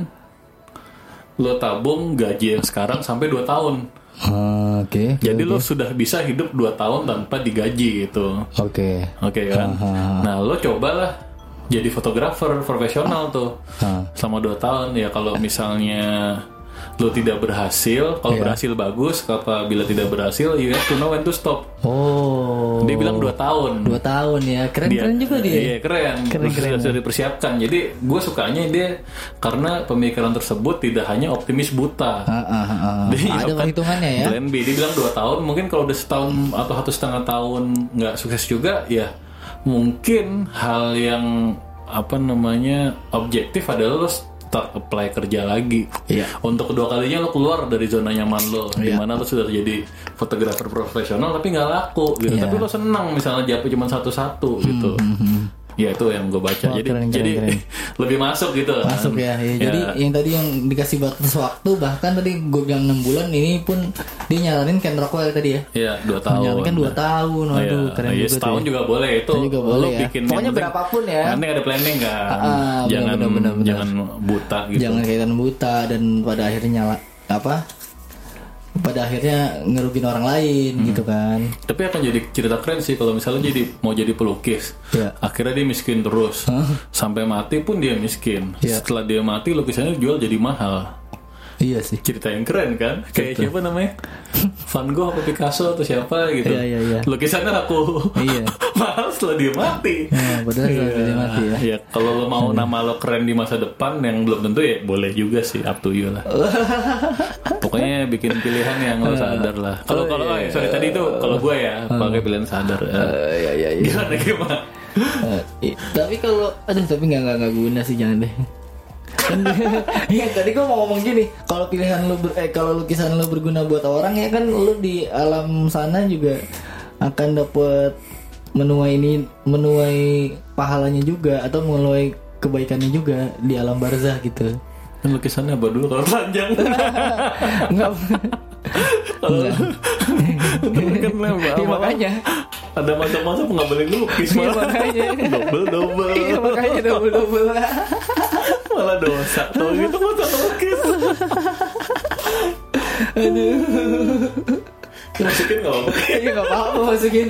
lo tabung gaji yang sekarang sampai dua tahun. Ah, Oke. oke, Jadi oke. lo sudah bisa hidup dua tahun tanpa digaji gitu. Oke. Oke kan? Aha. Nah lo cobalah jadi fotografer profesional tuh Ah. selama dua tahun. Ya kalau misalnya lo tidak berhasil, kalau Iya. berhasil bagus, apabila tidak berhasil, you have to know when to stop. Oh. Dia bilang dua tahun. Dua tahun ya. Keren-keren juga dia. Iya keren. Keren, Terus keren, sudah, sudah dipersiapkan. Jadi gue sukanya dia karena pemikiran tersebut tidak hanya optimis buta. Ah, ah, ah, ah. Dia Ada nyiapkan perhitungannya ya. Plan B. Dia bilang dua tahun. Mungkin kalau udah setahun atau satu setengah tahun nggak sukses juga, ya mungkin hal yang apa namanya objektif adalah lo start apply kerja lagi. Iya. Untuk kedua kalinya lo keluar dari zona nyaman lo, Iya. dimana lo sudah jadi fotografer profesional tapi nggak laku gitu. Iya. Tapi lo senang misalnya jawab cuma satu-satu gitu. Ya itu yang gue baca. Wah, jadi keren, keren, jadi keren. lebih masuk gitu. kan. Masuk ya, ya. Jadi yang tadi yang dikasih batas waktu, bahkan tadi gue bilang enam bulan, ini pun dia nyaranin Ken Rockwell tadi ya. Iya dua tahun. Nyaranin dua tahun, waduh Iya, keren iya, juga setahun tuh ya. juga boleh itu. Itu juga boleh lo ya. bikin Pokoknya yang penting- berapapun ya. Nanti ada planning kan. Ah, benar, jangan benar, benar, benar. jangan buta gitu. Jangan kelihatan buta dan pada akhirnya nyala apa? Pada akhirnya ngerugin orang lain Hmm. gitu kan. Tapi akan jadi cerita keren sih kalau misalnya jadi mau jadi pelukis. Iya. Akhirnya dia miskin terus. Sampai mati pun dia miskin. Iya. Setelah dia mati lukisannya dijual jadi mahal. Iya sih. Cerita yang keren kan? Kayak siapa namanya? Van Gogh atau Picasso atau siapa gitu. Iya, iya, iya. Lukisannya laku Iya. mahal setelah dia mati. Nah, padahal setelah dia mati ya. Ya kalau lo mau nama lo keren di masa depan yang belum tentu ya boleh juga sih, up to you lah. Pokoknya bikin pilihan yang lo sadar lah. Kalau Oh, kalau iya. oh, sorry tadi itu kalau gue ya pakai pilihan sadar. Eh, Eh, iya iya iya. Gimana gimana? Eh, i- tapi kalau aduh tapi nggak nggak nggak guna sih, jangan deh. Kan iya tadi gue mau ngomong gini, kalau pilihan lu ber- eh kalau lukisan lu berguna buat orang ya kan, lu di alam sana juga akan dapet menuai ini menuai pahalanya juga, atau menuai kebaikannya juga di alam barzah gitu. Kan lukisannya apa dulu kalau panjang? Enggak. Kalau kan lebar. Iya, makanya. Ada masa-masa nggak boleh lukis Iya, malah. makanya. double double. Iya makanya double double. Malah dosa. Tuh gitu masa lukis. Aduh. Masukin nggak apa-apa. Iya nggak apa-apa masukin.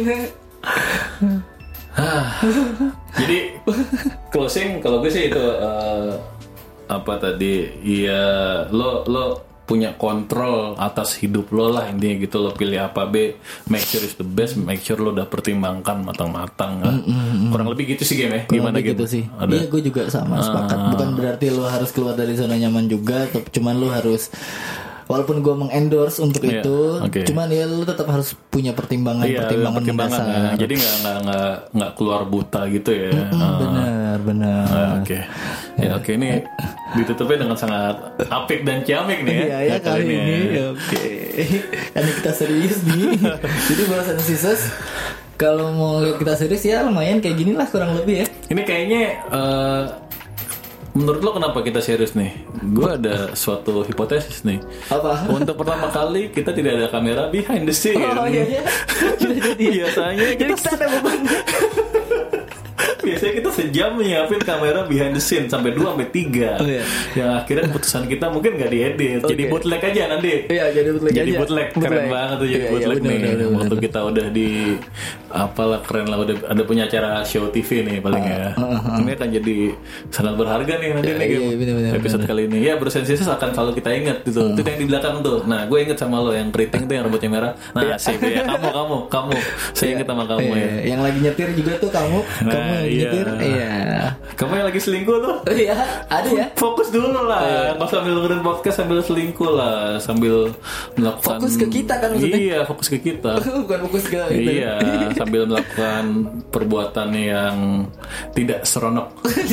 Jadi closing kalau gue sih itu eh, apa tadi ya lo lo punya kontrol atas hidup lo lah intinya gitu. Lo pilih apa B, make sure is the best, make sure lo udah pertimbangkan matang-matang lah. Kurang lebih gitu sih game ya. Gimana gitu game? sih. Ada. Iya gue juga sama sepakat. Bukan berarti lo harus keluar dari zona nyaman juga, tapi cuman lo harus, walaupun gue mengendorse untuk Iya, itu, oke. cuman ya lo tetap harus punya pertimbangan Iya, pertimbangan, pertimbangan mendasar. ya. Jadi nggak nggak nggak nggak keluar buta gitu ya. Ah. Benar benar. Ah, Oke, ya oke ini ditutupnya dengan sangat apik dan ciamik nih ya. Iya ya kali ya. ini. Oke. Karena kita serius nih. Jadi bahasan Sisus, kalau mau lihat kita serius ya lumayan kayak gini lah kurang lebih ya. Ini kayaknya eh, menurut lo kenapa kita serius nih? Gue ada suatu hipotesis nih. Apa? Untuk pertama kali kita tidak ada kamera behind the scene. Oh iya iya. Sudah jadi. Biasanya Jadi kita kita ada beban. biasanya kita sejam nyiapin kamera behind the scene sampai dua sampai tiga. Oh, iya. Yang akhirnya keputusan kita mungkin nggak diedit. Jadi Oke. bootleg aja nanti. Iya jadi bootleg Jadi aja. bootleg keren Bootleg. banget tuh jadi Iya, iya, bootleg benar, nih. benar, benar, Waktu benar. kita udah di apalah keren lah udah ada punya acara show T V nih paling ya. Ini akan jadi sangat berharga nih nanti Iya, nih iya, game. benar, benar, episode kali ini. Ya bersensisus akan selalu kita ingat gitu. Itu yang di belakang tuh. Nah gue inget sama lo yang keriting tuh yang rambutnya merah. Nah sih ya kamu kamu kamu. Saya inget sama kamu Iya, ya. yang lagi nyetir juga tuh kamu, Nah, kamu yang iya. nyetir. Iya. Kamu yang lagi selingkuh tuh. Oh iya, ada ya. Fokus dulu lah, nggak sambil dengerin podcast sambil selingkuh lah, sambil melakukan. Fokus ke kita kan maksudnya? Iya, fokus ke kita. Bukan fokus ke itu. Iya, sambil melakukan perbuatan yang tidak seronok.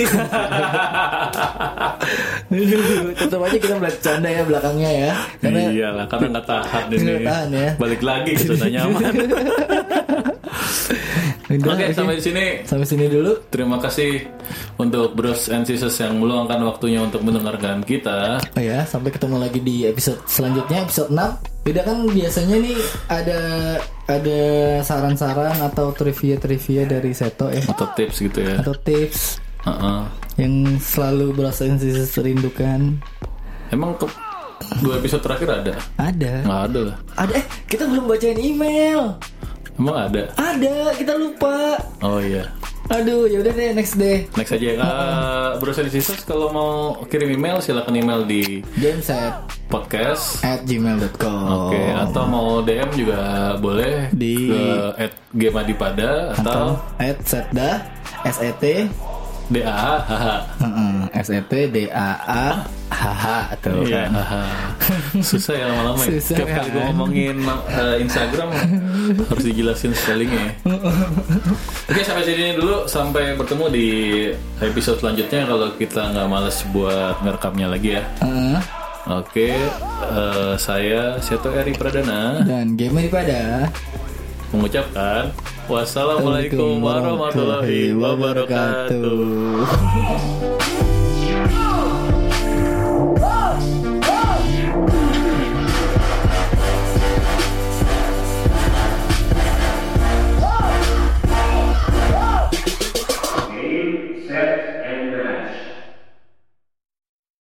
Tetap aja kita bercanda ya belakangnya ya. Karena Iyalah, karena nggak tahan ini. Nggak tahan ya. Balik lagi ke zona nyaman. Udah, Oke, sampai di sini. sampai sini dulu. Terima kasih untuk Bros and Sisters yang meluangkan waktunya untuk mendengarkan kita. Oh ya, sampai ketemu lagi di episode selanjutnya, episode enam. Beda kan biasanya nih ada ada saran-saran atau trivia-trivia dari Seto ya. Atau tips gitu ya. Atau tips. Uh-uh. Yang selalu berasa rindukan. Emang ke dua episode terakhir ada? Ada. Nggak ada lah. Ada eh kita belum bacain email. Emang ada? Ada, kita lupa. Oh iya. Aduh, ya udah deh next deh. Next aja ya. Uh, Berusaha di Sisters kalau mau kirim email silakan email di gameset podcast at gmail dot com. Oke, atau mau D M juga boleh di ke at gemadipada atau, atau at setda S E T D A A H H. S E T D A A H H atau iya, kan. Susah ya lama-lama ya. Susah Tiap kali kan? gue ngomongin uh, Instagram harus dijelasin spellingnya ya. Oke, sampai sini dulu. Sampai bertemu di episode selanjutnya kalau kita nggak malas buat ngerekamnya lagi ya. Uh, Oke, uh, saya Seto Eri Pradana dan game daripada mengucapkan wassalamualaikum warahmatullahi wabarakatuh.